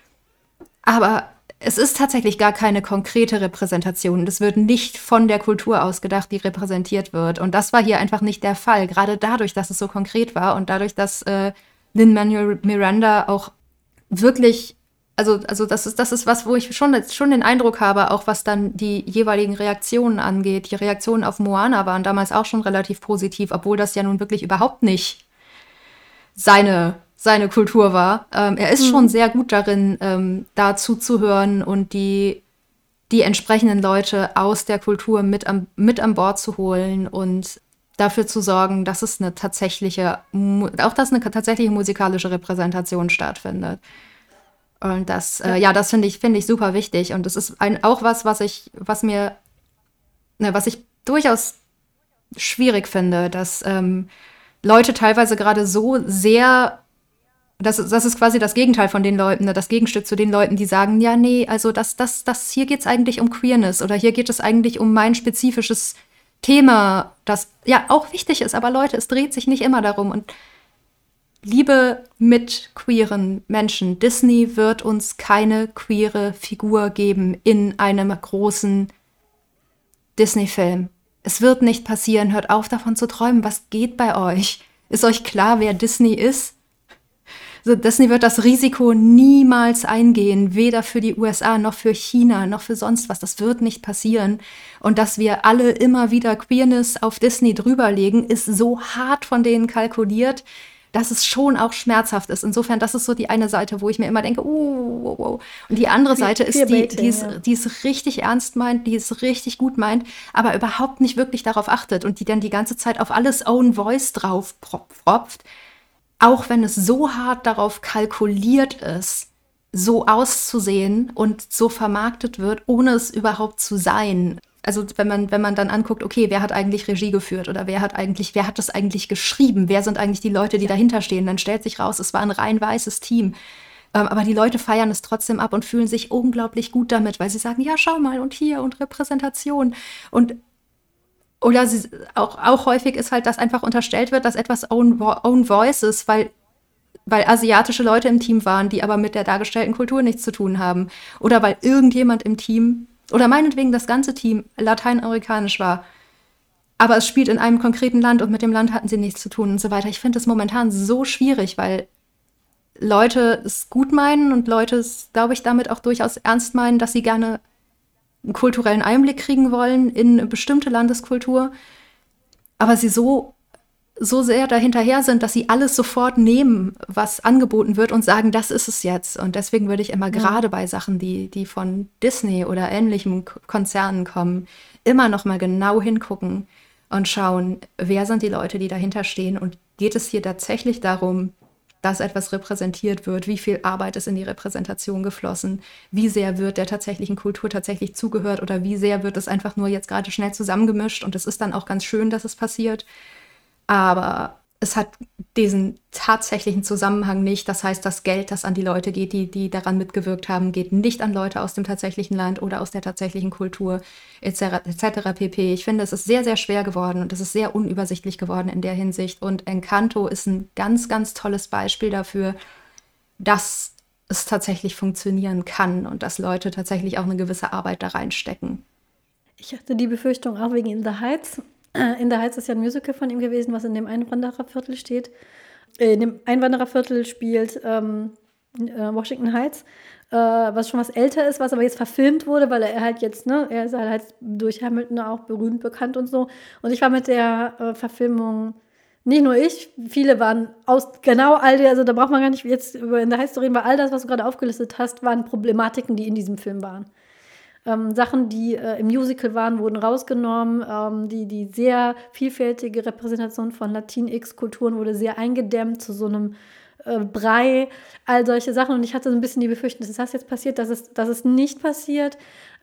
aber es ist tatsächlich gar keine konkrete Repräsentation. Das wird nicht von der Kultur ausgedacht, die repräsentiert wird. Und das war hier einfach nicht der Fall. Gerade dadurch, dass es so konkret war und dadurch, dass Lin-Manuel Miranda auch wirklich, also das ist was, wo ich schon den Eindruck habe, auch was dann die jeweiligen Reaktionen angeht. Die Reaktionen auf Moana waren damals auch schon relativ positiv, obwohl das ja nun wirklich überhaupt nicht seine Kultur war. Er ist schon sehr gut darin, da zuzuhören und die entsprechenden Leute aus der Kultur mit an Bord zu holen und dafür zu sorgen, dass es eine tatsächliche musikalische Repräsentation stattfindet. Und das finde ich super wichtig. Und das ist auch was ich durchaus schwierig finde, dass Leute teilweise gerade so sehr, das ist quasi das Gegenteil von den Leuten, das Gegenstück zu den Leuten, die sagen, ja, nee, also hier geht es eigentlich um Queerness oder hier geht es eigentlich um mein spezifisches Thema, das ja auch wichtig ist, aber Leute, es dreht sich nicht immer darum. Und liebe mit queeren Menschen, Disney wird uns keine queere Figur geben in einem großen Disney-Film. Es wird nicht passieren, hört auf davon zu träumen, was geht bei euch? Ist euch klar, wer Disney ist? Also Disney wird das Risiko niemals eingehen, weder für die USA noch für China noch für sonst was. Das wird nicht passieren. Und dass wir alle immer wieder Queerness auf Disney drüberlegen, ist so hart von denen kalkuliert, dass es schon auch schmerzhaft ist. Insofern, das ist so die eine Seite, wo ich mir immer denke, wow. Und die andere Seite ist die es richtig ernst meint, die es richtig gut meint, aber überhaupt nicht wirklich darauf achtet und die dann die ganze Zeit auf alles Own Voice drauf propft. Auch wenn es so hart darauf kalkuliert ist, so auszusehen und so vermarktet wird, ohne es überhaupt zu sein. Also wenn man dann anguckt, okay, wer hat eigentlich Regie geführt oder wer hat das eigentlich geschrieben? Wer sind eigentlich die Leute, die dahinter stehen? Dann stellt sich raus, es war ein rein weißes Team. Aber die Leute feiern es trotzdem ab und fühlen sich unglaublich gut damit, weil sie sagen, ja, schau mal und hier und Repräsentation. Oder auch häufig ist halt, dass einfach unterstellt wird, dass etwas Own Voice ist, weil asiatische Leute im Team waren, die aber mit der dargestellten Kultur nichts zu tun haben. Oder weil irgendjemand im Team, oder meinetwegen das ganze Team, lateinamerikanisch war. Aber es spielt in einem konkreten Land und mit dem Land hatten sie nichts zu tun und so weiter. Ich finde es momentan so schwierig, weil Leute es gut meinen und Leute es, glaube ich, damit auch durchaus ernst meinen, dass sie gerne einen kulturellen Einblick kriegen wollen in eine bestimmte Landeskultur, aber sie so sehr dahinterher sind, dass sie alles sofort nehmen, was angeboten wird und sagen, das ist es jetzt. Und deswegen würde ich immer gerade bei Sachen, die von Disney oder ähnlichen Konzernen kommen, immer noch mal genau hingucken und schauen, wer sind die Leute, die dahinter stehen und geht es hier tatsächlich darum, dass etwas repräsentiert wird, wie viel Arbeit ist in die Repräsentation geflossen, wie sehr wird der tatsächlichen Kultur tatsächlich zugehört oder wie sehr wird es einfach nur jetzt gerade schnell zusammengemischt und es ist dann auch ganz schön, dass es passiert. Aber es hat diesen tatsächlichen Zusammenhang nicht. Das heißt, das Geld, das an die Leute geht, die daran mitgewirkt haben, geht nicht an Leute aus dem tatsächlichen Land oder aus der tatsächlichen Kultur etc. pp. Ich finde, es ist sehr, sehr schwer geworden und es ist sehr unübersichtlich geworden in der Hinsicht. Und Encanto ist ein ganz, ganz tolles Beispiel dafür, dass es tatsächlich funktionieren kann und dass Leute tatsächlich auch eine gewisse Arbeit da reinstecken. Ich hatte die Befürchtung auch wegen In the Heights. In the Heights ist ja ein Musical von ihm gewesen, was in dem Einwandererviertel steht. In dem Einwandererviertel spielt Washington Heights, was schon was älter ist, was aber jetzt verfilmt wurde, weil er halt jetzt, er ist halt durch Hamilton auch berühmt bekannt und so. Und ich war mit der Verfilmung, nicht nur ich, viele waren aus genau all die, also da braucht man gar nicht jetzt über In the Heights zu reden, weil all das, was du gerade aufgelistet hast, waren Problematiken, die in diesem Film waren. Sachen, die im Musical waren, wurden rausgenommen. Die sehr vielfältige Repräsentation von Latinx-Kulturen wurde sehr eingedämmt zu so einem Brei, all solche Sachen. Und ich hatte so ein bisschen die Befürchtung, dass das jetzt passiert, dass es nicht passiert.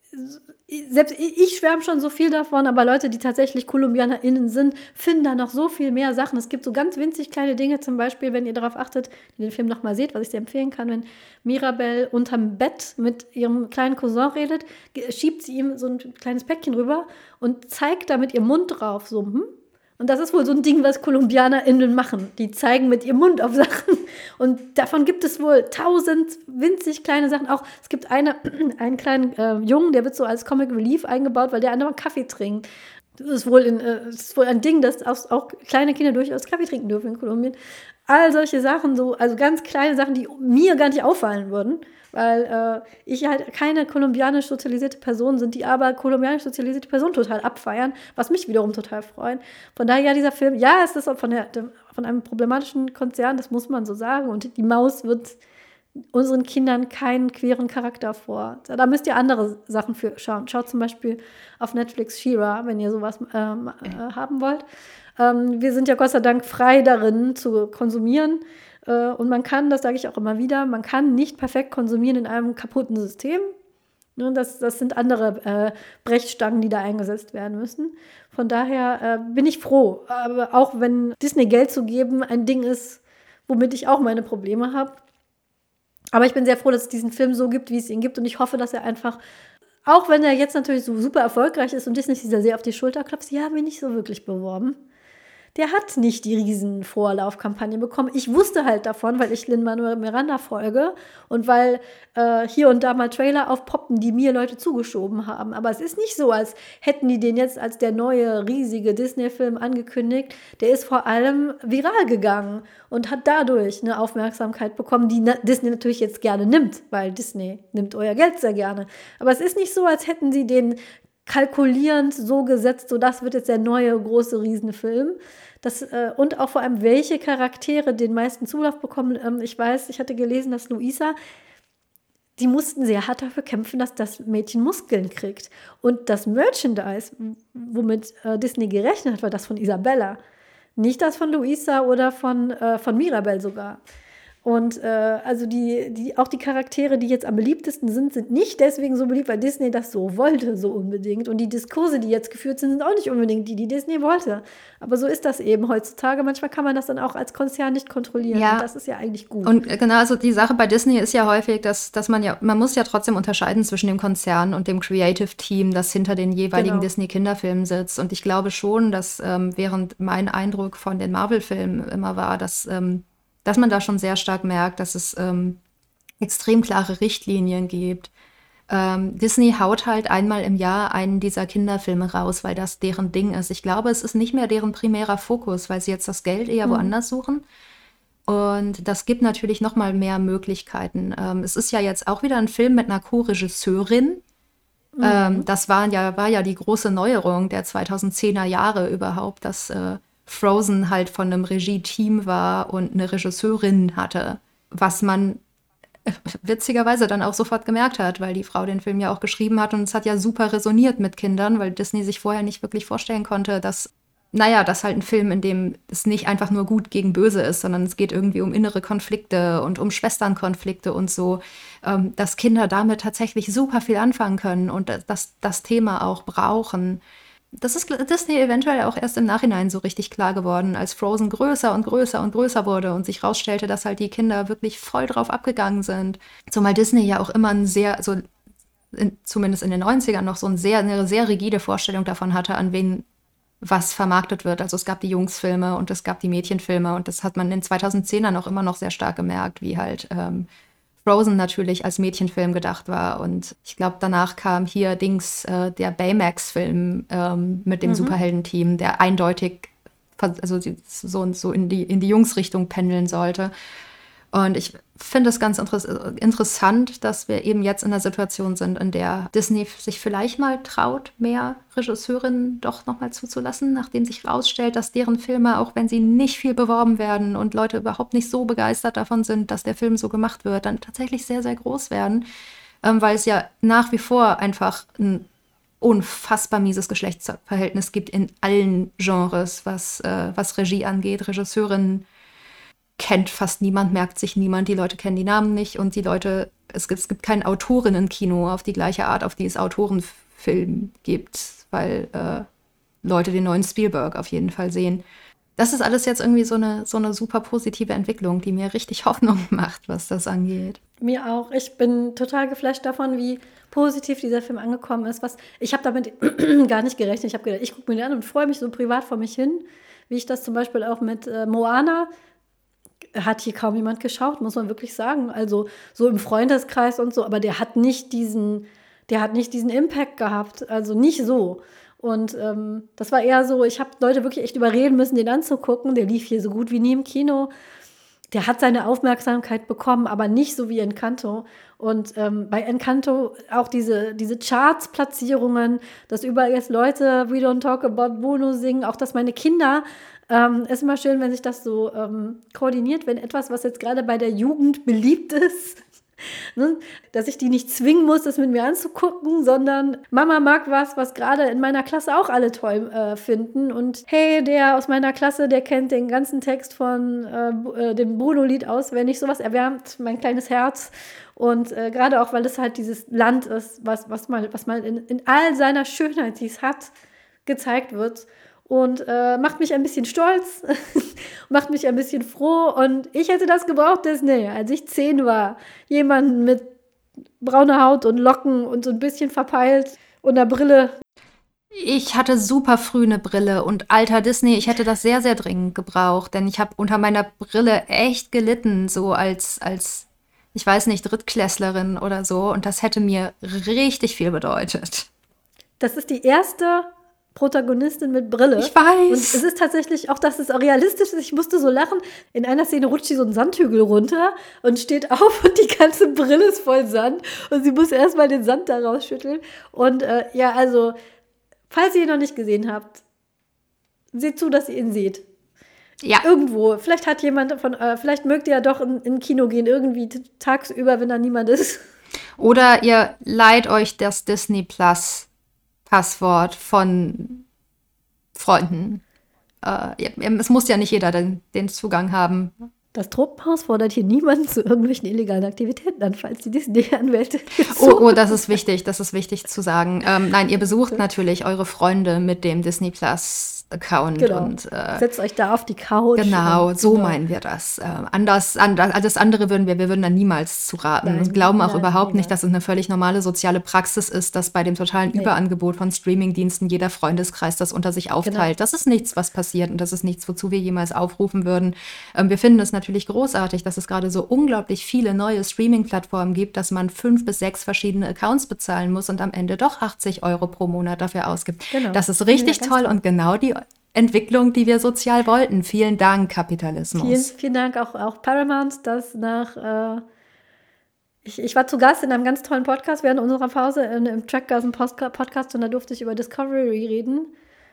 Selbst ich schwärme schon so viel davon, aber Leute, die tatsächlich KolumbianerInnen sind, finden da noch so viel mehr Sachen. Es gibt so ganz winzig kleine Dinge, zum Beispiel, wenn ihr darauf achtet, die den Film nochmal seht, was ich dir empfehlen kann, wenn Mirabel unterm Bett mit ihrem kleinen Cousin redet, schiebt sie ihm so ein kleines Päckchen rüber und zeigt da mit ihrem Mund drauf, so, Und das ist wohl so ein Ding, was KolumbianerInnen machen. Die zeigen mit ihrem Mund auf Sachen. Und davon gibt es wohl 1000 winzig kleine Sachen. Auch es gibt einen kleinen Jungen, der wird so als Comic Relief eingebaut, weil der andauernd Kaffee trinkt. Das ist wohl ein Ding, dass auch kleine Kinder durchaus Kaffee trinken dürfen in Kolumbien. All solche Sachen, also ganz kleine Sachen, die mir gar nicht auffallen würden. Weil ich halt keine kolumbianisch sozialisierte Person sind, die aber kolumbianisch sozialisierte Personen total abfeiern, was mich wiederum total freut. Von daher, ja, dieser Film, ja, es ist von einem problematischen Konzern, das muss man so sagen. Und die Maus wird unseren Kindern keinen queeren Charakter vor. Da müsst ihr andere Sachen für schauen. Schaut zum Beispiel auf Netflix She-Ra, wenn ihr sowas haben wollt. Wir sind ja Gott sei Dank frei darin zu konsumieren. Und man kann, das sage ich auch immer wieder, man kann nicht perfekt konsumieren in einem kaputten System. Das sind andere Brechstangen, die da eingesetzt werden müssen. Von daher bin ich froh. Aber auch wenn Disney Geld zu geben ein Ding ist, womit ich auch meine Probleme habe. Aber ich bin sehr froh, dass es diesen Film so gibt, wie es ihn gibt. Und ich hoffe, dass er einfach, auch wenn er jetzt natürlich so super erfolgreich ist und Disney sich sehr auf die Schulter klopft, sie haben ihn nicht so wirklich beworben. Der hat nicht die riesen Vorlaufkampagne bekommen. Ich wusste halt davon, weil ich Lin-Manuel Miranda folge und weil hier und da mal Trailer aufpoppten, die mir Leute zugeschoben haben. Aber es ist nicht so, als hätten die den jetzt als der neue, riesige Disney-Film angekündigt. Der ist vor allem viral gegangen und hat dadurch eine Aufmerksamkeit bekommen, die Disney natürlich jetzt gerne nimmt, weil Disney nimmt euer Geld sehr gerne. Aber es ist nicht so, als hätten sie den kalkulierend so gesetzt, so das wird jetzt der neue, große Riesenfilm. Und auch vor allem, welche Charaktere den meisten Zulauf bekommen. Ich hatte gelesen, dass Luisa, die mussten sehr hart dafür kämpfen, dass das Mädchen Muskeln kriegt. Und das Merchandise, womit Disney gerechnet hat, war das von Isabella. Nicht das von Luisa oder von Mirabel sogar. Und also auch die Charaktere, die jetzt am beliebtesten sind nicht deswegen so beliebt, weil Disney das so wollte, so unbedingt. Und die Diskurse, die jetzt geführt sind auch nicht unbedingt die Disney wollte. Aber so ist das eben heutzutage. Manchmal kann man das dann auch als Konzern nicht kontrollieren. Ja. Und das ist ja eigentlich gut. Und genau, also die Sache bei Disney ist ja häufig, dass man muss ja trotzdem unterscheiden zwischen dem Konzern und dem Creative Team, das hinter den jeweiligen Disney-Kinderfilmen sitzt. Und ich glaube schon, dass während mein Eindruck von den Marvel-Filmen immer war, dass man da schon sehr stark merkt, dass es extrem klare Richtlinien gibt. Disney haut halt einmal im Jahr einen dieser Kinderfilme raus, weil das deren Ding ist. Ich glaube, es ist nicht mehr deren primärer Fokus, weil sie jetzt das Geld eher woanders suchen. Und das gibt natürlich noch mal mehr Möglichkeiten. Es ist ja jetzt auch wieder ein Film mit einer Co-Regisseurin. Das war ja die große Neuerung der 2010er Jahre überhaupt, dass Frozen halt von einem Regie-Team war und eine Regisseurin hatte, was man witzigerweise dann auch sofort gemerkt hat, weil die Frau den Film ja auch geschrieben hat und es hat ja super resoniert mit Kindern, weil Disney sich vorher nicht wirklich vorstellen konnte, dass halt ein Film, in dem es nicht einfach nur gut gegen böse ist, sondern es geht irgendwie um innere Konflikte und um Schwesternkonflikte und so, dass Kinder damit tatsächlich super viel anfangen können und das Thema auch brauchen. Das ist Disney eventuell auch erst im Nachhinein so richtig klar geworden, als Frozen größer und größer und größer wurde und sich rausstellte, dass halt die Kinder wirklich voll drauf abgegangen sind. Zumal Disney ja auch immer ein sehr, zumindest in den 90ern noch eine sehr rigide Vorstellung davon hatte, an wen was vermarktet wird. Also es gab die Jungsfilme und es gab die Mädchenfilme und das hat man in den 2010ern auch immer noch sehr stark gemerkt, wie halt Frozen natürlich als Mädchenfilm gedacht war. Und ich glaube, danach kam hier der Baymax-Film mit dem Superheldenteam, der eindeutig so in die Jungsrichtung pendeln sollte. Und ich finde es ganz interessant, dass wir eben jetzt in einer Situation sind, in der Disney sich vielleicht mal traut, mehr Regisseurinnen doch nochmal zuzulassen, nachdem sich herausstellt, dass deren Filme, auch wenn sie nicht viel beworben werden und Leute überhaupt nicht so begeistert davon sind, dass der Film so gemacht wird, dann tatsächlich sehr, sehr groß werden, weil es ja nach wie vor einfach ein unfassbar mieses Geschlechtsverhältnis gibt in allen Genres, was Regie angeht. Regisseurinnen kennt fast niemand, merkt sich niemand, die Leute kennen die Namen nicht und es gibt kein Autorinnen-Kino auf die gleiche Art, auf die es Autorenfilm gibt, weil Leute den neuen Spielberg auf jeden Fall sehen. Das ist alles jetzt irgendwie so eine super positive Entwicklung, die mir richtig Hoffnung macht, was das angeht. Mir auch. Ich bin total geflasht davon, wie positiv dieser Film angekommen ist. Ich habe damit gar nicht gerechnet. Ich habe gedacht, ich gucke mir den an und freue mich so privat vor mich hin, wie ich das zum Beispiel auch mit Moana hat hier kaum jemand geschaut, muss man wirklich sagen. Also so im Freundeskreis und so, aber der hat nicht diesen Impact gehabt, also nicht so. Und das war eher so, ich habe Leute wirklich echt überreden müssen, den anzugucken. Der lief hier so gut wie nie im Kino. Der hat seine Aufmerksamkeit bekommen, aber nicht so wie Encanto. Und bei Encanto auch diese Charts-Platzierungen, dass überall jetzt Leute We Don't Talk About Bruno singen, auch dass meine Kinder, ist immer schön, wenn sich das so koordiniert, wenn etwas, was jetzt gerade bei der Jugend beliebt ist, ne, dass ich die nicht zwingen muss, das mit mir anzugucken, sondern Mama mag was gerade in meiner Klasse auch alle toll finden. Und hey, der aus meiner Klasse, der kennt den ganzen Text von dem Bruno-Lied auswendig. Sowas erwärmt mein kleines Herz. Und gerade auch, weil es halt dieses Land ist, was mal in all seiner Schönheit, die es hat, gezeigt wird. Und macht mich ein bisschen stolz, macht mich ein bisschen froh. Und ich hätte das gebraucht, Disney, als ich 10 war. Jemanden mit brauner Haut und Locken und so ein bisschen verpeilt und einer Brille. Ich hatte super früh eine Brille und alter Disney, ich hätte das sehr, sehr dringend gebraucht. Denn ich habe unter meiner Brille echt gelitten, so als ich weiß nicht, Drittklässlerin oder so. Und das hätte mir richtig viel bedeutet. Das ist die erste Protagonistin mit Brille. Ich weiß. Und es ist tatsächlich auch, dass es auch realistisch ist. Ich musste so lachen. In einer Szene rutscht sie so einen Sandhügel runter und steht auf und die ganze Brille ist voll Sand. Und sie muss erstmal den Sand da rausschütteln. Und also, falls ihr ihn noch nicht gesehen habt, seht zu, dass ihr ihn seht. Ja. Irgendwo. Vielleicht hat jemand vielleicht mögt ihr ja doch in Kino gehen, irgendwie tagsüber, wenn da niemand ist. Oder ihr leiht euch das Disney Plus Passwort von Freunden. Es muss ja nicht jeder den Zugang haben. Das Tropenhaus fordert hier niemanden zu irgendwelchen illegalen Aktivitäten an, falls die Disney-Anwälte. Oh, das ist wichtig zu sagen. Nein, ihr besucht natürlich eure Freunde mit dem Disney Plus Account. Genau. Und setzt euch da auf die Couch. Genau, so meinen wir das. Alles andere würden wir würden da niemals zu raten. Und glauben auch überhaupt nicht, dass es eine völlig normale soziale Praxis ist, dass bei dem totalen Überangebot von Streamingdiensten jeder Freundeskreis das unter sich aufteilt. Genau. Das ist nichts, was passiert und das ist nichts, wozu wir jemals aufrufen würden. Wir finden es natürlich großartig, dass es gerade so unglaublich viele neue Streaming-Plattformen gibt, dass man 5 bis 6 verschiedene Accounts bezahlen muss und am Ende doch 80 € pro Monat dafür ausgibt. Genau. Das ist richtig toll und genau die Entwicklung, die wir sozial wollten. Vielen Dank, Kapitalismus. Vielen Dank auch Paramount, dass nach ich war zu Gast in einem ganz tollen Podcast während unserer Pause im Trackgasen Podcast und da durfte ich über Discovery reden,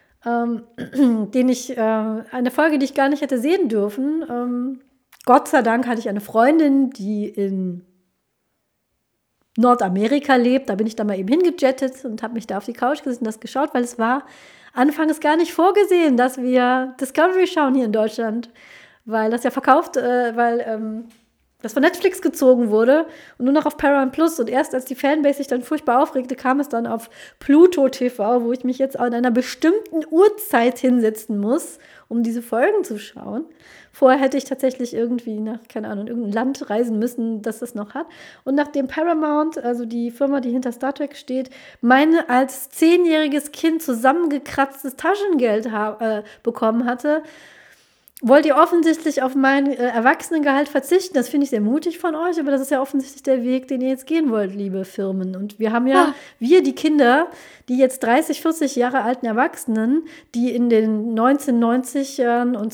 eine Folge, die ich gar nicht hätte sehen dürfen. Gott sei Dank hatte ich eine Freundin, die in Nordamerika lebt. Da bin ich dann mal eben hingejettet und habe mich da auf die Couch gesessen und das geschaut, weil es war anfangs gar nicht vorgesehen, dass wir Discovery schauen hier in Deutschland, weil das ja verkauft, weil das von Netflix gezogen wurde und nur noch auf Paramount Plus. Und erst als die Fanbase sich dann furchtbar aufregte, kam es dann auf Pluto TV, wo ich mich jetzt an einer bestimmten Uhrzeit hinsetzen muss, um diese Folgen zu schauen. Vorher hätte ich tatsächlich irgendwie nach, keine Ahnung, irgendein Land reisen müssen, das das noch hat. Und nachdem Paramount, also die Firma, die hinter Star Trek steht, meine als 10-jähriges Kind zusammengekratztes Taschengeld bekommen hatte, wollt ihr offensichtlich auf mein Erwachsenengehalt verzichten. Das finde ich sehr mutig von euch, aber das ist ja offensichtlich der Weg, den ihr jetzt gehen wollt, liebe Firmen. Und wir haben wir die Kinder, die jetzt 30, 40 Jahre alten Erwachsenen, die in den 1990ern und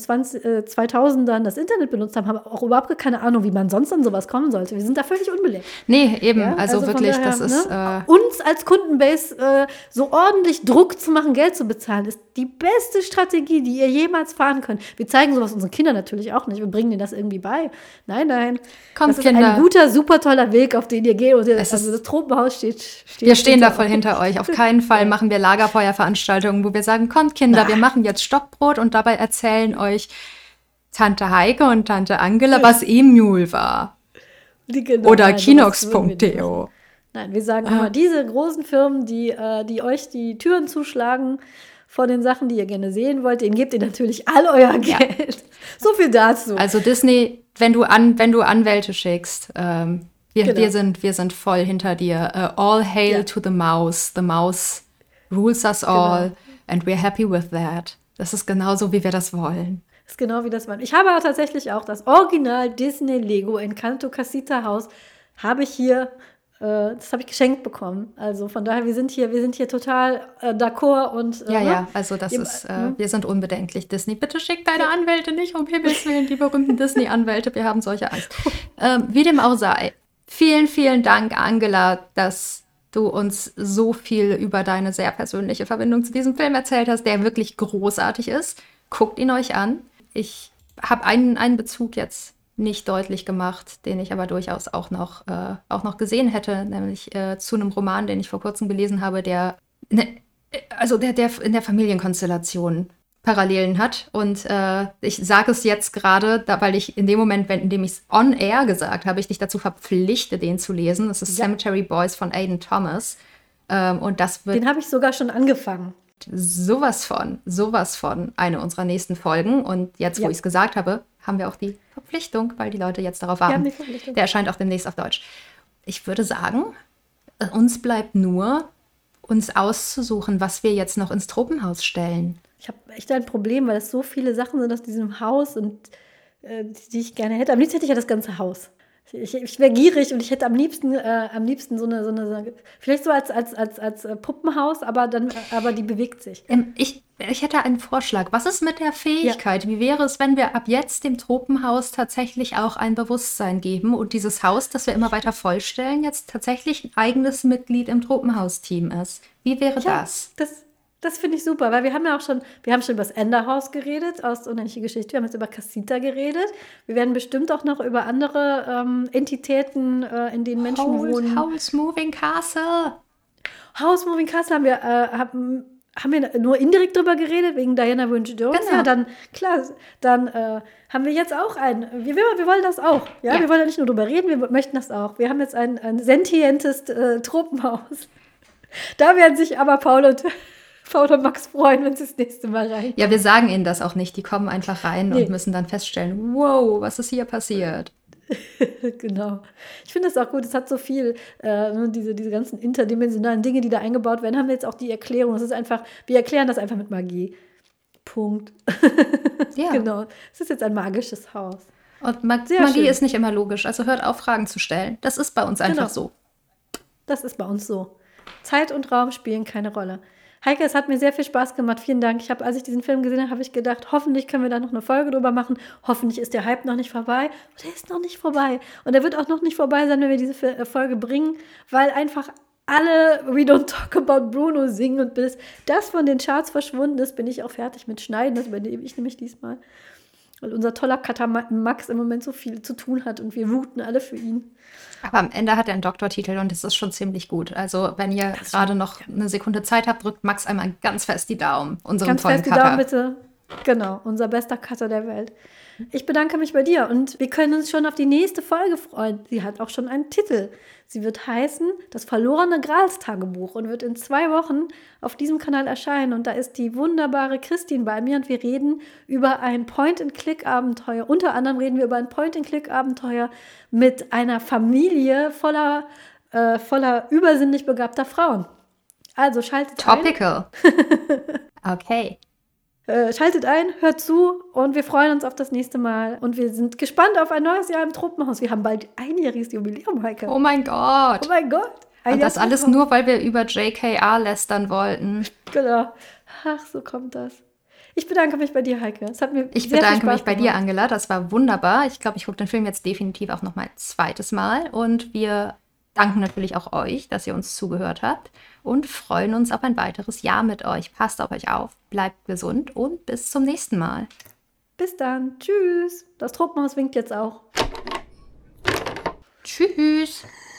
2000ern das Internet benutzt haben, haben auch überhaupt keine Ahnung, wie man sonst an sowas kommen sollte. Wir sind da völlig unbelegt. Nee, eben. Ja? Also wirklich, daher, das ist... uns als Kundenbase so ordentlich Druck zu machen, Geld zu bezahlen, ist die beste Strategie, die ihr jemals fahren könnt. Wir zeigen sowas unseren Kindern natürlich auch nicht. Wir bringen denen das irgendwie bei. Nein. Kommt, das ist Kinder. ein guter, super toller Weg, auf den ihr geht. Und also das Tropenhaus steht wir stehen da voll hinter euch. Auf keinen Fall machen wir Lagerfeuerveranstaltungen, wo wir sagen, kommt Kinder, wir machen jetzt Stockbrot und dabei erzählen euch Tante Heike und Tante Angela, was Emule war. Genau, oder Kinox.de. Nein, wir sagen immer, diese großen Firmen, die euch die Türen zuschlagen vor den Sachen, die ihr gerne sehen wollt, denen gebt ihr natürlich all euer Geld. So viel dazu. Also Disney, wenn du Anwälte schickst, wir sind voll hinter dir. All hail to the mouse. The mouse rules us all and we're happy with that. Das ist genauso, wie wir das wollen. Das ist genau, wie das war. Ich habe aber tatsächlich auch das Original Disney Lego Encanto Casita Haus habe ich hier. Das habe ich geschenkt bekommen. Also von daher, wir sind hier total d'accord und also das ist, wir sind unbedenklich. Disney, bitte schick deine Anwälte nicht, um Himmels Willen, die berühmten Disney-Anwälte, wir haben solche Angst. Wie dem auch sei, vielen, vielen Dank, Angela, dass du uns so viel über deine sehr persönliche Verbindung zu diesem Film erzählt hast, der wirklich großartig ist. Guckt ihn euch an. Ich habe einen Bezug jetzt nicht deutlich gemacht, den ich aber durchaus auch noch gesehen hätte, nämlich zu einem Roman, den ich vor kurzem gelesen habe, der in der Familienkonstellation Parallelen hat. Und ich sage es jetzt gerade, weil ich in dem Moment, in dem ich es on air gesagt habe, ich dich dazu verpflichte, den zu lesen. Das ist Cemetery Boys von Aidan Thomas. Und das wird... Den habe ich sogar schon angefangen. Sowas von eine unserer nächsten Folgen. Und jetzt, wo ich es gesagt habe, haben wir auch die Verpflichtung, weil die Leute jetzt darauf warten. Der erscheint auch demnächst auf Deutsch. Ich würde sagen, uns bleibt nur, uns auszusuchen, was wir jetzt noch ins Tropenhaus stellen. Ich habe echt ein Problem, weil es so viele Sachen sind aus diesem Haus und die ich gerne hätte. Am liebsten hätte ich ja das ganze Haus. Ich wäre gierig und ich hätte am liebsten so eine vielleicht so als Puppenhaus, aber die bewegt sich. Ich hätte einen Vorschlag. Was ist mit der Fähigkeit? Ja. Wie wäre es, wenn wir ab jetzt dem Tropenhaus tatsächlich auch ein Bewusstsein geben und dieses Haus, das wir immer weiter vollstellen, jetzt tatsächlich ein eigenes Mitglied im Tropenhaus-Team ist? Wie wäre das? Das finde ich super, weil wir haben schon über das Enderhaus geredet, aus Unendliche Geschichte. Wir haben jetzt über Casita geredet. Wir werden bestimmt auch noch über andere Entitäten, in denen Menschen wohnen. House Moving Castle. House Moving Castle haben wir nur indirekt drüber geredet, wegen Diana Wynne-Jones. Genau. Ja, dann haben wir jetzt auch wir wollen das auch. Ja? Wir wollen ja nicht nur drüber reden, wir möchten das auch. Wir haben jetzt ein sentientes Tropenhaus. Da werden sich aber Paul und Max freuen, wenn sie das nächste Mal rein. Ja, wir sagen ihnen das auch nicht. Die kommen einfach rein und müssen dann feststellen, wow, was ist hier passiert? Genau. Ich finde das auch gut. Es hat so viel, diese ganzen interdimensionalen Dinge, die da eingebaut werden, haben wir jetzt auch die Erklärung. Es ist einfach, wir erklären das einfach mit Magie. Punkt. Ja. Genau. Es ist jetzt ein magisches Haus. Und Magie ist nicht immer logisch. Also hört auf, Fragen zu stellen. Das ist bei uns einfach so. Das ist bei uns so. Zeit und Raum spielen keine Rolle. Heike, es hat mir sehr viel Spaß gemacht. Vielen Dank. Als ich diesen Film gesehen habe, habe ich gedacht, hoffentlich können wir da noch eine Folge drüber machen. Hoffentlich ist der Hype noch nicht vorbei. Und der ist noch nicht vorbei. Und der wird auch noch nicht vorbei sein, wenn wir diese Folge bringen, weil einfach alle We Don't Talk About Bruno singen. Und bis das von den Charts verschwunden ist, bin ich auch fertig mit Schneiden. Das übernehme ich nämlich diesmal. Weil unser toller Cutter Max im Moment so viel zu tun hat und wir wuten alle für ihn. Aber am Ende hat er einen Doktortitel und das ist schon ziemlich gut. Also wenn ihr gerade noch eine Sekunde Zeit habt, drückt Max einmal ganz fest die Daumen. Unserem tollen Cutter. Ganz fest die Daumen, bitte. Genau, unser bester Cutter der Welt. Ich bedanke mich bei dir und wir können uns schon auf die nächste Folge freuen. Sie hat auch schon einen Titel. Sie wird heißen Das verlorene Gralstagebuch und wird in 2 Wochen auf diesem Kanal erscheinen. Und da ist die wunderbare Christine bei mir und wir reden über ein Point-and-Click-Abenteuer. Unter anderem reden wir über ein Point-and-Click-Abenteuer mit einer Familie voller übersinnlich begabter Frauen. Also schaltet Topical. Okay. Schaltet ein, hört zu und wir freuen uns auf das nächste Mal. Und wir sind gespannt auf ein neues Jahr im Tropenhaus. Wir haben bald 1-jähriges Jubiläum, Heike. Oh mein Gott. Oh mein Gott. Und das alles nur, weil wir über JKR lästern wollten. Genau. Ach, so kommt das. Ich bedanke mich bei dir, Heike. Es hat mir Ich sehr viel bedanke Spaß mich bei dir, gemacht. Angela. Das war wunderbar. Ich glaube, ich gucke den Film jetzt definitiv auch noch mal ein zweites Mal. Und wir danken natürlich auch euch, dass ihr uns zugehört habt. Und freuen uns auf ein weiteres Jahr mit euch. Passt auf euch auf, bleibt gesund und bis zum nächsten Mal. Bis dann. Tschüss. Das Tropenhaus winkt jetzt auch. Tschüss.